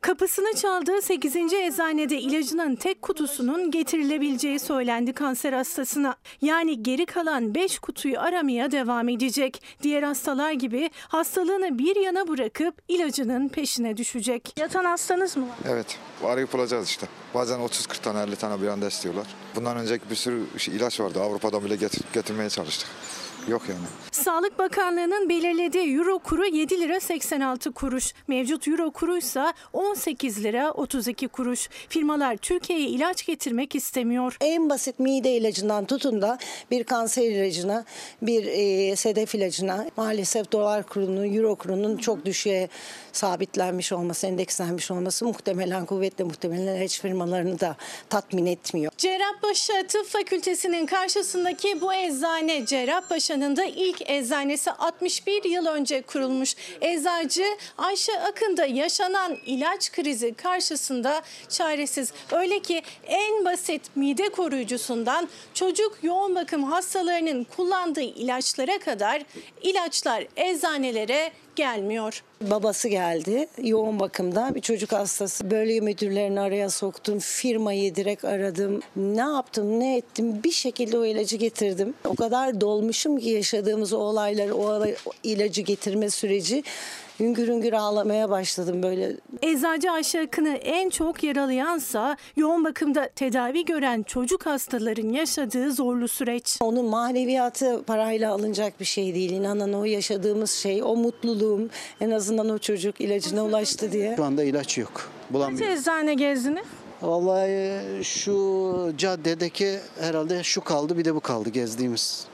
[SPEAKER 19] Kapısını çaldığı sekizinci eczanede ilacının tek kutusunun getirilebileceği söylendi kanser hastasına. Yani geri kalan beş kutuyu aramaya devam edecek. Diğer hastalar gibi hastalığını bir yana bırakıp ilacının peşine düşecek. Yatan hastanız mı var?
[SPEAKER 2] Evet, arayıp bulacağız işte. Bazen otuz kırk tane elli tane bir anda istiyorlar. Bundan önceki bir sürü ilaç vardı. Avrupa'dan bile getir, getirmeye çalıştık. Yok yani.
[SPEAKER 19] Sağlık Bakanlığı'nın belirlediği euro kuru yedi lira seksen altı kuruş. Mevcut euro kuruysa on sekiz lira otuz iki kuruş. Firmalar Türkiye'ye ilaç getirmek istemiyor.
[SPEAKER 16] En basit mide ilacından tutun da bir kanser ilacına, bir e, sedef ilacına maalesef dolar kurunun, euro kurunun çok düşüğe sabitlenmiş olması, endekslenmiş olması muhtemelen kuvvetle muhtemelen ilaç firmalarını da tatmin etmiyor.
[SPEAKER 19] Cerrahpaşa Tıp Fakültesi'nin karşısındaki bu eczane Cerrahpaşa'nın da ilk eczanesi altmış bir yıl önce kurulmuş. Eczacı Ayşe Akın da yaşanan ilaç krizi karşısında çaresiz. Öyle ki en basit mide koruyucusundan çocuk yoğun bakım hastalarının kullandığı ilaçlara kadar ilaçlar eczanelere gelmiyor.
[SPEAKER 16] Babası geldi yoğun bakımda, bir çocuk hastası. Bölge müdürlerini araya soktum, firmayı direkt aradım. Ne yaptım ne ettim bir şekilde o ilacı getirdim. O kadar dolmuşum ki yaşadığımız o olayları, o ilacı getirme süreci. Hüngür hüngür ağlamaya başladım böyle.
[SPEAKER 19] Eczacı Ayşe Akın'ı en çok yaralayansa yoğun bakımda tedavi gören çocuk hastaların yaşadığı zorlu süreç.
[SPEAKER 16] Onun maneviyatı parayla alınacak bir şey değil. İnanın o yaşadığımız şey, o mutluluğum, en azından o çocuk ilacına ulaştı diye.
[SPEAKER 3] Şu anda ilaç yok.
[SPEAKER 19] Kaç eczane gezdiniz?
[SPEAKER 3] Vallahi şu caddedeki herhalde şu kaldı, bir de bu kaldı gezdiğimiz.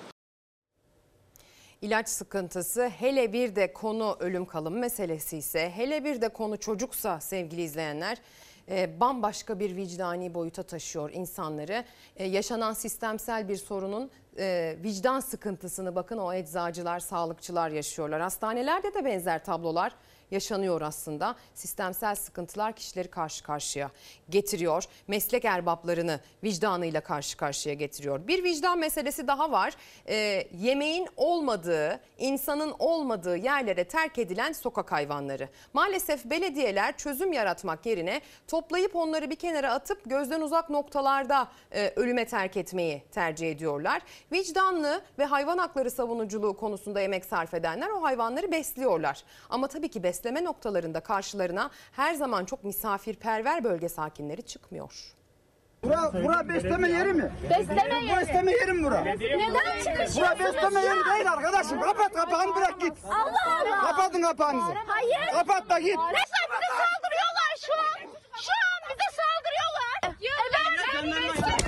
[SPEAKER 1] İlaç sıkıntısı, hele bir de konu ölüm kalım meselesi ise, hele bir de konu çocuksa sevgili izleyenler, e, bambaşka bir vicdani boyuta taşıyor insanları. E, yaşanan sistemsel bir sorunun e, vicdan sıkıntısını bakın o eczacılar, sağlıkçılar yaşıyorlar. Hastanelerde de benzer tablolar yaşanıyor aslında. Sistemsel sıkıntılar kişileri karşı karşıya getiriyor. Meslek erbaplarını vicdanıyla karşı karşıya getiriyor. Bir vicdan meselesi daha var. E, yemeğin olmadığı, insanın olmadığı yerlere terk edilen sokak hayvanları. Maalesef belediyeler çözüm yaratmak yerine toplayıp onları bir kenara atıp gözden uzak noktalarda e, ölüme terk etmeyi tercih ediyorlar. Vicdanlı ve hayvan hakları savunuculuğu konusunda emek sarf edenler o hayvanları besliyorlar. Ama tabii ki besleme noktalarında karşılarına her zaman çok misafirperver bölge sakinleri çıkmıyor.
[SPEAKER 5] Bura, bura besleme yeri mi?
[SPEAKER 21] Besleme yeri.
[SPEAKER 5] Bu besleme yeri mi bura?
[SPEAKER 21] Neden çıkışıyorsunuz?
[SPEAKER 5] Bura besleme yeri değil arkadaşım. Kapat kapağını bırak git.
[SPEAKER 21] Allah Allah.
[SPEAKER 5] Kapatın kapağınızı.
[SPEAKER 21] Hayır.
[SPEAKER 5] Kapat da git.
[SPEAKER 21] Resmen bize saldırıyorlar şu an. Şu an bize saldırıyorlar. Evet.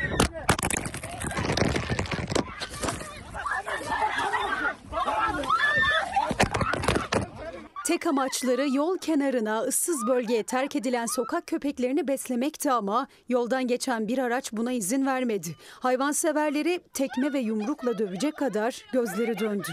[SPEAKER 9] Tek amaçları yol kenarına, ıssız bölgeye terk edilen sokak köpeklerini beslemekti ama yoldan geçen bir araç buna izin vermedi. Hayvanseverleri tekme ve yumrukla dövecek kadar gözleri döndü.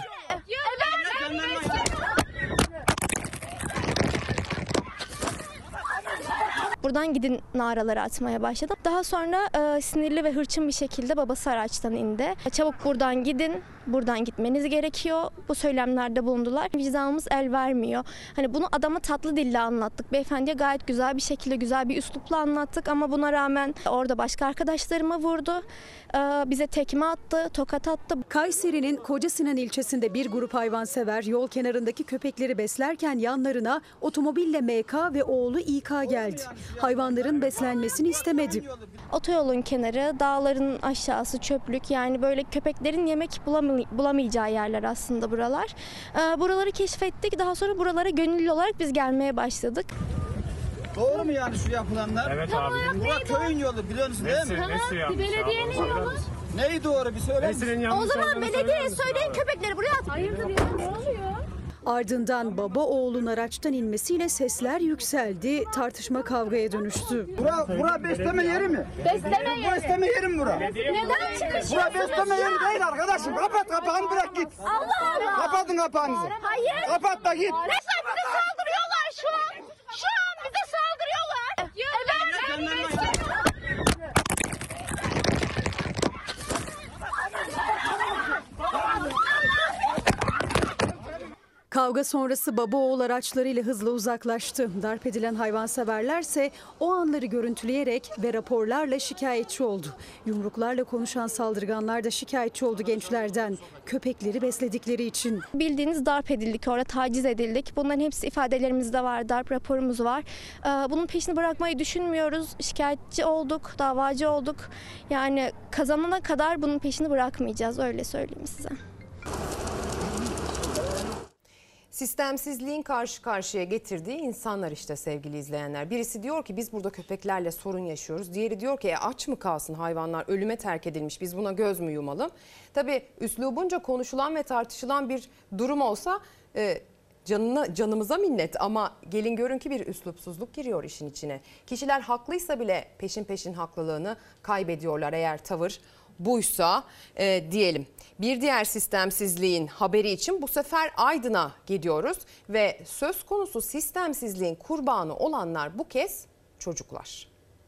[SPEAKER 21] Buradan gidin naraları atmaya başladım. Daha sonra e, sinirli ve hırçın bir şekilde babası araçtan indi. Çabuk buradan gidin, buradan gitmeniz gerekiyor. Bu söylemlerde bulundular. Vicdanımız el vermiyor. Hani bunu adama tatlı dille anlattık. Beyefendiye gayet güzel bir şekilde, güzel bir üslupla anlattık. Ama buna rağmen orada başka arkadaşlarıma vurdu. E, bize tekme attı, tokat attı.
[SPEAKER 9] Kayseri'nin Kocasinan ilçesinde bir grup hayvansever yol kenarındaki köpekleri beslerken yanlarına otomobille M K ve oğlu İK geldi. Hayvanların beslenmesini istemedi.
[SPEAKER 21] Otoyolun kenarı, dağların aşağısı çöplük, yani böyle köpeklerin yemek bulamay- bulamayacağı yerler aslında buralar. Ee, buraları keşfettik, daha sonra buralara gönüllü olarak biz gelmeye başladık.
[SPEAKER 5] Doğru mu yani şu yapılanlar?
[SPEAKER 21] Evet abi.
[SPEAKER 5] Bura köyün yolu biliyorsunuz değil mi?
[SPEAKER 21] Nesi yanlış? Belediyenin yolu.
[SPEAKER 5] Neyi doğru bir söyler misin?
[SPEAKER 21] O zaman belediyeye söyleyin köpekleri buraya at. Hayırdır ya, ne oluyor?
[SPEAKER 9] Ardından baba oğlun araçtan inmesiyle sesler yükseldi, tartışma kavgaya dönüştü.
[SPEAKER 5] Bura, bura besleme yeri mi?
[SPEAKER 21] Besleme yeri.
[SPEAKER 5] Bu besleme yeri mi bura?
[SPEAKER 21] Neden çıkışıyorsunuz?
[SPEAKER 5] Bura besleme yeri değil arkadaşım. Kapat kapağını bırak git.
[SPEAKER 21] Allah Allah.
[SPEAKER 5] Kapatın kapağınızı.
[SPEAKER 21] Hayır.
[SPEAKER 5] Kapat da git.
[SPEAKER 21] Resmen bize saldırıyorlar şu an. Şu an bize saldırıyorlar. Evet.
[SPEAKER 9] Kavga sonrası baba oğul araçlarıyla hızla uzaklaştı. Darp edilen hayvanseverlerse o anları görüntüleyerek ve raporlarla şikayetçi oldu. Yumruklarla konuşan saldırganlar da şikayetçi oldu gençlerden. Köpekleri besledikleri için.
[SPEAKER 21] Bildiğiniz darp edildik, orada taciz edildik. Bunların hepsi ifadelerimizde var, darp raporumuz var. Bunun peşini bırakmayı düşünmüyoruz. Şikayetçi olduk, davacı olduk. Yani kazanana kadar bunun peşini bırakmayacağız, öyle söyleyeyim size.
[SPEAKER 1] Sistemsizliğin karşı karşıya getirdiği insanlar işte sevgili izleyenler. Birisi diyor ki biz burada köpeklerle sorun yaşıyoruz. Diğeri diyor ki e, aç mı kalsın hayvanlar, ölüme terk edilmiş, biz buna göz mü yumalım? Tabii üslubunca konuşulan ve tartışılan bir durum olsa e, canına, canımıza minnet, ama gelin görün ki bir üslupsuzluk giriyor işin içine. Kişiler haklıysa bile peşin peşin haklılığını kaybediyorlar eğer tavır buysa e, diyelim. Bir diğer sistemsizliğin haberi için bu sefer Aydın'a gidiyoruz ve söz konusu sistemsizliğin kurbanı olanlar bu kez çocuklar.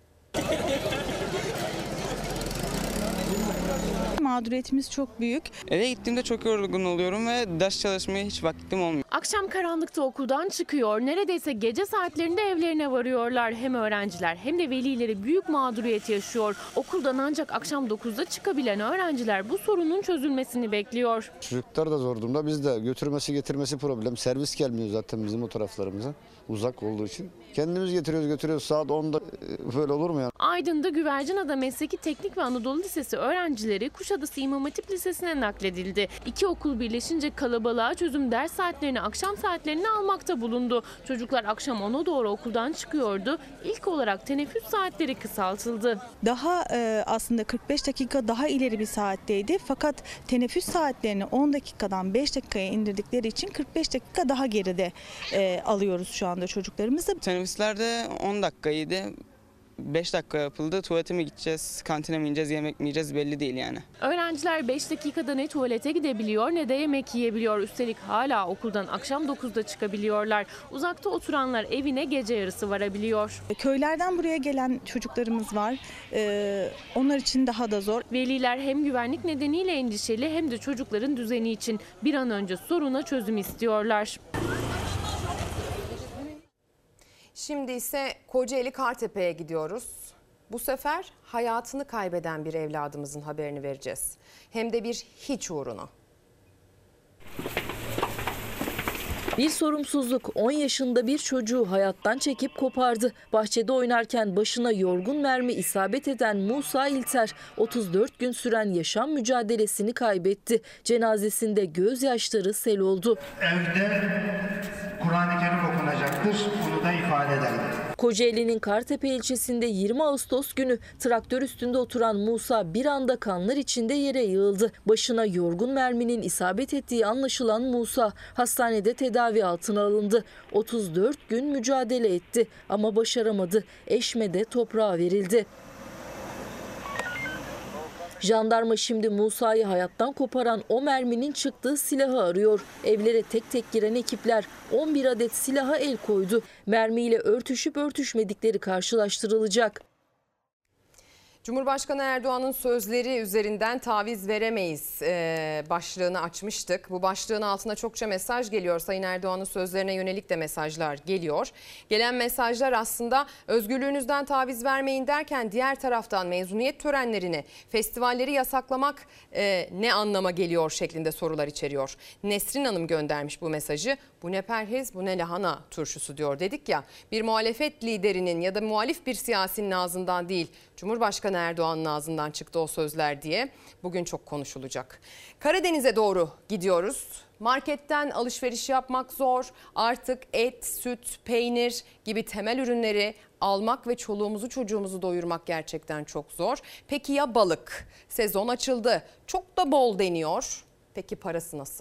[SPEAKER 4] Mağduriyetimiz çok büyük.
[SPEAKER 8] Eve gittiğimde çok yorgun oluyorum ve ders çalışmaya hiç vaktim olmuyor.
[SPEAKER 11] Akşam karanlıkta okuldan çıkıyor, neredeyse gece saatlerinde evlerine varıyorlar. Hem öğrenciler hem de velileri büyük mağduriyet yaşıyor. Okuldan ancak akşam dokuzda çıkabilen öğrenciler bu sorunun çözülmesini bekliyor.
[SPEAKER 23] Çocuklar da zor durumda. Biz de götürmesi getirmesi problem. Servis gelmiyor zaten bizim o taraflarımıza. Uzak olduğu için. Kendimiz getiriyoruz götürüyoruz. Saat onda böyle olur mu yani?
[SPEAKER 11] Aydın'da Güvercinada Mesleki Teknik ve Anadolu Lisesi öğrencileri Kuşadası İmam Hatip Lisesi'ne nakledildi. İki okul birleşince kalabalığa çözüm ders saatlerini akşam saatlerini almakta bulundu. Çocuklar akşam ona doğru okuldan çıkıyordu. İlk olarak teneffüs saatleri kısaltıldı.
[SPEAKER 4] Daha e, aslında kırk beş dakika daha ileri bir saatteydi. Fakat teneffüs saatlerini on dakikadan beş dakikaya indirdikleri için kırk beş dakika daha geride e, alıyoruz şu anda çocuklarımızı.
[SPEAKER 8] Teneffüslerde on dakikaydı. beş dakika yapıldı. Tuvalete mi gideceğiz, kantine mi ineceğiz, yemek mi yiyeceğiz belli değil yani.
[SPEAKER 11] Öğrenciler beş dakikada ne tuvalete gidebiliyor ne de yemek yiyebiliyor. Üstelik hala okuldan akşam dokuzda çıkabiliyorlar. Uzakta oturanlar evine gece yarısı varabiliyor.
[SPEAKER 4] Köylerden buraya gelen çocuklarımız var. Ee, onlar için daha da zor.
[SPEAKER 11] Veliler hem güvenlik nedeniyle endişeli hem de çocukların düzeni için bir an önce soruna çözüm istiyorlar.
[SPEAKER 1] Şimdi ise Kocaeli Kartepe'ye gidiyoruz. Bu sefer hayatını kaybeden bir evladımızın haberini vereceğiz. Hem de bir hiç uğruna.
[SPEAKER 12] Bir sorumsuzluk on yaşında bir çocuğu hayattan çekip kopardı. Bahçede oynarken başına yorgun mermi isabet eden Musa İlter otuz dört gün süren yaşam mücadelesini kaybetti. Cenazesinde gözyaşları sel oldu.
[SPEAKER 24] Evde Kur'an-ı Kerim okunacaktır. Bunu da ifade edelim.
[SPEAKER 12] Kocaeli'nin Kartepe ilçesinde yirmi Ağustos günü traktör üstünde oturan Musa bir anda kanlar içinde yere yığıldı. Başına yorgun merminin isabet ettiği anlaşılan Musa hastanede tedavi altına alındı. otuz dört gün mücadele etti ama başaramadı. Eşme'de toprağa verildi. Jandarma şimdi Musa'yı hayattan koparan o merminin çıktığı silahı arıyor. Evlere tek tek giren ekipler on bir adet silaha el koydu. Mermiyle örtüşüp örtüşmedikleri karşılaştırılacak.
[SPEAKER 1] Cumhurbaşkanı Erdoğan'ın sözleri üzerinden taviz veremeyiz e, başlığını açmıştık. Bu başlığın altına çokça mesaj geliyor. Sayın Erdoğan'ın sözlerine yönelik de mesajlar geliyor. Gelen mesajlar aslında özgürlüğünüzden taviz vermeyin derken diğer taraftan mezuniyet törenlerini, festivalleri yasaklamak e, ne anlama geliyor şeklinde sorular içeriyor. Nesrin Hanım göndermiş bu mesajı. Bu ne perhiz, bu ne lahana turşusu diyor. Dedik ya, bir muhalefet liderinin ya da muhalif bir siyasinin ağzından değil, Cumhurbaşkanı Erdoğan'ın ağzından çıktı o sözler diye bugün çok konuşulacak. Karadeniz'e doğru gidiyoruz. Marketten alışveriş yapmak zor. Artık et, süt, peynir gibi temel ürünleri almak ve çoluğumuzu çocuğumuzu doyurmak gerçekten çok zor. Peki ya balık? Sezon açıldı. Çok da bol deniyor. Peki parası nasıl?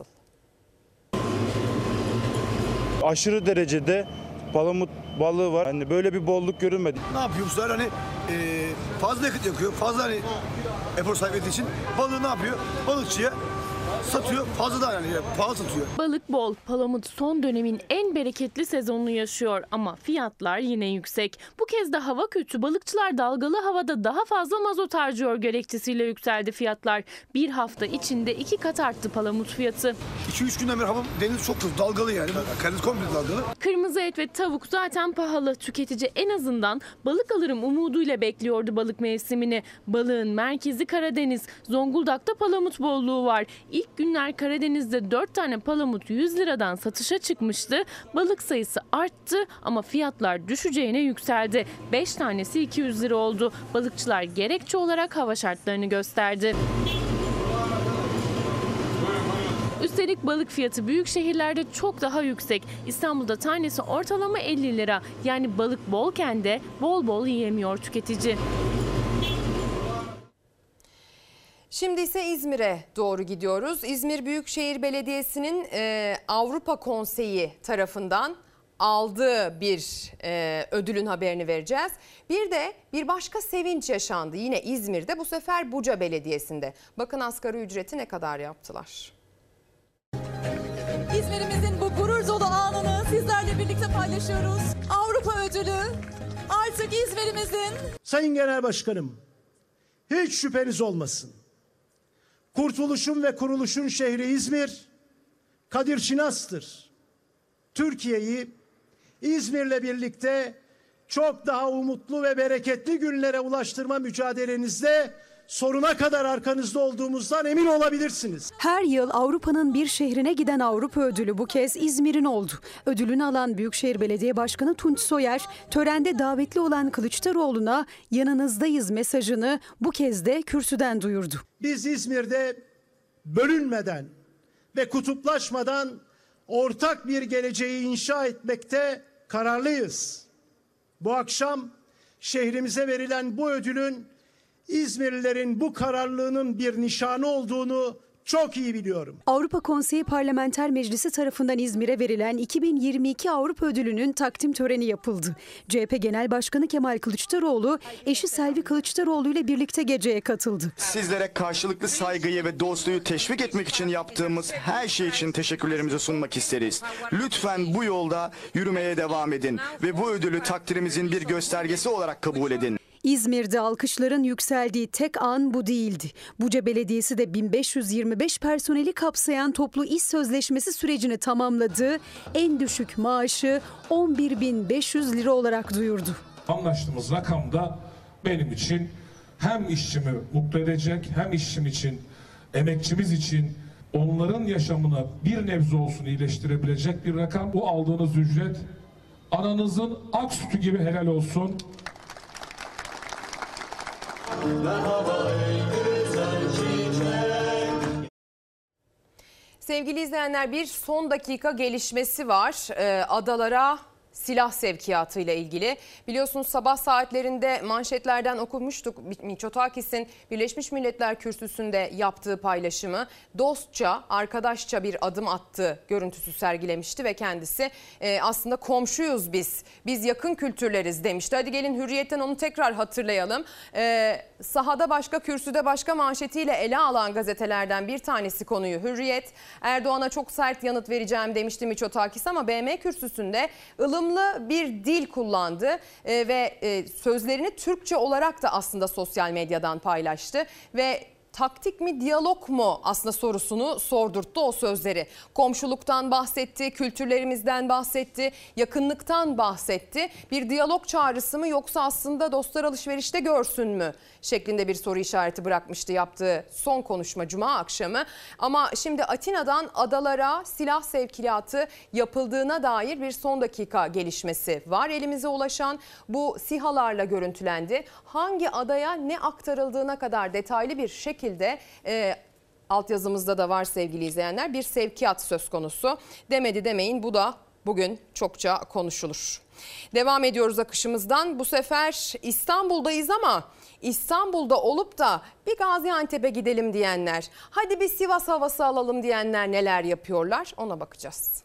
[SPEAKER 25] Aşırı derecede palamut balığı var. Hani böyle bir bolluk görünmedi.
[SPEAKER 26] Ne yapıyor bu sefer? Hani e, fazla yakıt yakıyor. Fazla hani efor sarf ettiği için balığı ne yapıyor? Balıkçıya
[SPEAKER 5] satıyor. Fazla da yani pahalı satıyor.
[SPEAKER 11] Balık bol, palamut son dönemin en bereketli sezonunu yaşıyor ama fiyatlar yine yüksek. Bu kez de hava kötü, balıkçılar dalgalı havada daha fazla mazot harcıyor gerekçesiyle yükseldi fiyatlar. Bir hafta içinde iki kat arttı palamut fiyatı.
[SPEAKER 5] iki üç günden beri hava deniz çok kötü, dalgalı yani. Karadeniz komple dalgalı.
[SPEAKER 11] Kırmızı et ve tavuk zaten pahalı. Tüketici en azından balık alırım umuduyla bekliyordu balık mevsimini. Balığın merkezi Karadeniz. Zonguldak'ta palamut bolluğu var. İlk günler Karadeniz'de dört tane palamut yüz liradan satışa çıkmıştı. Balık sayısı arttı ama fiyatlar düşeceğine yükseldi. beş tanesi iki yüz lira oldu. Balıkçılar gerekçe olarak hava şartlarını gösterdi. Üstelik balık fiyatı büyük şehirlerde çok daha yüksek. İstanbul'da tanesi ortalama elli lira. Yani balık bolken de bol bol yiyemiyor tüketici.
[SPEAKER 1] Şimdi ise İzmir'e doğru gidiyoruz. İzmir Büyükşehir Belediyesi'nin e, Avrupa Konseyi tarafından aldığı bir e, ödülün haberini vereceğiz. Bir de bir başka sevinç yaşandı yine İzmir'de, bu sefer Buca Belediyesi'nde. Bakın asgari ücreti ne kadar yaptılar.
[SPEAKER 13] İzmir'imizin bu gurur dolu anını sizlerle birlikte paylaşıyoruz. Avrupa ödülü artık İzmir'imizin.
[SPEAKER 14] Sayın Genel Başkanım, hiç şüpheniz olmasın. Kurtuluşun ve kuruluşun şehri İzmir, Kadir Şinas'tır. Türkiye'yi İzmir'le birlikte çok daha umutlu ve bereketli günlere ulaştırma mücadelenizde sonuna kadar arkanızda olduğumuzdan emin olabilirsiniz.
[SPEAKER 9] Her yıl Avrupa'nın bir şehrine giden Avrupa ödülü bu kez İzmir'in oldu. Ödülünü alan Büyükşehir Belediye Başkanı Tunç Soyer, törende davetli olan Kılıçdaroğlu'na yanınızdayız mesajını bu kez de kürsüden duyurdu.
[SPEAKER 14] Biz İzmir'de bölünmeden ve kutuplaşmadan ortak bir geleceği inşa etmekte kararlıyız. Bu akşam şehrimize verilen bu ödülün İzmirlilerin bu kararlılığının bir nişanı olduğunu çok iyi biliyorum.
[SPEAKER 9] Avrupa Konseyi Parlamenter Meclisi tarafından İzmir'e verilen iki bin yirmi iki Avrupa Ödülü'nün takdim töreni yapıldı. C H P Genel Başkanı Kemal Kılıçdaroğlu, eşi Selvi Kılıçdaroğlu ile birlikte geceye katıldı.
[SPEAKER 15] Sizlere karşılıklı saygıyı ve dostluğu teşvik etmek için yaptığımız her şey için teşekkürlerimizi sunmak isteriz. Lütfen bu yolda yürümeye devam edin ve bu ödülü takdirimizin bir göstergesi olarak kabul edin.
[SPEAKER 9] İzmir'de alkışların yükseldiği tek an bu değildi. Buca Belediyesi de bin beş yüz yirmi beş personeli kapsayan toplu iş sözleşmesi sürecini tamamladı. En düşük maaşı on bir bin beş yüz lira olarak duyurdu.
[SPEAKER 18] Anlaştığımız rakam da benim için hem işçimi mutlu edecek, hem işçim için, emekçimiz için onların yaşamını bir nebze olsun iyileştirebilecek bir rakam. Bu aldığınız ücret ananızın ak sütü gibi helal olsun.
[SPEAKER 1] Sevgili izleyenler, bir son dakika gelişmesi var. Ee, adalara silah sevkiyatı ile ilgili. Biliyorsunuz sabah saatlerinde manşetlerden okumuştuk. Mitsotakis'in Birleşmiş Milletler Kürsüsü'nde yaptığı paylaşımı, dostça, arkadaşça bir adım attığı görüntüsü sergilemişti ve kendisi e, aslında komşuyuz biz, biz yakın kültürleriz demişti. Hadi gelin Hürriyet'ten onu tekrar hatırlayalım. E, sahada başka, kürsüde başka manşetiyle ele alan gazetelerden bir tanesi konuyu Hürriyet. Erdoğan'a çok sert yanıt vereceğim demişti Mitsotakis ama B M kürsüsünde ılımlı bir dil kullandı e, ve e, sözlerini Türkçe olarak da aslında sosyal medyadan paylaştı ve taktik mi, diyalog mu aslında sorusunu sordurttu o sözleri. Komşuluktan bahsetti, kültürlerimizden bahsetti, yakınlıktan bahsetti. Bir diyalog çağrısı mı yoksa aslında dostlar alışverişte görsün mü şeklinde bir soru işareti bırakmıştı yaptığı son konuşma Cuma akşamı. Ama şimdi Atina'dan adalara silah sevkiyatı yapıldığına dair bir son dakika gelişmesi var. Elimize ulaşan bu SİHA'larla görüntülendi. Hangi adaya ne aktarıldığına kadar detaylı bir şekilde de e, altyazımızda da var sevgili izleyenler, bir sevkiyat söz konusu. Demedi demeyin, bu da bugün çokça konuşulur. Devam ediyoruz akışımızdan. Bu sefer İstanbul'dayız ama İstanbul'da olup da bir Gaziantep'e gidelim diyenler, hadi bir Sivas havası alalım diyenler neler yapıyorlar, ona bakacağız.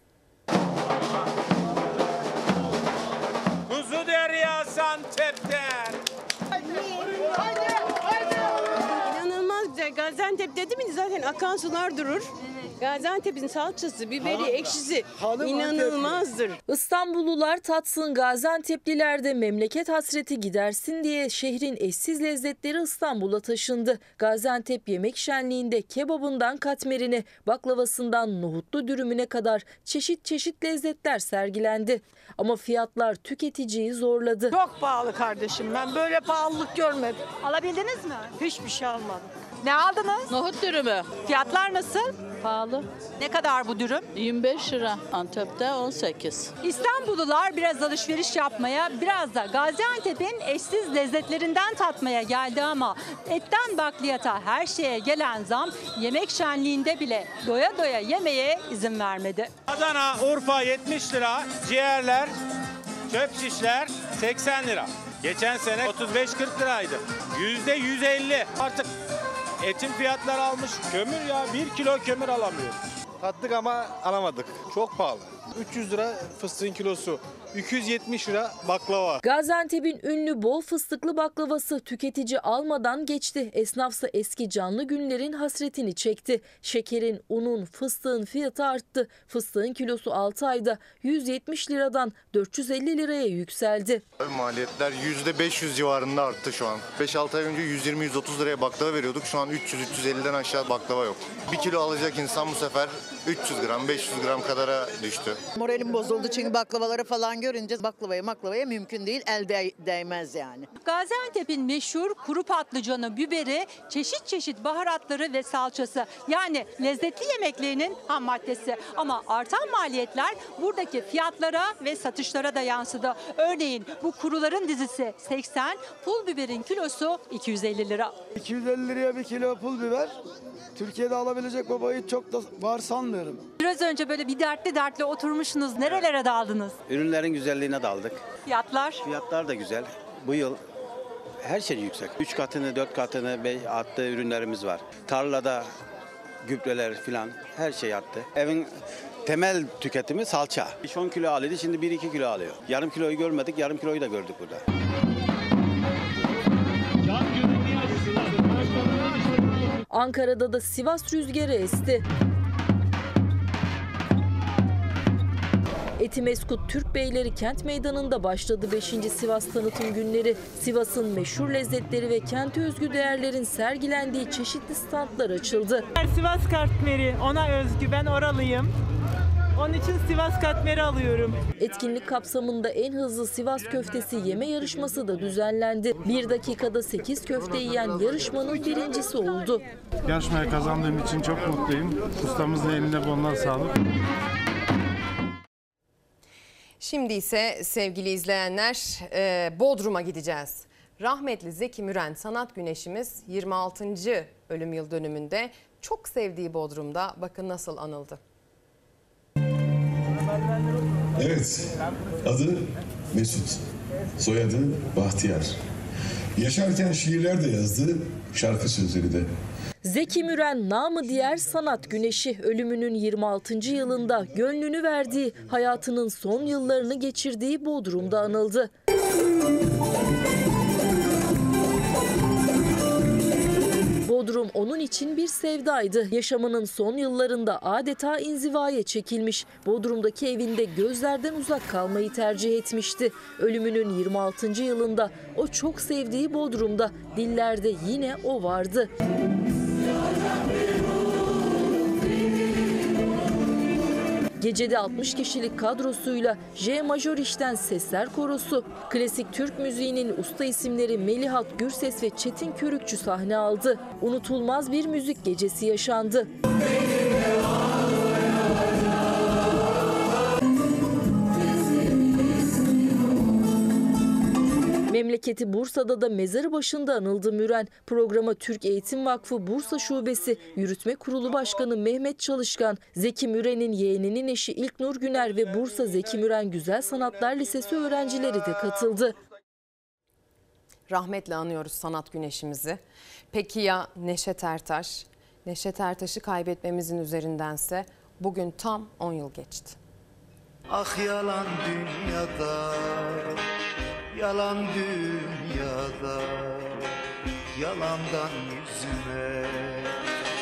[SPEAKER 20] Kuzu deryası Antep'ten.
[SPEAKER 22] İnanılmaz güzel. Gaziantep
[SPEAKER 6] Gaziantep dedi mi zaten akan sular durur. Gaziantep'in salçası, biberi, ekşisi inanılmazdır.
[SPEAKER 12] İstanbullular tatsın, Gaziantep'liler de memleket hasreti gidersin diye şehrin eşsiz lezzetleri İstanbul'a taşındı. Gaziantep Yemek Şenliği'nde kebabından katmerine, baklavasından nohutlu dürümüne kadar çeşit çeşit lezzetler sergilendi. Ama fiyatlar tüketiciyi zorladı.
[SPEAKER 7] Çok pahalı kardeşim, ben böyle pahalılık görmedim.
[SPEAKER 10] Alabildiniz mi?
[SPEAKER 7] Hiçbir şey almadım.
[SPEAKER 10] Ne aldınız?
[SPEAKER 7] Nohut dürümü.
[SPEAKER 10] Fiyatlar nasıl?
[SPEAKER 7] Pahalı.
[SPEAKER 10] Ne kadar bu dürüm?
[SPEAKER 7] yirmi beş lira. Antep'te on sekiz.
[SPEAKER 10] İstanbullular biraz alışveriş yapmaya, biraz da Gaziantep'in eşsiz lezzetlerinden tatmaya geldi ama etten bakliyata her şeye gelen zam yemek şenliğinde bile doya doya yemeye izin vermedi.
[SPEAKER 20] Adana, Urfa yetmiş lira, ciğerler, çöp şişler seksen lira. Geçen sene otuz beş kırk liraydı. yüzde yüz elli. Artık etin fiyatları almış. Kömür ya, bir kilo kömür alamıyoruz.
[SPEAKER 22] Tattık ama alamadık. Çok pahalı. üç yüz lira fıstığın kilosu. iki yüz yetmiş lira baklava.
[SPEAKER 12] Gaziantep'in ünlü bol fıstıklı baklavası tüketici almadan geçti. Esnafsa eski canlı günlerin hasretini çekti. Şekerin, unun, fıstığın fiyatı arttı. Fıstığın kilosu altı ayda yüz yetmiş liradan dört yüz elli liraya yükseldi.
[SPEAKER 26] Maliyetler yüzde beş yüz civarında arttı şu an. beş altı ay önce yüz yirmi yüz otuz liraya baklava veriyorduk. Şu an üç yüz üç yüz elliden aşağı baklava yok. bir kilo alacak insan bu sefer üç yüz gram beş yüz gram kadara düştü.
[SPEAKER 27] Moralim bozuldu çünkü baklavaları falan görünce baklavaya maklavaya mümkün değil, el de- değmez yani.
[SPEAKER 10] Gaziantep'in meşhur kuru patlıcanı, biberi, çeşit çeşit baharatları ve salçası. Yani lezzetli yemeklerinin ham maddesi. Ama artan maliyetler buradaki fiyatlara ve satışlara da yansıdı. Örneğin bu kuruların dizisi seksen, pul biberin kilosu iki yüz elli lira.
[SPEAKER 28] iki yüz elli liraya bir kilo pul biber Türkiye'de alabilecek babayı çok da var sanmıyorum.
[SPEAKER 10] Biraz önce böyle bir dertli dertli oturmuşsunuz. Nerelere daldınız?
[SPEAKER 29] Ürünlerin güzelliğine daldık.
[SPEAKER 10] Fiyatlar?
[SPEAKER 29] Fiyatlar da güzel. Bu yıl her şey yüksek. Üç katını, dört katını be- arttığı ürünlerimiz var. Tarlada gübreler filan her şey arttı. Evin temel tüketimi salça. beş on kilo alıyordu, şimdi bir iki kilo alıyor. Yarım kiloyu görmedik, yarım kiloyu da gördük burada.
[SPEAKER 12] Ankara'da da Sivas rüzgarı esti. Etimeskut Türk Beyleri Kent Meydanı'nda başladı beşinci Sivas Tanıtım Günleri. Sivas'ın meşhur lezzetleri ve kente özgü değerlerin sergilendiği çeşitli standlar açıldı.
[SPEAKER 30] Sivas katmeri, ona özgü, ben oralıyım. Onun için Sivas katmeri alıyorum.
[SPEAKER 12] Etkinlik kapsamında en hızlı Sivas köftesi yeme yarışması da düzenlendi. Bir dakikada sekiz köfte yiyen yarışmanın birincisi oldu.
[SPEAKER 25] Yarışmayı kazandığım için çok mutluyum. Ustamızın eline bundan sağlık.
[SPEAKER 1] Şimdi ise sevgili izleyenler e, Bodrum'a gideceğiz. Rahmetli Zeki Müren sanat güneşimiz yirmi altıncı ölüm yıl dönümünde çok sevdiği Bodrum'da bakın nasıl anıldı.
[SPEAKER 31] Evet, adı Mesut, soyadı Bahtiyar. Yaşarken şiirler de yazdı, şarkı sözleri de.
[SPEAKER 12] Zeki Müren namı diğer sanat güneşi, ölümünün yirmi altıncı yılında gönlünü verdiği, hayatının son yıllarını geçirdiği Bodrum'da anıldı. Bodrum onun için bir sevdaydı. Yaşamının son yıllarında adeta inzivaya çekilmiş. Bodrum'daki evinde gözlerden uzak kalmayı tercih etmişti. Ölümünün yirmi altıncı yılında o çok sevdiği Bodrum'da dillerde yine o vardı. Gecede altmış kişilik kadrosuyla J Majör İş'ten Sesler Korosu, klasik Türk müziğinin usta isimleri Melihat Gürses ve Çetin Körükçü sahne aldı. Unutulmaz bir müzik gecesi yaşandı. Memleketi Bursa'da da mezarı başında anıldı Müren. Programa Türk Eğitim Vakfı Bursa Şubesi Yürütme Kurulu Başkanı Mehmet Çalışkan, Zeki Müren'in yeğeninin eşi İlknur Güner ve Bursa Zeki Müren Güzel Sanatlar Lisesi öğrencileri de katıldı.
[SPEAKER 1] Rahmetle anıyoruz sanat güneşimizi. Peki ya Neşet Ertaş? Neşet Ertaş'ı kaybetmemizin üzerindense bugün tam on yıl geçti.
[SPEAKER 32] Ah yalan dünyada, yalan dünyada, yalandan yüzüme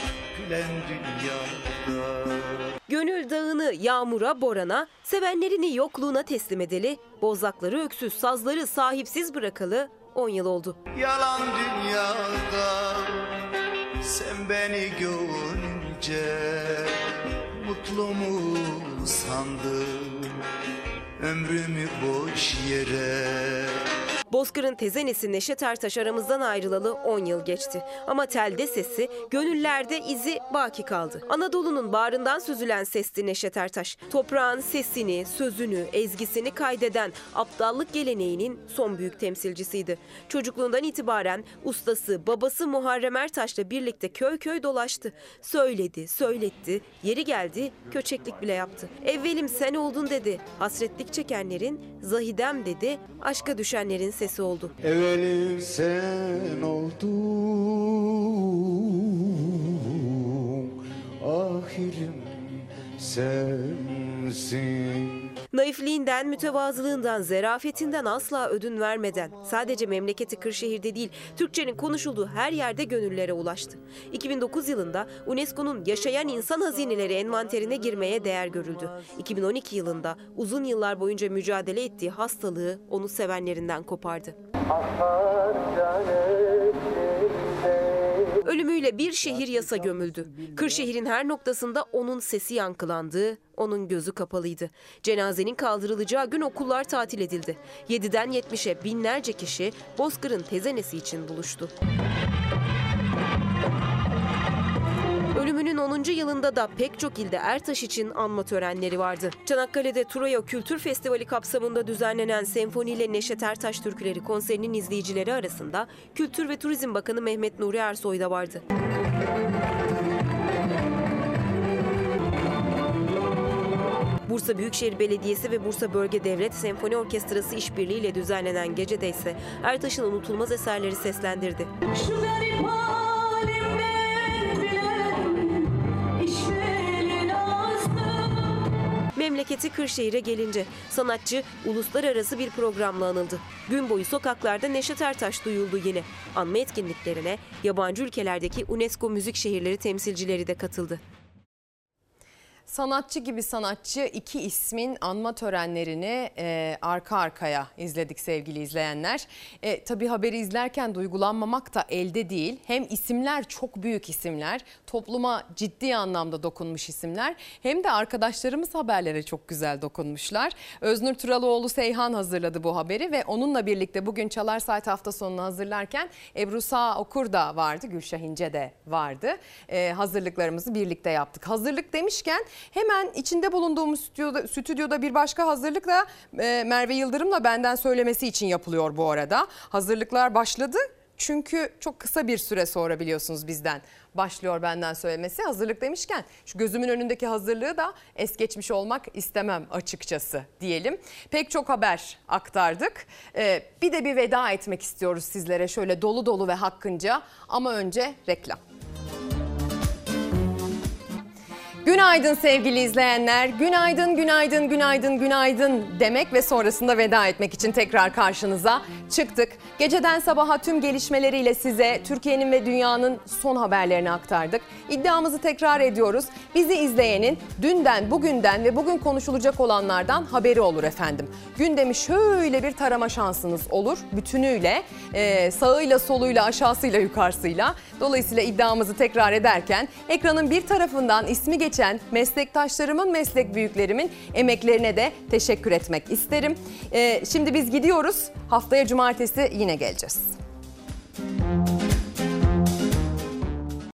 [SPEAKER 32] gelen dünyada.
[SPEAKER 2] Gönül dağını yağmura, borana, sevenlerini yokluğuna teslim edeli, bozlakları öksüz, sazları sahipsiz bırakalı on yıl oldu.
[SPEAKER 32] Yalan dünyada sen beni görünce mutlu mu sandın ömrümü boş yere.
[SPEAKER 2] Bozkır'ın tezenesi Neşet Ertaş aramızdan ayrılalı on yıl geçti. Ama telde sesi, gönüllerde izi baki kaldı. Anadolu'nun bağrından süzülen sesti Neşet Ertaş. Toprağın sesini, sözünü, ezgisini kaydeden aptallık geleneğinin son büyük temsilcisiydi. Çocukluğundan itibaren ustası, babası Muharrem Ertaş'la birlikte köy köy dolaştı. Söyledi, söyletti, yeri geldi, köçeklik bile yaptı. Evvelim sen oldun dedi, hasretlik çekenlerin, zahidem dedi, aşka düşenlerin sesi oldu.
[SPEAKER 32] Evvelim sen oldun, ahirim sensin.
[SPEAKER 2] Naifliğinden, mütevazılığından, zerafetinden asla ödün vermeden sadece memleketi Kırşehir'de değil, Türkçenin konuşulduğu her yerde gönüllere ulaştı. iki bin dokuz yılında UNESCO'nun yaşayan insan hazineleri envanterine girmeye değer görüldü. iki bin on iki yılında uzun yıllar boyunca mücadele ettiği hastalığı onu sevenlerinden kopardı. Ölümüyle bir şehir yasa gömüldü. Kırşehir'in her noktasında onun sesi yankılandı, onun gözü kapalıydı. Cenazenin kaldırılacağı gün okullar tatil edildi. yediden yetmişe binlerce kişi Bozkır'ın tezenesi için buluştu. Ölümünün onuncu yılında da pek çok ilde Ertaş için anma törenleri vardı. Çanakkale'de Troya Kültür Festivali kapsamında düzenlenen senfoniyle Neşet Ertaş türküleri konserinin izleyicileri arasında Kültür ve Turizm Bakanı Mehmet Nuri Ersoy da vardı. Bursa Büyükşehir Belediyesi ve Bursa Bölge Devlet Senfoni Orkestrası işbirliğiyle düzenlenen gecede ise Ertaş'ın unutulmaz eserleri seslendirdi. Şu garip halimden bilen, işverin ağzı. Memleketi Kırşehir'e gelince sanatçı uluslararası bir programla anıldı. Gün boyu sokaklarda Neşet Ertaş duyuldu yine. Anma etkinliklerine yabancı ülkelerdeki UNESCO müzik şehirleri temsilcileri de katıldı.
[SPEAKER 1] Sanatçı gibi sanatçı iki ismin anma törenlerini e, arka arkaya izledik sevgili izleyenler. E, tabii haberi izlerken duygulanmamak da elde değil. Hem isimler çok büyük isimler, topluma ciddi anlamda dokunmuş isimler. Hem de arkadaşlarımız haberlere çok güzel dokunmuşlar. Öznur Turalıoğlu Seyhan hazırladı bu haberi ve onunla birlikte bugün Çalar Saat hafta sonunu hazırlarken Ebru Sağ Okur da vardı, Gülşah İnce de vardı. E, hazırlıklarımızı birlikte yaptık. Hazırlık demişken hemen içinde bulunduğumuz stüdyoda, stüdyoda bir başka hazırlık da e, Merve Yıldırım'la benden söylemesi için yapılıyor bu arada. Hazırlıklar başladı çünkü çok kısa bir süre sonra biliyorsunuz bizden başlıyor benden söylemesi. Hazırlık demişken şu gözümün önündeki hazırlığı da es geçmiş olmak istemem açıkçası diyelim. Pek çok haber aktardık. Ee, bir de bir veda etmek istiyoruz sizlere şöyle dolu dolu ve hakkınca ama önce reklam. Günaydın sevgili izleyenler. Günaydın, günaydın, günaydın, günaydın demek ve sonrasında veda etmek için tekrar karşınıza çıktık. Geceden sabaha tüm gelişmeleriyle size Türkiye'nin ve dünyanın son haberlerini aktardık. İddiamızı tekrar ediyoruz. Bizi izleyenin dünden, bugünden ve bugün konuşulacak olanlardan haberi olur efendim. Gündemi şöyle bir tarama şansınız olur bütünüyle, e, sağıyla soluyla aşağısıyla yukarısıyla. Dolayısıyla iddiamızı tekrar ederken ekranın bir tarafından ismi geçen meslektaşlarımın, meslek büyüklerimin emeklerine de teşekkür etmek isterim. Ee, şimdi biz gidiyoruz. Haftaya cumartesi yine geleceğiz.